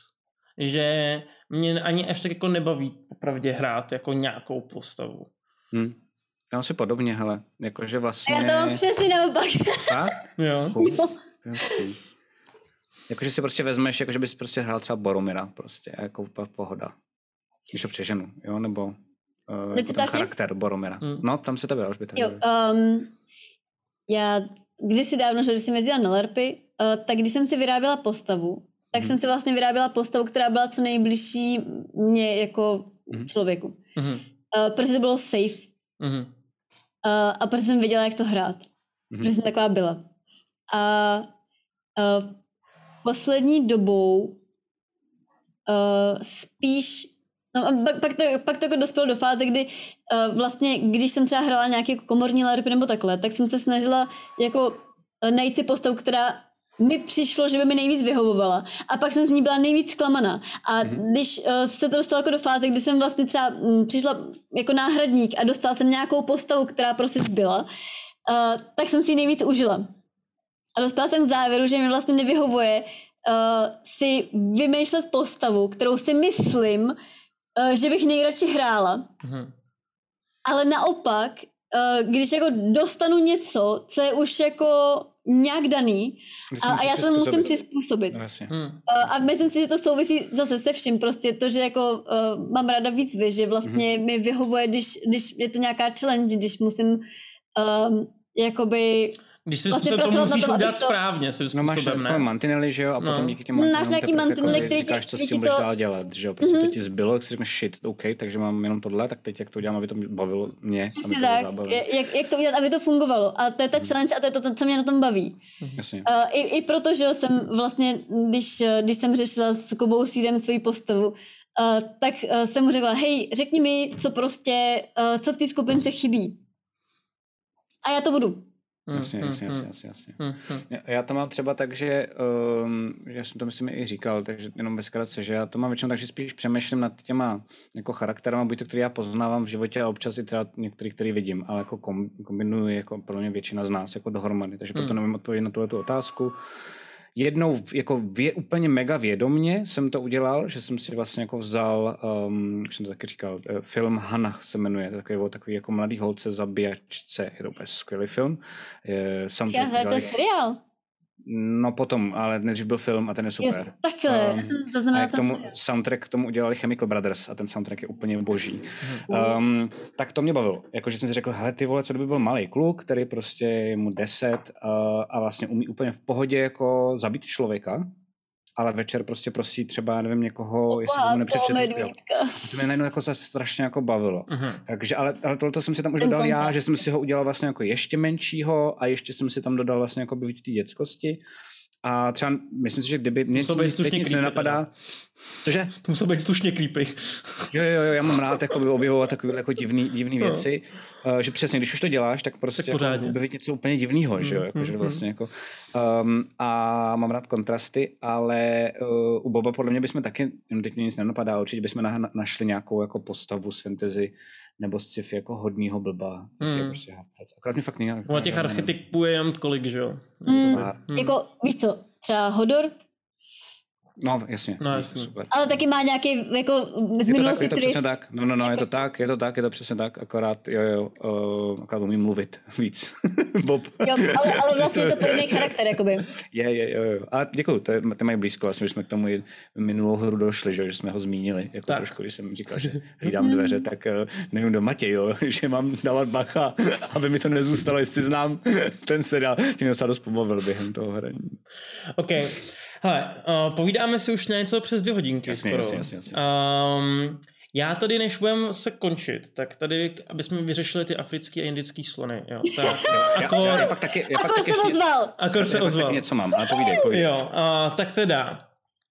Že mě ani až tak jako nebaví popravdě hrát jako nějakou postavu. Hm. Já mám si podobně, hele. Jakože A vlastně... já to mám přesně naopak. Fakt? Jo. Cool. Jo. Hezký. Jakože si prostě vezmeš, jakože bys prostě hrál třeba Boromira prostě, a jako úplně pohoda. Když to přeženu, jo, nebo uh, jako ten Necitáš mě? charakter Boromira. Hmm. No, tam se tebe, Alžběta. Jo, um, já kdysi dávno, že když jsem jezdila na LARPy, uh, tak když jsem si vyráběla postavu, tak Mhm. jsem si vlastně vyráběla postavu, která byla co nejbližší mě jako Mhm. člověku. Mhm. Uh, protože to bylo safe. Mhm. Uh, a protože jsem věděla, jak to hrát. Mhm. Protože jsem taková byla. A uh, poslední dobou uh, spíš no a pak, pak, to, pak to jako dospělo do fáze, kdy uh, vlastně, když jsem třeba hrála nějaký jako komorní larpy nebo takhle, tak jsem se snažila jako uh, najít si postavu, která mi přišlo, že by mi nejvíc vyhovovala. A pak jsem z ní byla nejvíc zklamaná. A Mhm. když uh, se to dostalo jako do fáze, kdy jsem vlastně třeba m, přišla jako náhradník a dostala jsem nějakou postavu, která prostě zbyla, uh, tak jsem si ji nejvíc užila. A dospěla jsem k závěru, že mi vlastně nevyhovuje uh, si vymýšlet postavu, kterou si myslím, uh, že bych nejradši hrála. Mhm. Ale naopak, uh, když jako dostanu něco, co je už jako nějak daný, a, a já se tomu musím přizpůsobit. No, jasně. Mhm. Uh, a myslím si, že to souvisí zase se vším. Prostě to, že jako uh, mám ráda výzvy, že vlastně mm-hmm. mi vyhovuje, když, když je to nějaká challenge, když musím um, jakoby Když si Vlastně to, to pracovat na musíš tom, udělat abych to- správně svým No máš způsobem, takové ne? mantinely, že jo, a No. potom díky těm Máš mantinelům nějaký teprve mantinely, jako který tě- říkáš, co s který tím ti budeš to- dál dělat, že jo, prostě Mhm. to ti zbylo, jak si řekneš shit, OK, takže mám jenom tohle, tak teď jak to udělám, aby to mě bavilo mě, aby Přesně to bylo tak, zábavné. jak, jak to udělat, aby to fungovalo. A to je ta challenge a to je to, co mě na tom baví. Jasně. Uh, i, I proto, že jsem vlastně, když, když jsem řešila s Kubou Sýrem svoji postavu, uh, tak uh, jsem mu řekla, hej, řekni mi, co prostě, uh, co v té skupince chybí. A já to budu. Jasně, Mm, jasně, mm, jasně, jasně, jasně. mm, mm. Já- Já to mám třeba tak, že um, já jsem to myslím i říkal, takže jenom ve zkratce, že já to mám většinou tak, že spíš přemýšlím nad těma jako charakterama, buď to, který já poznávám v životě a občas i třeba některý, který vidím, ale jako kom, kombinuji jako pro mě většina z nás jako dohromady, takže proto Hmm. nevím odpovědět na tuhle otázku. Jednou jako vě, úplně mega vědomně jsem to udělal, že jsem si vlastně jako vzal, um, už jsem to taky říkal, eh, film Hannah se jmenuje, takový, o takový jako mladý holce zabíjačce, je to úplně skvělý film. Je, soundtrack Já jsem to dělali- seriál. No potom, ale nejdřív byl film a ten je Jo, super. takhle, Um, já jsem A zaznamenala k tomu ten soundtrack k tomu udělali Chemical Brothers a ten soundtrack je úplně boží. Um, tak to mě bavilo. Jakože jsem si řekl, hele ty vole, co kdyby byl malý kluk, který prostě je mu deset uh, a vlastně umí úplně v pohodě jako zabít člověka, ale večer prostě prosí třeba, nevím, někoho, jestli by mu pohádka o nepřečetl. jo. medvídka. A to mě najednou jako strašně jako bavilo. Mhm. Takže, ale, ale tohle jsem si tam už Ten dodal já, kontakt. že jsem si ho udělal vlastně jako ještě menšího a ještě jsem si tam dodal vlastně jako víc té dětskosti. A třeba myslím si, že kdyby mě Musel být nic, slušně teď nic creepy nenapadá. Cože? To musel být slušně creepy. Jo, jo, jo, já mám rád jakoby objevovat takové jako divný, divný No. věci, uh, že přesně, když už to děláš, tak prostě Tak jako pořádně. objevit něco úplně divného, že jo, Mm, jako, že mm, vlastně jako, um, a mám rád kontrasty, ale uh, u Boba podle mě bychom taky, jenom teď mě nic nenapadá, určitě bychom na, na, našli nějakou jako postavu z fantasy nebo z sci-fi jako hodnýho blba. Mm. Mm. Prostě, akorát mě fakt nejde. Ono těch archetypů je jenom kolik, že jo? Mm, A- jako, víš co, třeba Hodor, No, jasně. No, jasně. Super. ale taky má nějaký, jako z Je to tak, minulosti, je to který... přesně tak. No, no, no, je jako- to tak, je to tak, je to přesně tak, akorát, jo, jo, uh, akorát umím mluvit víc. Bob. Jo, ale, ale vlastně je to podobný charakter, jakoby. Je, je, jo, jo. Ale děkuju, to, je, to mají blízko, vlastně už jsme k tomu i minulou hru došli, že, že jsme ho zmínili, jako Tak. trošku, když jsem říkal, že hlídám dveře, tak uh, nevím do Matěj, jo, že mám dávat bacha, aby mi to nezůstalo, jestli znám ten seriál, tím mě docela dost pobavil během toho hraní. OK. Hele, uh, povídáme si už na něco přes dvě hodinky Jasně, skoro. jasně, jasně, jasně. Um, já tady, než budeme se končit, tak tady, aby jsme vyřešili ty africký a indický slony, jo, tak Já, akor, já, já, pak taky, já pak Akor taky se ještě, ozval. akor se já pak taky ozval. něco mám, ale povídej, povídej. Jo, uh, tak teda.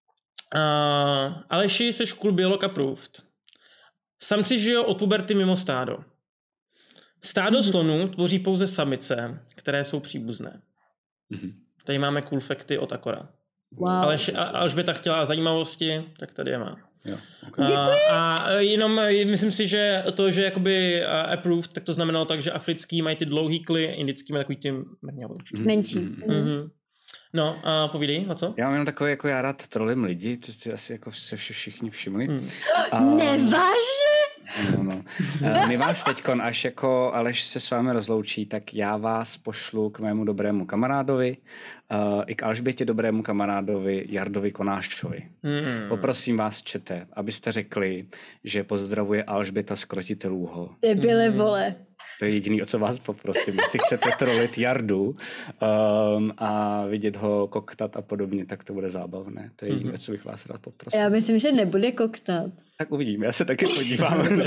Uh, Aleši, jsi cool biolog approved. Samci žijou od puberty mimo stádo. Stádo Mhm. slonů tvoří pouze samice, které jsou příbuzné. Mhm. Tady máme cool fakty od Akora. Wow. Aleš, a- Alžběta chtěla zajímavosti, tak tady je má. Jo, okay. A, a jenom eh, myslím si, že to, že jakoby uh, approved, tak to znamenalo tak, že africký mají ty dlouhý kly, indický mají takový ty mrňavoučky. Menší. Mhm. Mhm. Mhm. No, a povídej, no co? Já mám jenom takové, jako já rád trolím lidi, to si asi jako se vši- všichni všimli. Hmm. A, Nevážně? no, no. A my vás teďkon, až jako Aleš se s vámi rozloučí, tak já vás pošlu k mému dobrému kamarádovi, uh, i k Alžbětě dobrému kamarádovi Jardovi Konáščovi. Hmm. Poprosím vás, čete, abyste řekli, že pozdravuje Alžběta z Krotitelůho. Ty byle vole. To je jediný, o co vás poprosím. Jestli chcete trolit Jardu um, a vidět ho koktat a podobně, tak to bude zábavné. To je jediné, Mhm. co bych vás rád poprosil. Já myslím, že nebude koktat. Tak uvidíme, já se taky podívám.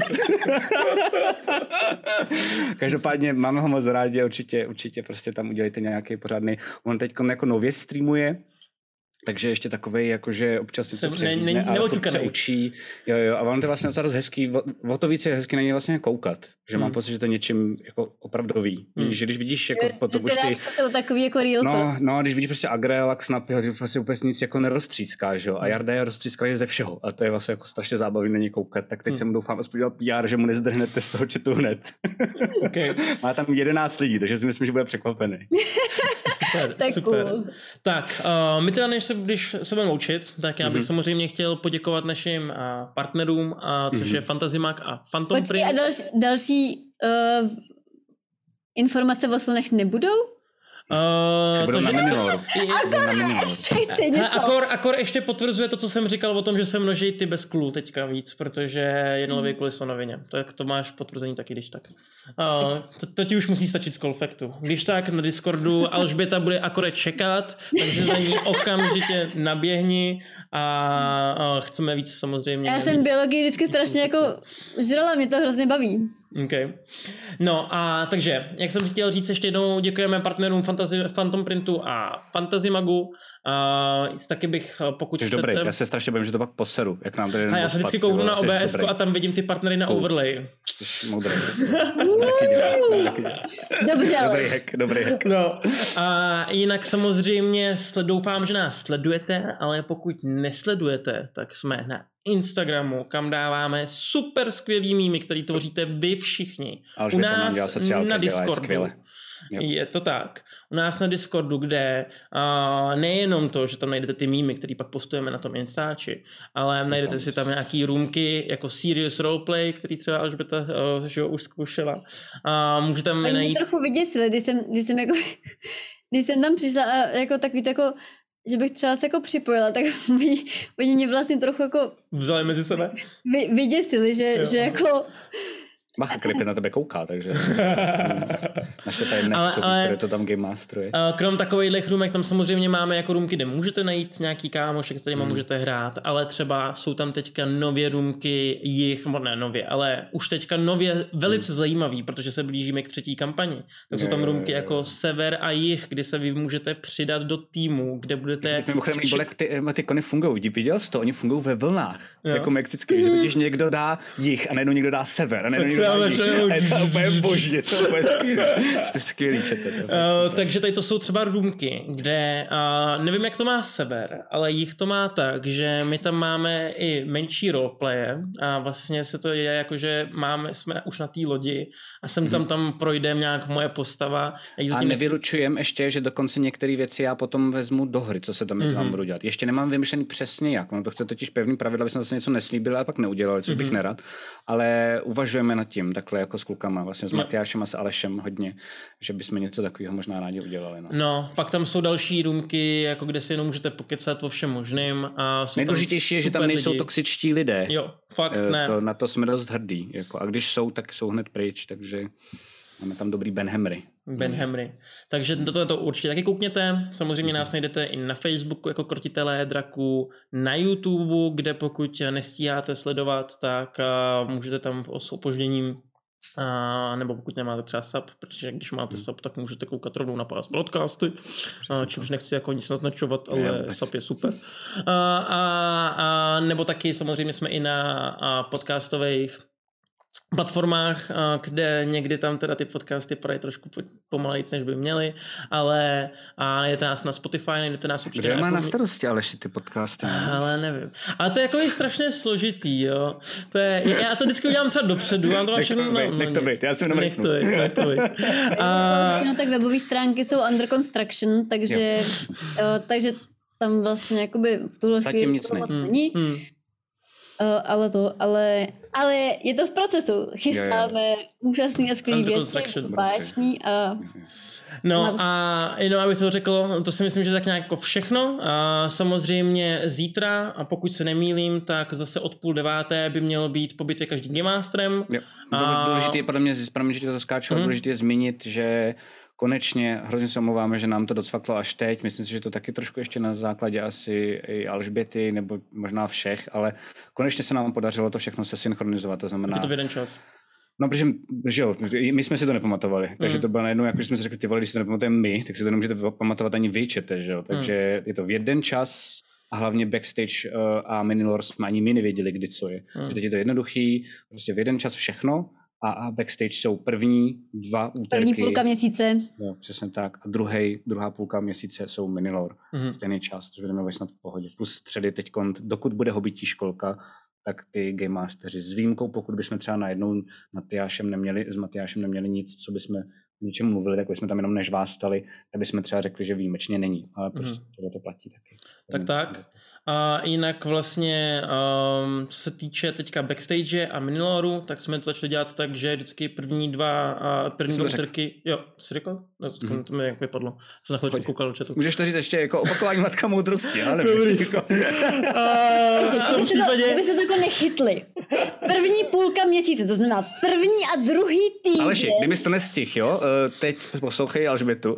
Každopádně máme ho moc rádi, určitě, určitě prostě tam udělejte nějaký pořádný. On teď jako nově streamuje, takže ještě takovej, jakože občas něco Se- ne- přehlídne, ne- ale furt se neoťukanej. učí. Jo, jo, a on to vlastně docela dost hezký, o, o to víc je hezký na něj vlastně koukat, že Hmm. mám pocit, že to něčím jako opravdový. Hmm. Že když vidíš jako potom Ty už ty, reakce jsou takový jako real no, talk. no, když vidíš prostě Agrelax na piho, ty prostě úplně nic jako neroztříská, že jo, a Jarda je roztřískalý ze všeho a to je vlastně jako strašně zábavný na něj koukat, tak teď Hmm. jsem doufám aspoň dělal P R, že mu nezdrhnete z toho chatu hned. Okay. Má tam jedenáct lidí, takže si myslím, že bude překvapený. Super, Tak super. cool. Tak, uh, my teda, než se, když se budeme loučit, tak já bych Mhm. samozřejmě chtěl poděkovat našim uh, partnerům, uh, což Mhm. je Fantazimak a Phantom Počkej, a Print. další, další uh, informace o slonech nebudou? Uh, Budou na Miniloru. Budou na Miniloru. He, akor, akor ještě potvrzuje to, co jsem říkal o tom, že se množí ty bez klů teďka víc, protože jednolový kuly jsou novině. Tak to máš potvrzení taky, když tak. Uh, to, to ti už musí stačit z Callfactu. Když tak na Discordu Alžběta bude akorát čekat, takže na ní okamžitě naběhni a, a chceme víc samozřejmě. Já jsem víc. biologii vždycky strašně jako žrala, mě to hrozně baví. Okay. No a takže, jak jsem chtěl říct ještě jednou, děkujeme partnerům Fantasy, Phantom Printu a Fantasy Magu. A taky bych, pokud Jsi chcete... dobrý, já se strašně bojím, že to pak poseru. Jak nám tady a já se vždycky kouknu na O B S a tam vidím ty partnery na cool. overlay. Jsi moudrý. Dobře, ale. Dobrý hack, dobrý hack. No. A jinak samozřejmě doufám, že nás sledujete, ale pokud nesledujete, tak jsme na Instagramu, kam dáváme super skvělý mýmy, který tvoříte vy všichni. Ale u nás sociálky, na Discordu. Je, je to tak. U nás na Discordu, kde uh, nejenom to, že tam najdete ty mýmy, které pak postujeme na tom Instači, ale najdete tam si tam nějaký roomky jako Serious Roleplay, který třeba Alžběta uh, že už zkoušela. Uh, můžete tam Oni najít... mě trochu vyděsili, když jsem, když jsem jako když jsem tam přišla a jako tak víc jako že bych třeba se jako připojila, tak oni, oni mě vlastně trochu jako vzali mezi sebe? Vy, vyděsili, že, že jako Bacha, Klipy na tebe kouká, takže naše tajemné působí, které to tam Game Masteruje. Krom takovejhle roomek tam samozřejmě máme jako roomky, kde můžete najít nějaký kámošek, s kterýma hmm. můžete hrát, ale třeba jsou tam teďka nově roomky jich, ne nově, ale už teďka nově velice hmm. zajímavý, protože se blížíme k třetí kampani. Tak jsou tam roomky jako Sever a Jih, kdy se vy můžete přidat do týmu, kde budete... Mimochodem, vši... jak ty, ty kony fungují, viděl jsi to, oni fungují ve vlnách, jo. Jako mexicky, že když někdo dá Jih a najednou někdo dá Sever a najednou někdo dá Jih. A je to úplně boží, to je úplně skvělý. Jste skvělý, čete. Uh, takže tady to jsou třeba roomky, kde uh, nevím, jak to má Sever, ale Jich to má tak, že my tam máme i menší roleplaye a vlastně se to je jako, že máme, jsme už na té lodi a sem tam tam projdem nějak moje postava. A nevylučujem nechci... ještě, že dokonce některé věci já potom vezmu do hry, co se tam mm-hmm. vám budu dělat. Ještě nemám vymyšlený přesně jak, no to chce totiž pevný pravidla, aby jsme zase něco neslíbili a pak neudělali, což mm-hmm. bych nerad, ale uvažujeme nad tím takhle jako s klukama, vlastně s Matyášem a s Alešem hodně, že bychom něco takového možná rádi udělali. No. no, pak tam jsou další roomky, jako kde si jenom můžete pokecat o všem možným. A nejdůležitější je, že tam nejsou lidi. Toxičtí lidé. Jo, fakt e, ne. To, na to jsme dost hrdí. Jako, a když jsou, tak jsou hned pryč, takže máme tam dobrý Ben Henry. Ben Henry. Takže do toho to určitě taky koukněte. Samozřejmě nás najdete i na Facebooku jako Krotitelé draků, na YouTube, kde pokud nestíháte sledovat, tak uh, můžete tam s opožděním a nebo pokud nemáte třeba sub, protože když máte sub, tak můžete koukat rovnou na pás podcasty, a, čímž nechci jako nic naznačovat, ale ne, sub je super. A, a, a nebo taky samozřejmě jsme i na a, podcastových platformách, kde někdy tam teda ty podcasty padají trošku pomalejc, než by měly, ale a je to nás na Spotify, najdete nás určitě. Kde má na starosti Aleši ty podcasty? Ne? Ale nevím. Ale to je jako je strašně složitý, jo. To je, já to vždycky udělám třeba dopředu, já to mám všechno, no, nech to být, já si jenom nech to být, nech to být. No tak webové stránky jsou under construction, takže, uh, takže tam vlastně jakoby v tuhle chvíli nic moc není. Hmm. Uh, ale to, ale, ale je to v procesu. Chystáme jo, jo. úžasný a skvělý věci, báční a... No a jenom abych to řekl, to si myslím, že tak nějak jako všechno. A samozřejmě zítra, a pokud se nemýlím, tak zase od půl deváté by mělo být po bitvě každým Game Masterem. Jo. A... Důležitý je podle mě, podle že to skáču, hmm. důležité je zmínit, že konečně, hrozně se omlouváme, že nám to docvaklo až teď. Myslím si, že to taky trošku ještě na základě asi i Alžběty, nebo možná všech, ale konečně se nám podařilo to všechno se synchronizovat. To znamená... Je to v jeden čas. No, protože, že jo, my jsme si to nepamatovali, mm. takže to bylo najednou, jako že jsme si řekli, ty vole, když si to nepamatujeme my, tak si to nemůžete pamatovat ani vy, čete, že jo, takže mm. je to v jeden čas a hlavně backstage uh, a Minilore jsme ani my nevěděli, kdy co je. Mm. Že teď je to jednoduchý, prostě v jeden čas všechno a, a backstage jsou první dva úterky. První půlka měsíce. Jo, přesně tak. A druhý, druhá půlka měsíce jsou Minilore, mm. stejný čas, takže budeme být snad v pohodě. Plus středy teď, dokud bude hobití školka, tak ty Game Masteři s výjimkou, pokud bychom třeba najednou Matyášem neměli, s Matyášem neměli nic, co bychom něčem mluvili, tak jsme tam jenom než vás stali, tak bychom třeba řekli, že výjimečně není, ale prostě Mhm. tohle to platí taky. Tak tak. A jinak vlastně, um, co se týče teďka backstage a miniloru, tak jsme to začali dělat tak, že vždycky první dva, uh, první Jsem to dva řekl. úterky, jo, jsi řekl? No, Mhm. to mi jak vypadlo. Jsem na chvíličku Pojď. koukal do chatu. Můžeš to říct ještě jako opakování matka moudrosti, ale nevím. Jako... Takže v tom kdybyste to, případě... kdybyste to jako nechytli. První půlka měsíce, to znamená první a druhý týden. Aleši, kdybys to nestihl, jo? eh, Teď poslouchej Alžbětu.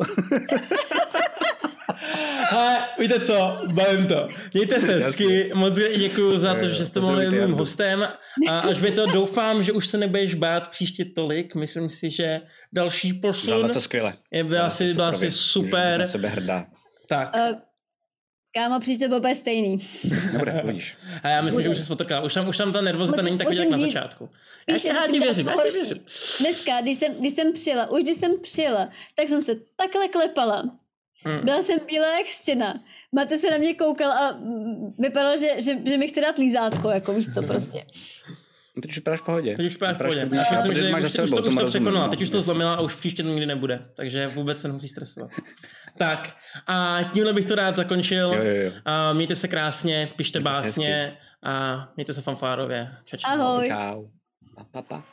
Hele, víte co, bavím to. Mějte se hezky, moc děkuji za to, Jo, že jste pozdravujte mohli mým Jardu. hostem. A až by to doufám, že už se nebudeš bát příště tolik. Myslím si, že další posun Zvládla to skvěle. je byla Zvládla to si, byla si věc. super. Můžeš být na sebe hrdá. Tak. Uh, kámo, příště to bude stejný. Nebude, uvidíš. A já myslím, Bude. že už se spotrkala. Už tam, už tam ta nervozita Musím- není tak vidět jak musím na říct- začátku. Já Píše, ti, já že ti to věřím, já ti horší. věřím. Dneska, když jsem, když jsem přijela, už když jsem přijela, tak jsem se takhle klepala. Hmm. Byla jsem bílá jak stěna. Máte se na mě koukal a mm, vypadalo, že, že, že mi chce dát lízátko, jako víš co prostě. No, teď už vypadáš v pohodě. Teď už vypadáš v Vypadáš pohodě. první Já si a myslím, protože že máš už, za už, sebou, to, už tomu to rozumím, překonala, no. teď už to Jasně. zlomila a už příště to nikdy nebude. Takže vůbec se nemusí stresovat. Tak a tímhle bych to rád zakončil. Jo, jo, jo. A mějte se krásně, pište Mějte se básně a mějte se fanfárově. Čau, čau. Ahoj. Čau. Pa, pa, pa.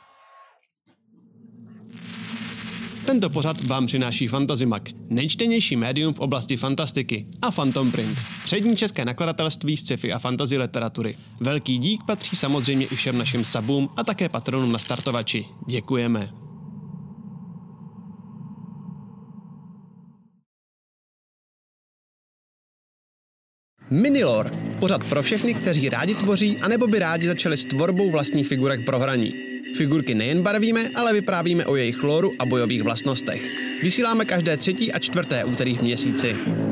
Tento pořad vám přináší Fantazimak, nejčtenější médium v oblasti fantastiky, a Phantom Print, přední české nakladatelství z sci-fi a fantasy literatury. Velký dík patří samozřejmě i všem našim subům a také patronům na startovači. Děkujeme. Minilore. Pořad pro všechny, kteří rádi tvoří, anebo by rádi začali s tvorbou vlastních figurek pro hraní. Figurky nejen barvíme, ale vyprávíme o jejich lóru a bojových vlastnostech. Vysíláme každé třetí a čtvrté úterý v měsíci.